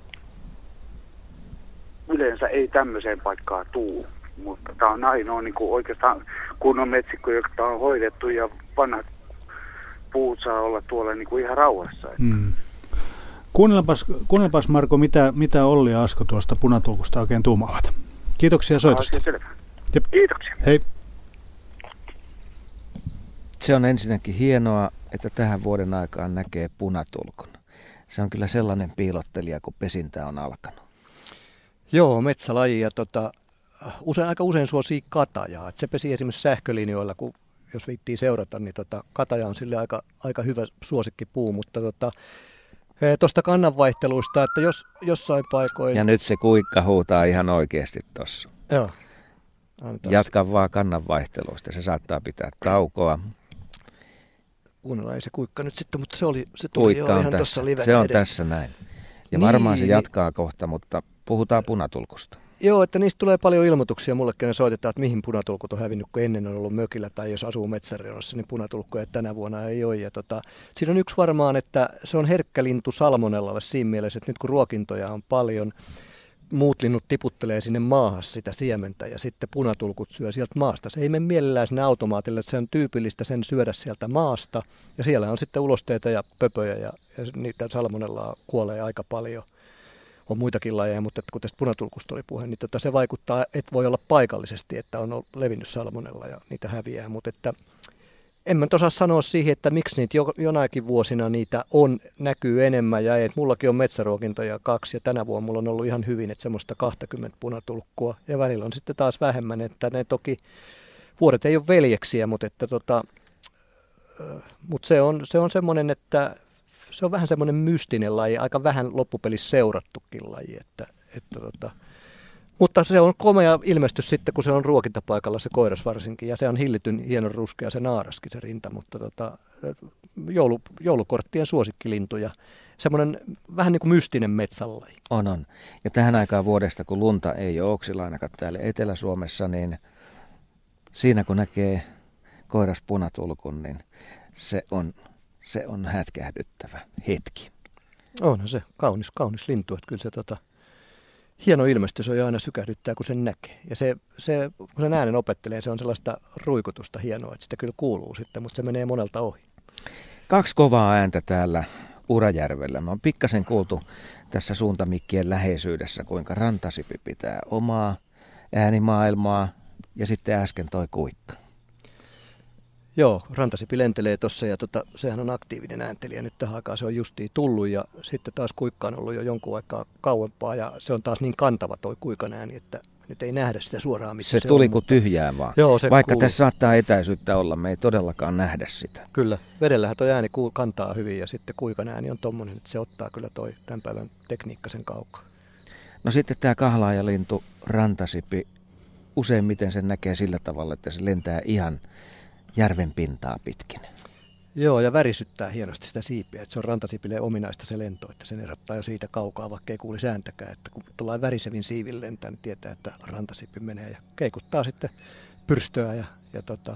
Speaker 14: yleensä ei tämmöiseen paikkaan tuu. Mutta tämä on ainoa niin kuin oikeastaan kunnon metsikko, joka on hoidettu, ja vanhat puut saa olla tuolla niin kuin ihan rauhassa.
Speaker 1: Mm. Kuunnellapas, kuunnellapas Marko, mitä, mitä Olli ja Asko tuosta punatulkusta oikein tuumaavat. Kiitoksia soitosta.
Speaker 14: Jep. Kiitoksia.
Speaker 1: Hei.
Speaker 2: Se on ensinnäkin hienoa, että tähän vuoden aikaan näkee punatulkun. Se on kyllä sellainen piilottelija, kun pesintä on alkanut.
Speaker 3: Joo, metsälaji ja tota, usein, aika usein suosii katajaa. Et se pesi esimerkiksi sähkölinjoilla, kun jos viittii seurata, niin tota, kataja on sille aika, aika hyvä suosikkipuu, mutta tota, tuosta kannanvaihtelusta, että jos jossain paikoin...
Speaker 2: Ja nyt se kuikka huutaa ihan oikeasti tuossa.
Speaker 3: Joo.
Speaker 2: Jatka vaan kannanvaihtelusta, se saattaa pitää taukoa.
Speaker 3: kuunnellaan, ei se kuikka nyt sitten, mutta se, oli, se tuli jo ihan tuossa liven
Speaker 2: Se on
Speaker 3: edestä.
Speaker 2: tässä näin. Ja
Speaker 3: niin,
Speaker 2: varmaan se jatkaa kohta, mutta puhutaan punatulkusta.
Speaker 3: Joo, että niistä tulee paljon ilmoituksia. Mullekin ne soitetaan, että mihin punatulkut on hävinnyt, kun ennen on ollut mökillä tai jos asuu metsäreunassa, niin punatulkkuja tänä vuonna ei ole. Ja tota, siinä on yksi varmaan, että se on herkkä lintu salmonellalle siinä mielessä, että nyt kun ruokintoja on paljon, muut linnut tiputtelee sinne maahan sitä siementä ja sitten punatulkut syö sieltä maasta. Se ei mene mielellään sinne automaatille, että se on tyypillistä sen syödä sieltä maasta. Ja siellä on sitten ulosteita ja pöpöjä ja, ja niitä salmonellaa kuolee aika paljon. On muitakin lajeja, mutta kun tästä punatulkusta oli puhe, niin tota se vaikuttaa, että voi olla paikallisesti, että on levinnyt salmonella ja niitä häviää. Mutta että en mä nyt osaa sanoa siihen, että miksi niitä jo, jonakin vuosina niitä on, näkyy enemmän ja ei. Et mullakin on metsäruokintoja kaksi ja tänä vuonna mulla on ollut ihan hyvin, että semmoista kaksikymmentä punatulkkua ja välillä on sitten taas vähemmän, että ne toki vuodet ei ole veljeksiä, mutta, että tota, mutta se on, se on semmoinen, että se on vähän semmoinen mystinen laji, aika vähän loppupelissä seurattukin laji, että, että tota, mutta se on komea ilmestys sitten, kun se on ruokintapaikalla se koiras varsinkin, ja se on hillityn hienon ruskea se naaraskin se rinta, mutta tota, joulu, joulukorttien suosikkilintu ja semmoinen vähän niin kuin mystinen metsälaji.
Speaker 2: On, on. Ja tähän aikaan vuodesta, kun lunta ei ole oksilla ainakaan täällä Etelä-Suomessa, niin siinä kun näkee koiras punatulkun, niin se on, se on hätkähdyttävä hetki.
Speaker 3: Onhan se kaunis, kaunis lintu, että kyllä se tota, hieno ilmestys on jo aina sykähdyttää, kun sen näkee. Ja se, se, kun sen äänen opettelee, se on sellaista ruikutusta hienoa, että sitä kyllä kuuluu sitten, mutta se menee monelta ohi.
Speaker 2: Kaksi kovaa ääntä täällä Urajärvellä. Me on pikkasen kuultu tässä suuntamikkien läheisyydessä, kuinka rantasipi pitää omaa äänimaailmaa ja sitten äsken toi kuikka.
Speaker 3: Joo, rantasipi lentelee tuossa ja tota, sehän on aktiivinen ääntelijä. Nyt tähän aikaan se on justiin tullut ja sitten taas kuikka on ollut jo jonkun aikaa kauempaa ja se on taas niin kantava toi kuikan ääni, että nyt ei nähdä sitä suoraan, missä se,
Speaker 2: se tuli
Speaker 3: on.
Speaker 2: kuin tyhjää vaan.
Speaker 3: Joo, se
Speaker 2: Vaikka
Speaker 3: kuuluu.
Speaker 2: tässä saattaa etäisyyttä olla, me ei todellakaan nähdä sitä.
Speaker 3: Kyllä, vedellähän toi ääni kantaa hyvin ja sitten kuikan ääni on tommonen, että se ottaa kyllä toi tämän päivän tekniikka sen kaukaa.
Speaker 2: No sitten tämä kahlaajalintu, rantasipi, useimmiten sen näkee sillä tavalla, että se lentää ihan järven pintaa pitkin.
Speaker 3: Joo, ja värisyttää hienosti sitä siipiä, että se on rantasipille ominaista se lento, että sen erottaa jo siitä kaukaa, vaikka ei kuulisi ääntäkään. Että kun tuollainen värisevin siivin lentää, niin tietää, että rantasipi menee ja keikuttaa sitten pyrstöä ja, ja tota,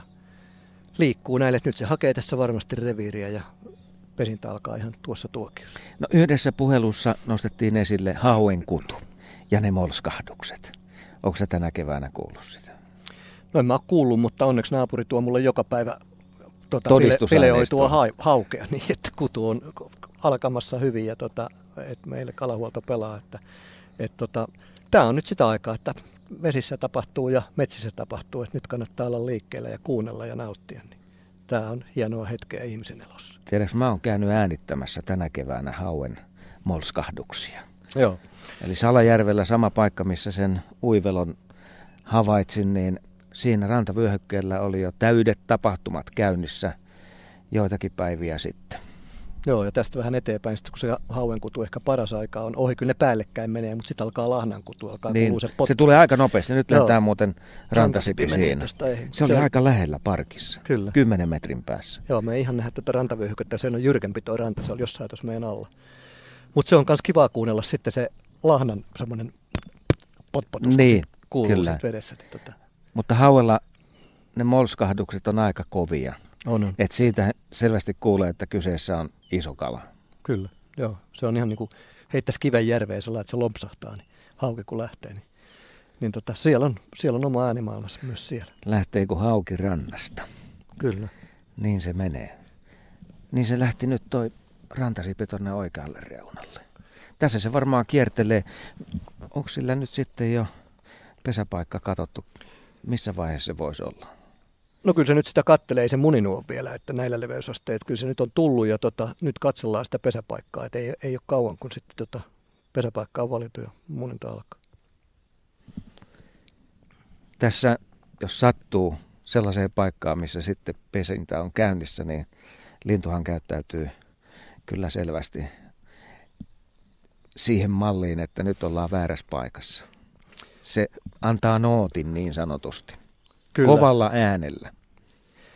Speaker 3: liikkuu näille. Nyt se hakee tässä varmasti reviiriä ja pesintä alkaa ihan tuossa tuokiossa.
Speaker 2: No yhdessä puhelussa nostettiin esille hauen kutu ja ne molskahdukset. Onko sä tänä keväänä kuullut sitä?
Speaker 3: No en mä ole kuullut, mutta onneksi naapuri tuo mulle joka päivä tuota, file, fileoitua ha, haukea niin, että kutu on alkamassa hyvin ja tota, että meille kalahuolto pelaa. Että, et tota, tämä on nyt sitä aikaa, että vesissä tapahtuu ja metsissä tapahtuu, että nyt kannattaa olla liikkeellä ja kuunnella ja nauttia. Niin tämä on hienoa hetkeä ihmisen elossa.
Speaker 2: Tiedätkö, mä oon käynyt äänittämässä tänä keväänä hauen molskahduksia.
Speaker 3: Joo.
Speaker 2: Eli Salajärvellä sama paikka, missä sen uivelon havaitsin, niin siinä rantavyöhykkeellä oli jo täydet tapahtumat käynnissä joitakin päiviä sitten.
Speaker 3: Joo, ja tästä vähän eteenpäin, kun se hauenkutu ehkä paras aika on ohi, kyllä ne päällekkäin menee, mutta sitten alkaa lahnankutu, alkaa
Speaker 2: niin,
Speaker 3: kuulua se pottu.
Speaker 2: Se tulee aika nopeasti, nyt lentää
Speaker 3: Joo.
Speaker 2: muuten rantasipi siinä. Se, se oli on aika lähellä parkissa,
Speaker 3: kyllä.
Speaker 2: kymmenen metrin päässä.
Speaker 3: Joo, me ei ihan nähdä tuota rantavyöhykettä, se on jyrkempi tuo ranta, se oli jossain tuossa meidän alla. Mutta se on myös kiva kuunnella sitten se lahnan semmoinen potpotus,
Speaker 2: niin,
Speaker 3: kun kuuluu sit vedessä. Niin tota.
Speaker 2: Mutta hauella ne molskahdukset on aika kovia.
Speaker 3: On, on.
Speaker 2: Et siitä selvästi kuulee, että kyseessä on iso kala.
Speaker 3: Kyllä, joo. Se on ihan niin kuin heittäisi kiven järveen sellainen, että se lompsahtaa, niin hauki kun lähtee. Niin, niin tota, siellä, on, siellä on oma äänimaailmassa myös siellä.
Speaker 2: Lähtee kuin hauki rannasta.
Speaker 3: Kyllä.
Speaker 2: Niin se menee. Niin se lähti nyt toi rantasipi tuonne oikealle reunalle. Tässä se varmaan kiertelee. Onko sillä nyt sitten jo pesäpaikka katsottu? Missä vaiheessa se voisi olla?
Speaker 3: No kyllä se nyt sitä kattelee, ei se muninut ole vielä, että näillä leveysasteilla. Kyllä se nyt on tullut ja tota, nyt katsellaan sitä pesäpaikkaa. Että ei, ei ole kauan, kun sitten tota, pesäpaikka on valittu ja muninta alkaa.
Speaker 2: Tässä, jos sattuu sellaiseen paikkaan, missä sitten pesintä on käynnissä, niin lintuhan käyttäytyy kyllä selvästi siihen malliin, että nyt ollaan väärässä paikassa. Se antaa nootin niin sanotusti. Kyllä. Kovalla äänellä.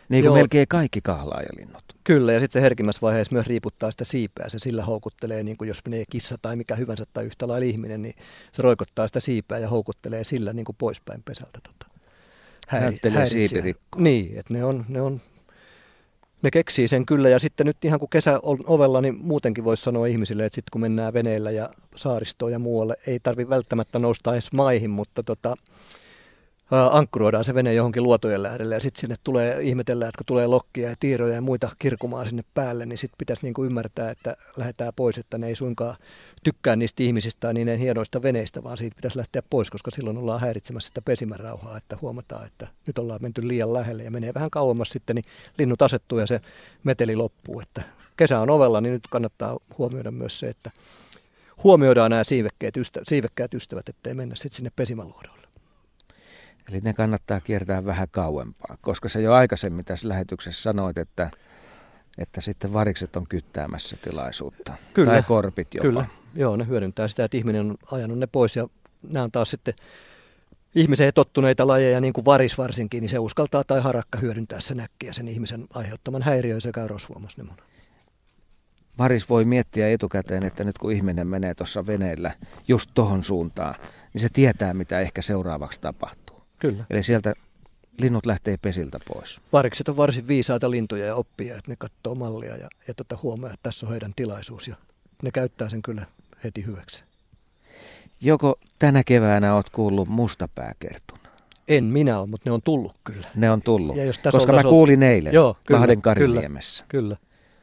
Speaker 2: Niin kuin melkein kaikki kahlaajalinnut.
Speaker 3: Kyllä, ja sitten se herkimmässä vaiheessa myös riiputtaa sitä siipeä. Se sillä houkuttelee, niin kuin jos menee kissa tai mikä hyvänsä tai yhtä lailla ihminen, niin se roikottaa sitä siipeä ja houkuttelee sillä niin kuin poispäin pesältä. Tota,
Speaker 2: Näyttelee siipirikkoa.
Speaker 3: Niin, että ne on, ne on, ne keksii sen kyllä. Ja sitten nyt ihan kun kesä on ovella, niin muutenkin voisi sanoa ihmisille, että sitten kun mennään veneellä ja saaristoon ja muualle, ei tarvitse välttämättä nousta edes maihin, mutta tota, ankkuroidaan se vene johonkin luotojen lähdelle ja sitten sinne tulee, ihmetellään, että kun tulee lokkia ja tiiroja ja muita kirkumaan sinne päälle, niin sitten pitäisi niinku ymmärtää, että lähdetään pois, että ne ei suinkaan tykkää niistä ihmisistä tai niiden hienoista veneistä, vaan siitä pitäisi lähteä pois, koska silloin ollaan häiritsemässä sitä pesimärauhaa, että huomataan, että nyt ollaan menty liian lähelle ja menee vähän kauemmas sitten, niin linnut asettuu ja se meteli loppuu. Että kesä on ovella, niin nyt kannattaa huomioida myös se, että huomioidaan nämä siivekkäät, ystä, siivekkäät ystävät, ettei mennä sitten sinne pesimäluodolle.
Speaker 2: Eli ne kannattaa kiertää vähän kauempaa, koska se jo aikaisemmin tässä lähetyksessä sanoit, että, että sitten varikset on kyttäämässä tilaisuutta.
Speaker 3: Kyllä,
Speaker 2: tai korpit jopa.
Speaker 3: Kyllä, joo, ne hyödyntää sitä, että ihminen on ajanut ne pois ja nämä on taas sitten ihmiseen tottuneita lajeja, niin kuin varis varsinkin, niin se uskaltaa tai harakka hyödyntää sen äkkiä sen ihmisen aiheuttaman häiriön sekä rosvuomassa ne.
Speaker 2: Varis voi miettiä etukäteen, että nyt kun ihminen menee tuossa veneellä just tohon suuntaan, niin se tietää, mitä ehkä seuraavaksi tapahtuu.
Speaker 3: Kyllä.
Speaker 2: Eli sieltä linnut lähtee pesiltä pois.
Speaker 3: Varikset on varsin viisaita lintuja ja oppia, että ne katsoo mallia ja, ja tota huomaa, että tässä on heidän tilaisuus ja ne käyttää sen kyllä heti hyväksi.
Speaker 2: Joko tänä keväänä olet kuullut mustapääkertun?
Speaker 3: En minä ole, mutta ne on tullut kyllä.
Speaker 2: Ne on tullut,
Speaker 3: ja jos
Speaker 2: koska mä kuulin eilen
Speaker 3: Joo, kyllä,
Speaker 2: Lahden Kariniemessä.
Speaker 3: Kyllä, kyllä.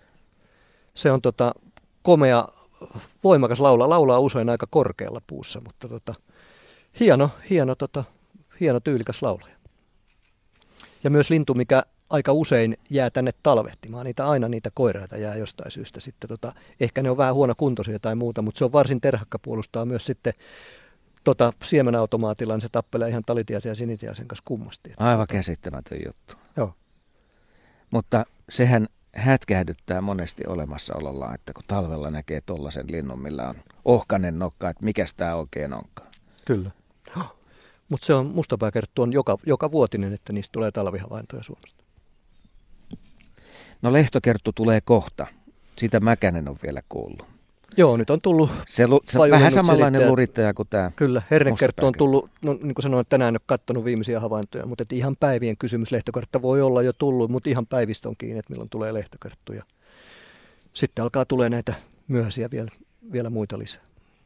Speaker 3: Se on tota, komea, voimakas laula. Laulaa usein aika korkealla puussa, mutta tota, hieno, hieno, tota, hieno tyylikäs laulaja. Ja myös lintu, mikä aika usein jää tänne talvehtimaan. Niitä aina niitä koiraita jää jostain syystä. Sitten, tota, ehkä ne on vähän huonokuntoisia tai muuta, mutta se on varsin terhakka, puolustaa myös sitten tota, siemenautomaatilla, niin se tappelee ihan talitiaisen ja sinitiaisen kanssa kummasti.
Speaker 2: Aivan käsittämätön juttu.
Speaker 3: Joo.
Speaker 2: Mutta sehän hätkähdyttää monesti olemassaolollaan, että kun talvella näkee tollaisen linnun, millä on ohkainen nokka, että mikäs tämä oikein onkaan.
Speaker 3: Kyllä. Mutta se on, mustapääkerttu on joka, joka vuotinen, että niistä tulee talvihavaintoja Suomesta.
Speaker 2: No lehtokerttu tulee kohta. Sitä Mäkänen on vielä kuullut.
Speaker 3: Joo, nyt on tullut.
Speaker 2: Se, lu, se on vähän samanlainen selittäjät. Lurittaja kuin tämä.
Speaker 3: Kyllä, hernekerttu on tullut, no niin kuin sanoin, tänään en ole katsonut viimeisiä havaintoja, mutta ihan päivien kysymys. Lehtokertta voi olla jo tullut, mutta ihan päivistä on kiinni, että milloin tulee lehtokerttu. Ja sitten alkaa tulee näitä myöhäisiä vielä, vielä muita lisää.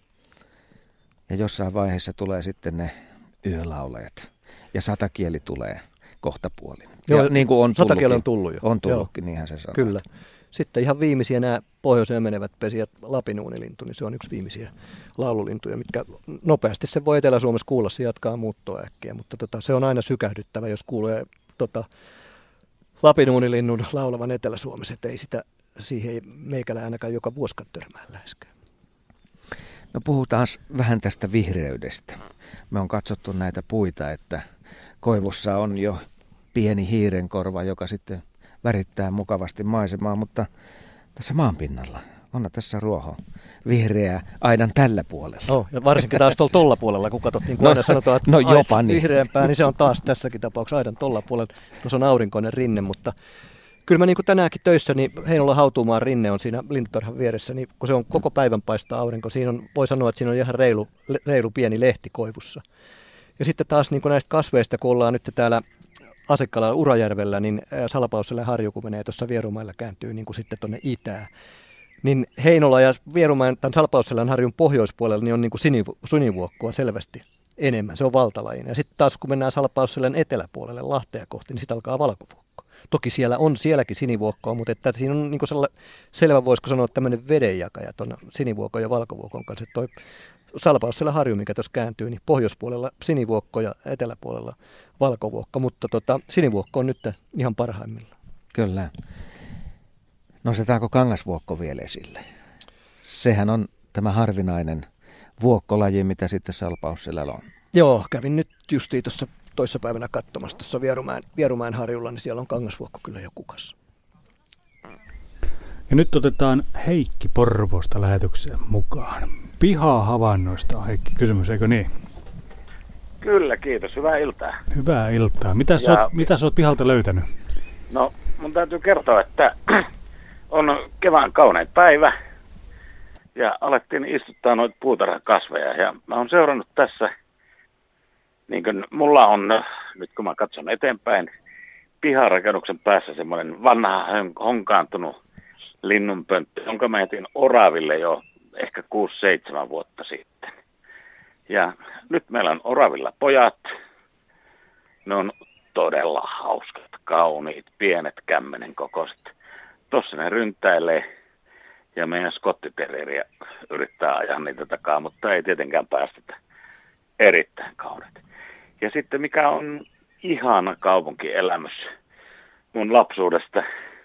Speaker 2: Ja jossain vaiheessa tulee sitten ne yölaulajat. Ja satakieli tulee kohtapuolin.
Speaker 3: Joo,
Speaker 2: ja niin kuin on
Speaker 3: satakieli on tullut jo.
Speaker 2: On tullutkin, niinhän se sanoo.
Speaker 3: Kyllä. Sitten ihan viimeisiä nämä pohjoiseen menevät pesijät, lapinuunilintu, niin se on yksi viimeisiä laululintuja, mitkä nopeasti se voi Etelä-Suomessa kuulla, se jatkaa muuttoa äkkiä, mutta tota, se on aina sykähdyttävä, jos kuulee tota, lapinuunilinnun laulavan Etelä-Suomessa, että ei sitä, siihen ei meikälä ainakaan joka vuosikaan törmää läheskään.
Speaker 2: No puhutaan vähän tästä vihreydestä. Me on katsottu näitä puita, että koivussa on jo pieni hiirenkorva, joka sitten värittää mukavasti maisemaa, mutta tässä maanpinnalla on tässä ruoho vihreää aidan tällä puolella.
Speaker 3: Oh, ja varsinkin taas tuolla tolla puolella, kun katsot, niin kuin
Speaker 2: no,
Speaker 3: aina sanotaan, että
Speaker 2: no jopa niin.
Speaker 3: Vihreämpää, niin se on taas tässäkin tapauksessa aidan tolla puolella. Tuossa on aurinkoinen rinne, mutta kyllä mä niin kuin tänäänkin töissä, niin Heinolan Hautuumaan rinne on siinä lintutarhan vieressä, niin kun se on koko päivän paistaa aurinko, siinä on, voi sanoa, että siinä on ihan reilu, reilu pieni lehti koivussa. Ja sitten taas niin kuin näistä kasveista, kun ollaan nyt täällä Asekkala Urajärvellä, niin Salpausselän harju, kun menee tuossa Vierumailla, kääntyy niin kuin sitten tuonne itään. Niin Heinola ja Vierumäen, tämän Salpausselän harjun pohjoispuolella, niin on niin kuin sinivu, sinivuokkoa selvästi enemmän. Se on valtalajina. Ja sitten taas kun mennään Salpausselän eteläpuolelle Lahtea kohti, niin sitten alkaa valkovuokko. Toki siellä on sielläkin sinivuokkoa, mutta että siinä on niin kuin selvä, voisiko sanoa, tämmöinen vedenjakaja tuon sinivuokon ja valkovuokon kanssa. Toi Salpausselän harju, mikä tuossa kääntyy, niin pohjoispuolella sinivuokko ja eteläpuolella valkovuokko, mutta tota, sinivuokko on nyt ihan parhaimmillaan.
Speaker 2: Kyllä. Nostetaanko kangasvuokko vielä esille? Sehän on tämä harvinainen vuokkolaji, mitä sitten Salpausselällä on.
Speaker 3: Joo, kävin nyt justiin tuossa toissapäivänä katsomassa tuossa Vierumäen, Vierumäen harjulla, niin siellä on kangasvuokko kyllä jo kukassa.
Speaker 1: Ja nyt otetaan Heikki Porvoosta lähetykseen mukaan. Piha-havainnoista on Heikki kysymys, eikö niin?
Speaker 9: Kyllä, kiitos. Hyvää iltaa.
Speaker 1: Hyvää iltaa. Mitä sä oot, mitä sä oot pihalta löytänyt?
Speaker 15: No, mun täytyy kertoa, että on kevään kaunein päivä ja alettiin istuttaa noita puutarhakasveja ja mä oon seurannut tässä, niin kuin mulla on, nyt kun mä katson eteenpäin, piharakennuksen päässä semmoinen vanha honkaantunut linnunpönttö, jonka mä jätin oraville jo ehkä kuusi seitsemän vuotta sitten. Ja nyt meillä on oravilla pojat. Ne on todella hauskat, kauniit, pienet kämmenen kokoiset. Tossa ne ryntäilee ja meidän skottiterrieriä yrittää ajaa niitä takaa, mutta ei tietenkään päästetä. Erittäin kauniit. Ja sitten mikä on ihana kaupunkielämys mun lapsuudesta,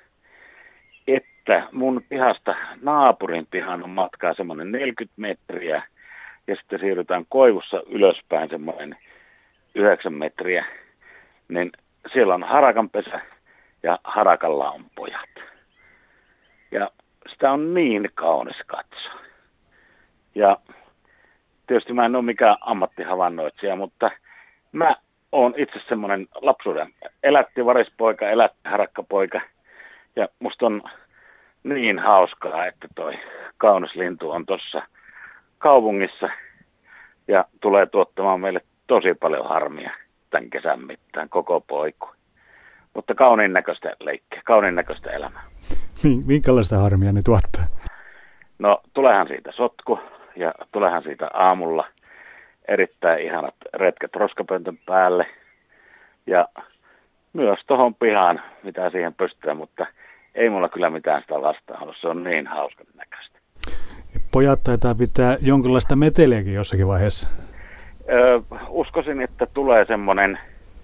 Speaker 15: että mun pihasta naapurin pihan on matkaa semmoinen neljäkymmentä metriä ja sitten siirrytään koivussa ylöspäin semmoinen yhdeksän metriä, niin siellä on harakanpesä ja harakalla on pojat. Ja sitä on niin kaunis katsoa. Ja tietysti mä en ole mikään ammattihavainnoitsija, mutta mä oon itse semmoinen lapsuuden elättivarispoika, elättiharakkapoika. Ja musta on niin hauskaa, että toi kaunis lintu on tuossa kaupungissa ja tulee tuottamaan meille tosi paljon harmia tämän kesän mittaan koko poiku. Mutta kauniin näköistä leikkiä, kauniin näköistä elämää.
Speaker 1: Minkälaista harmia ne tuottaa?
Speaker 15: No tulehan siitä sotku ja tulehan siitä aamulla erittäin ihanat retket roskapöntön päälle ja myös tohon pihaan, mitä siihen pystytään, mutta ei mulla kyllä mitään sitä vastaan ollut. Se on niin hauskan näköistä.
Speaker 1: Pojat taitaa pitää jonkinlaista meteliäkin jossakin vaiheessa.
Speaker 15: Öö, uskoisin, että tulee semmoinen,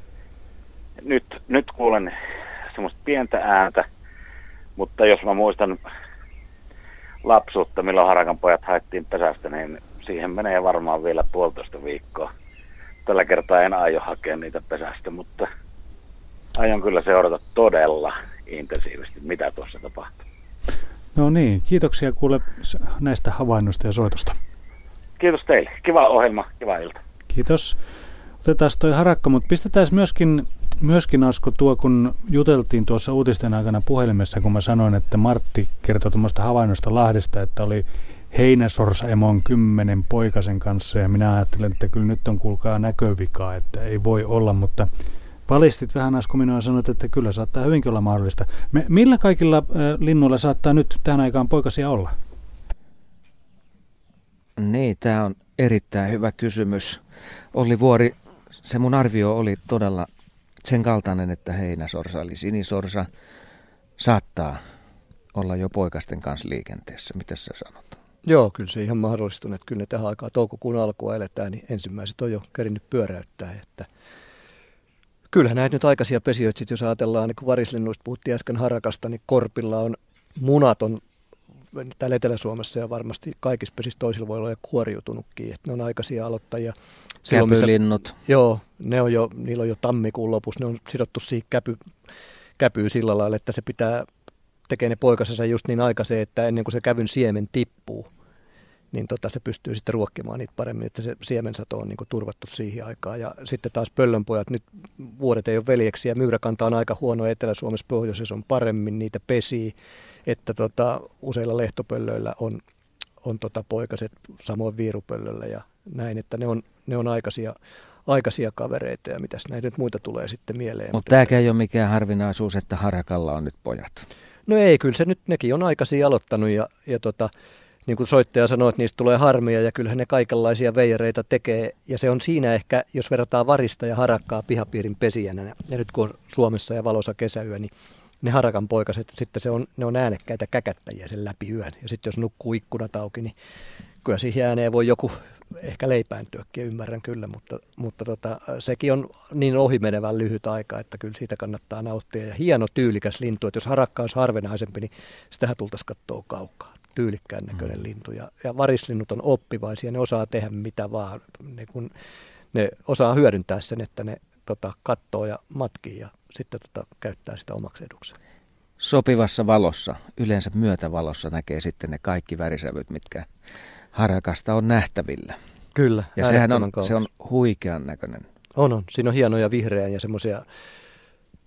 Speaker 15: nyt, nyt kuulen semmoista pientä ääntä, mutta jos mä muistan lapsuutta, milloin harakan pojat haettiin pesästä, niin siihen menee varmaan vielä puolitoista viikkoa. Tällä kertaa en aio hakea niitä pesästä, mutta aion kyllä seurata todella intensiivisesti, mitä tuossa tapahtuu.
Speaker 1: No niin, kiitoksia kuule näistä havainnoista ja soitosta.
Speaker 15: Kiitos teille. Kiva ohjelma, kiva ilta.
Speaker 1: Kiitos. Otetaan toi harakka, mutta pistetään myöskin, myöskin Asko tuo, kun juteltiin tuossa uutisten aikana puhelimessa, kun mä sanoin, että Martti kertoi tuommoista havainnosta Lahdesta, että oli heinäsorsaemon kymmenen poikasen kanssa ja minä ajattelen, että kyllä nyt on kuulkaa näkövikaa, että ei voi olla, mutta valistit vähän Asko minua ja sanoit, että kyllä saattaa hyvinkin olla mahdollista. Me, millä kaikilla äh, linnuilla saattaa nyt tähän aikaan poikasia olla?
Speaker 2: Niin, tämä on erittäin hyvä kysymys. Olli Vuori, se mun arvio oli todella sen kaltainen, että heinäsorsa eli sinisorsa saattaa olla jo poikasten kanssa liikenteessä. Mitä sä sanot?
Speaker 3: Joo, kyllä se ihan mahdollista on, että kyllä ne tähän aikaan toukokuun alkua eletään, niin ensimmäiset on jo kerinnyt pyöräyttää, että kyllähän näitä nyt aikaisia pesijöitä, sit jos ajatellaan, niin kun varislinnuista puhuttiin äsken harakasta, niin korpilla on munaton täällä Etelä-Suomessa ja varmasti kaikissa pesissä toisilla voi olla jo kuoriutunutkin, että ne on aikaisia aloittajia.
Speaker 2: Käpylinnut.
Speaker 3: Joo, ne on jo, niillä on jo tammikuun lopussa, ne on sidottu siihen käpy, käpyyn sillä lailla, että se pitää tekee ne poikasensa just niin aikaisen, että ennen kuin se kävyn siemen tippuu, niin tota, se pystyy sitten ruokkimaan niitä paremmin, että se siemensato on niin kuin turvattu siihen aikaan. Ja sitten taas pöllönpojat, nyt vuodet ei ole veljeksiä, myyräkanta on aika huono, Etelä-Suomessa, pohjoisessa on paremmin, niitä pesii, että tota, useilla lehtopöllöillä on, on tota poikaset, samoin viirupöllöllä ja näin, että ne on, ne on aikaisia, aikaisia kavereita ja mitäs näitä nyt muita tulee sitten mieleen.
Speaker 2: Mutta tämäkään ei ole mikään harvinaisuus, että harakalla on nyt pojat.
Speaker 3: No ei, kyllä se nyt, nekin on aikaisia aloittanut ja, ja tota, niin kuin soittaja sanoi, että niistä tulee harmia ja kyllähän ne kaikenlaisia veijareita tekee. Ja se on siinä ehkä, jos verrataan varista ja harakkaa pihapiirin pesijänä. Ja nyt kun on Suomessa ja valoisa kesäyö, niin ne harakan poikaset, sitten se on, ne on äänekkäitä käkättäjiä sen läpi yön. Ja sitten jos nukkuu ikkunat auki, niin kyllä siihen ääneen voi joku ehkä leipääntyäkin, ymmärrän kyllä. Mutta, mutta tota, sekin on niin ohimenevän lyhyt aika, että kyllä siitä kannattaa nauttia. Ja hieno tyylikäs lintu, että jos harakka olisi harvinaisempi, niin sitähän tultaisiin katsoa kaukaa. Tyylikkään näköinen mm. lintu. Ja, ja varislinnut on oppivaisia, ne osaa tehdä mitä vaan. Ne, kun, ne osaa hyödyntää sen, että ne tota, katsoo ja matkii ja sitten tota, käyttää sitä omaksi edukseen.
Speaker 2: Sopivassa valossa, yleensä myötävalossa näkee sitten ne kaikki värisävyt, mitkä harakasta on nähtävillä.
Speaker 3: Kyllä.
Speaker 2: Ja sehän on, se on huikean näköinen.
Speaker 3: On, on. Siinä on hienoja vihreän ja semmoisia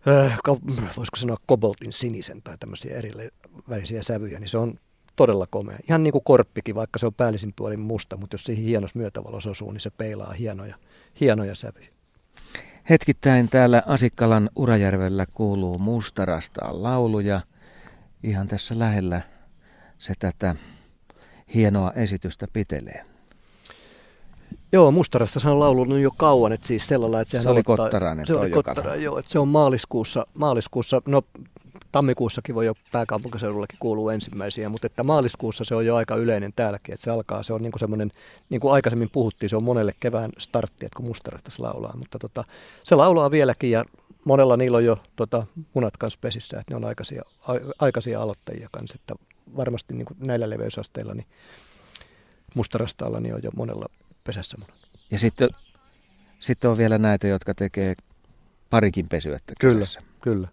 Speaker 3: äh, voisiko sanoa koboltin sinisen tai tämmöisiä eri värisiä sävyjä, niin se on todella komea. Ihan niin kuin korppikin, vaikka se on päällisin puolin musta, mutta jos siihen hienos myötävalos osuu, niin se peilaa hienoja, hienoja sävyjä.
Speaker 2: Hetkittäin täällä Asikkalan Urajärvellä kuuluu Mustarastaan lauluja. Ihan tässä lähellä se tätä hienoa esitystä pitelee.
Speaker 3: Joo, Mustarasta on laulunut jo kauan, että siis sellainen, että
Speaker 2: se oli Kottarainen.
Speaker 3: Se oli Kottara, joo, että se on maaliskuussa, maaliskuussa, no tammikuussakin voi jo pääkaupunkiseudullakin kuuluu ensimmäisiä, mutta että maaliskuussa se on jo aika yleinen täälläkin, että se alkaa, se on niin kuin semmoinen, niin kuin aikaisemmin puhuttiin, se on monelle kevään startti, että kun Mustarastas laulaa, mutta tota, se laulaa vieläkin ja monella niillä on jo tota, munat kanssa pesissä, että ne on aikaisia, a, aikaisia aloittajia kanssa, että varmasti niin kuin näillä leveysasteilla niin Mustarastaalla niin on jo monella pesässä munat.
Speaker 2: Ja sitten, sitten on vielä näitä, jotka tekee parikin pesyettä.
Speaker 3: Kyllä, kyllä.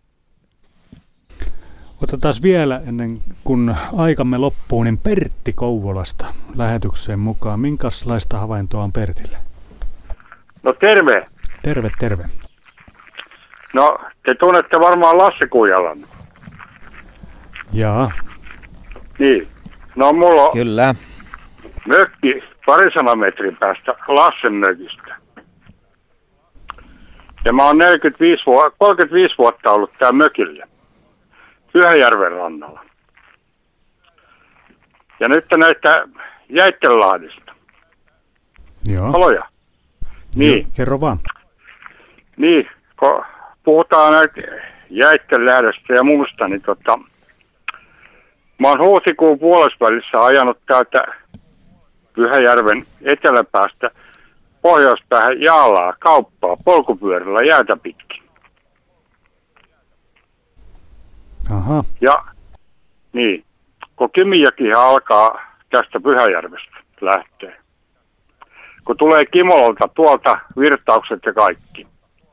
Speaker 1: Otetaan vielä ennen kuin aikamme loppuu, niin Pertti Kouvolasta lähetykseen mukaan. Minkälaista havaintoa on Pertille?
Speaker 16: No terve.
Speaker 1: Terve, terve.
Speaker 16: No te tunnette varmaan Lasse Kujalan.
Speaker 1: Jaa.
Speaker 16: Niin. No mulla on
Speaker 2: Kyllä.
Speaker 16: mökki parisadan metrin päästä Lassen mökistä. Ja mä oon neljäkymmentäviisi vu- kolmekymmentäviisi vuotta ollut tää mökillä. Pyhäjärven rannalla. Ja nyt näitä Jäittenlahdista.
Speaker 1: Joo.
Speaker 16: Haloja. Niin.
Speaker 1: Joo, kerro vaan.
Speaker 16: Niin, kun puhutaan näitä Jäittenlähdöstä ja muusta, niin tota, mä oon huhtikuun puolesvälissä ajanut täältä Pyhäjärven eteläpäästä pohjoispäähän Jaalaa kauppaa polkupyörällä jäätä pitkin.
Speaker 1: Aha.
Speaker 16: Ja niin, kun Kymijokihan alkaa tästä Pyhäjärvestä lähtee. Kun tulee Kimololta tuolta virtaukset ja kaikki.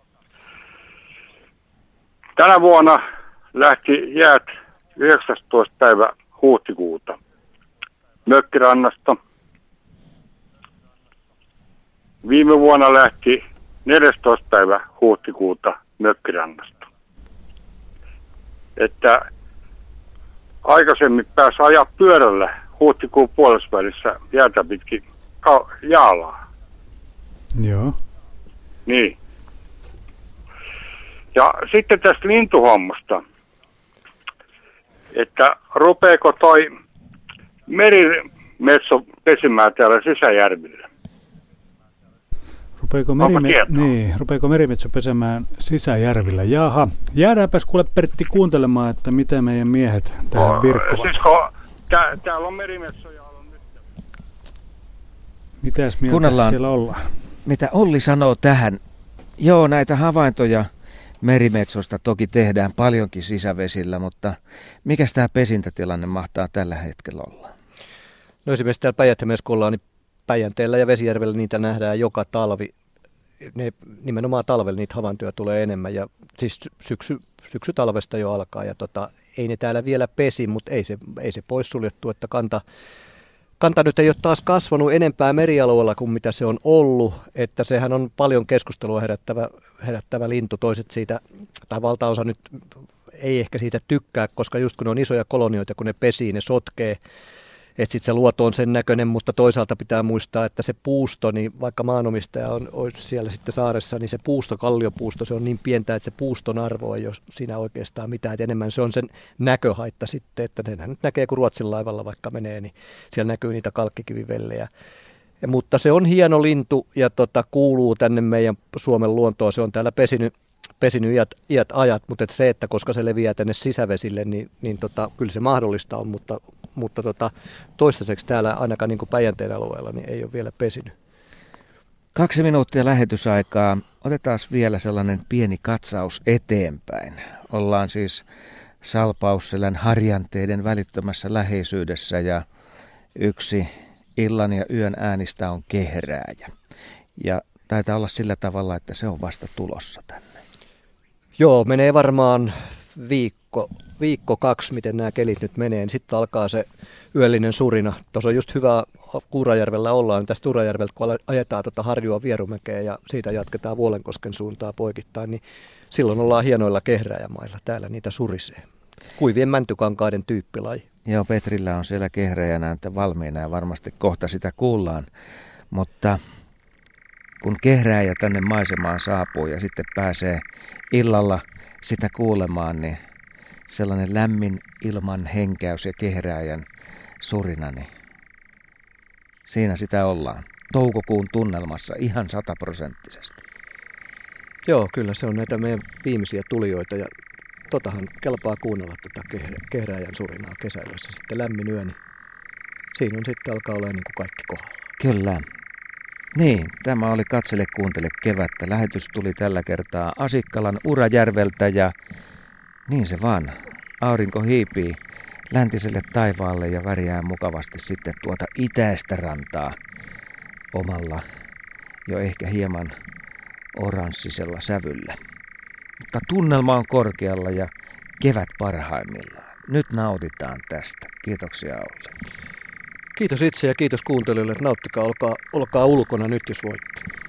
Speaker 16: Tänä vuonna lähti jäät yhdeksästoista päivä huhtikuuta Mökkirannasta. Viime vuonna lähti neljästoista päivä huhtikuuta Mökkirannasta. Että aikaisemmin pääsi ajaa pyörällä huhtikuun puolesvälissä jäätä pitkin ka- Jaalaa.
Speaker 1: Joo.
Speaker 16: Niin. Ja sitten tästä lintuhommasta, että rupeeko toi merimetso pesimään täällä sisäjärvillä?
Speaker 1: Rupeeko, merime- niin, rupeeko merimetso pesemään sisäjärvillä? Jaha, jäädäänpäs kuule Pertti kuuntelemaan, että mitä meidän miehet tähän
Speaker 16: no,
Speaker 1: virkkovat.
Speaker 16: Siis kun tää, täällä on merimetsoja ollut nyt.
Speaker 1: Mitäs mieltä
Speaker 2: Kuunnellaan,
Speaker 1: siellä ollaan?
Speaker 2: Mitä Olli sanoo tähän. Joo, näitä havaintoja merimetsosta toki tehdään paljonkin sisävesillä, mutta mikäs tämä pesintätilanne mahtaa tällä hetkellä olla?
Speaker 3: No esimerkiksi täällä Päijät-Hämeessä, kun ollaan, niin Päijänteellä ja Vesijärvellä niitä nähdään joka talvi. Ne, nimenomaan talvella niitä havaintoja tulee enemmän ja siis syksy, syksytalvesta jo alkaa ja tota, ei ne täällä vielä pesi, mutta ei se, ei se poissuljettu, että kanta, kanta nyt ei ole taas kasvanut enempää merialueella kuin mitä se on ollut, että sehän on paljon keskustelua herättävä, herättävä lintu, toiset siitä, tai valtaosa nyt ei ehkä siitä tykkää, koska just kun ne on isoja kolonioita, kun ne pesii, ne sotkee, että sitten se luoto on sen näköinen, mutta toisaalta pitää muistaa, että se puusto, niin vaikka maanomistaja on, on siellä sitten saaressa, niin se puusto, kalliopuusto, se on niin pientä, että se puuston arvo ei ole siinä oikeastaan mitään. Et enemmän se on sen näköhaitta sitten, että senhän nyt näkee, kun Ruotsin laivalla vaikka menee, niin siellä näkyy niitä kalkkikivivellejä. Ja, mutta se on hieno lintu ja tota, kuuluu tänne meidän Suomen luontoon. Se on täällä pesinyt, pesinyt iät, iät ajat, mutta et se, että koska se leviää tänne sisävesille, niin, niin tota, kyllä se mahdollista on, mutta mutta tota, toistaiseksi täällä ainakaan niin kuin Päijänteen alueella niin ei ole vielä pesinyt.
Speaker 2: Kaksi minuuttia lähetysaikaa. Otetaan vielä sellainen pieni katsaus eteenpäin. Ollaan siis Salpausselän harjanteiden välittömässä läheisyydessä ja yksi illan ja yön äänistä on kehrääjä. Ja taitaa olla sillä tavalla, että se on vasta tulossa tänne.
Speaker 3: Joo, menee varmaan viikko, viikko kaksi, miten nämä kelit nyt menee, niin sitten alkaa se yöllinen surina. Tuossa on just hyvä Uurajärvellä ollaan, niin tästä Uurajärveltä kun ajetaan tuota Harjua Vierumäkeä ja siitä jatketaan Vuolenkosken suuntaa poikittain, niin silloin ollaan hienoilla kehräjämailla. Täällä niitä surisee. Kuivien mäntykankaiden tyyppilaji.
Speaker 2: Joo, Petrillä on siellä kehräjänääntä valmiina ja varmasti kohta sitä kuullaan. Mutta kun kehrääjä tänne maisemaan saapuu ja sitten pääsee illalla sitä kuulemaan, niin sellainen lämmin ilman henkäys ja kehrääjän surina, niin siinä sitä ollaan. Toukokuun tunnelmassa ihan sataprosenttisesti.
Speaker 3: Joo, kyllä se on näitä meidän viimeisiä tulijoita ja totahan kelpaa kuunnella tuota kehrääjän surinaa kesäyössä. Sitten lämmin yö, niin siinä on sitten alkaa olla niin kuin kaikki kohdalla.
Speaker 2: Kyllä. Niin, tämä oli Katsele kuuntele kevättä. Lähetys tuli tällä kertaa Asikkalan Urajärveltä ja niin se vaan. Aurinko hiipii läntiselle taivaalle ja värjää mukavasti sitten tuota itäistä rantaa omalla jo ehkä hieman oranssisella sävyllä. Mutta tunnelma on korkealla ja kevät parhaimmillaan. Nyt nautitaan tästä. Kiitoksia Olli.
Speaker 3: Kiitos itse ja kiitos kuuntelijoille, että nauttikaa, olkaa, olkaa ulkona nyt jos voitte.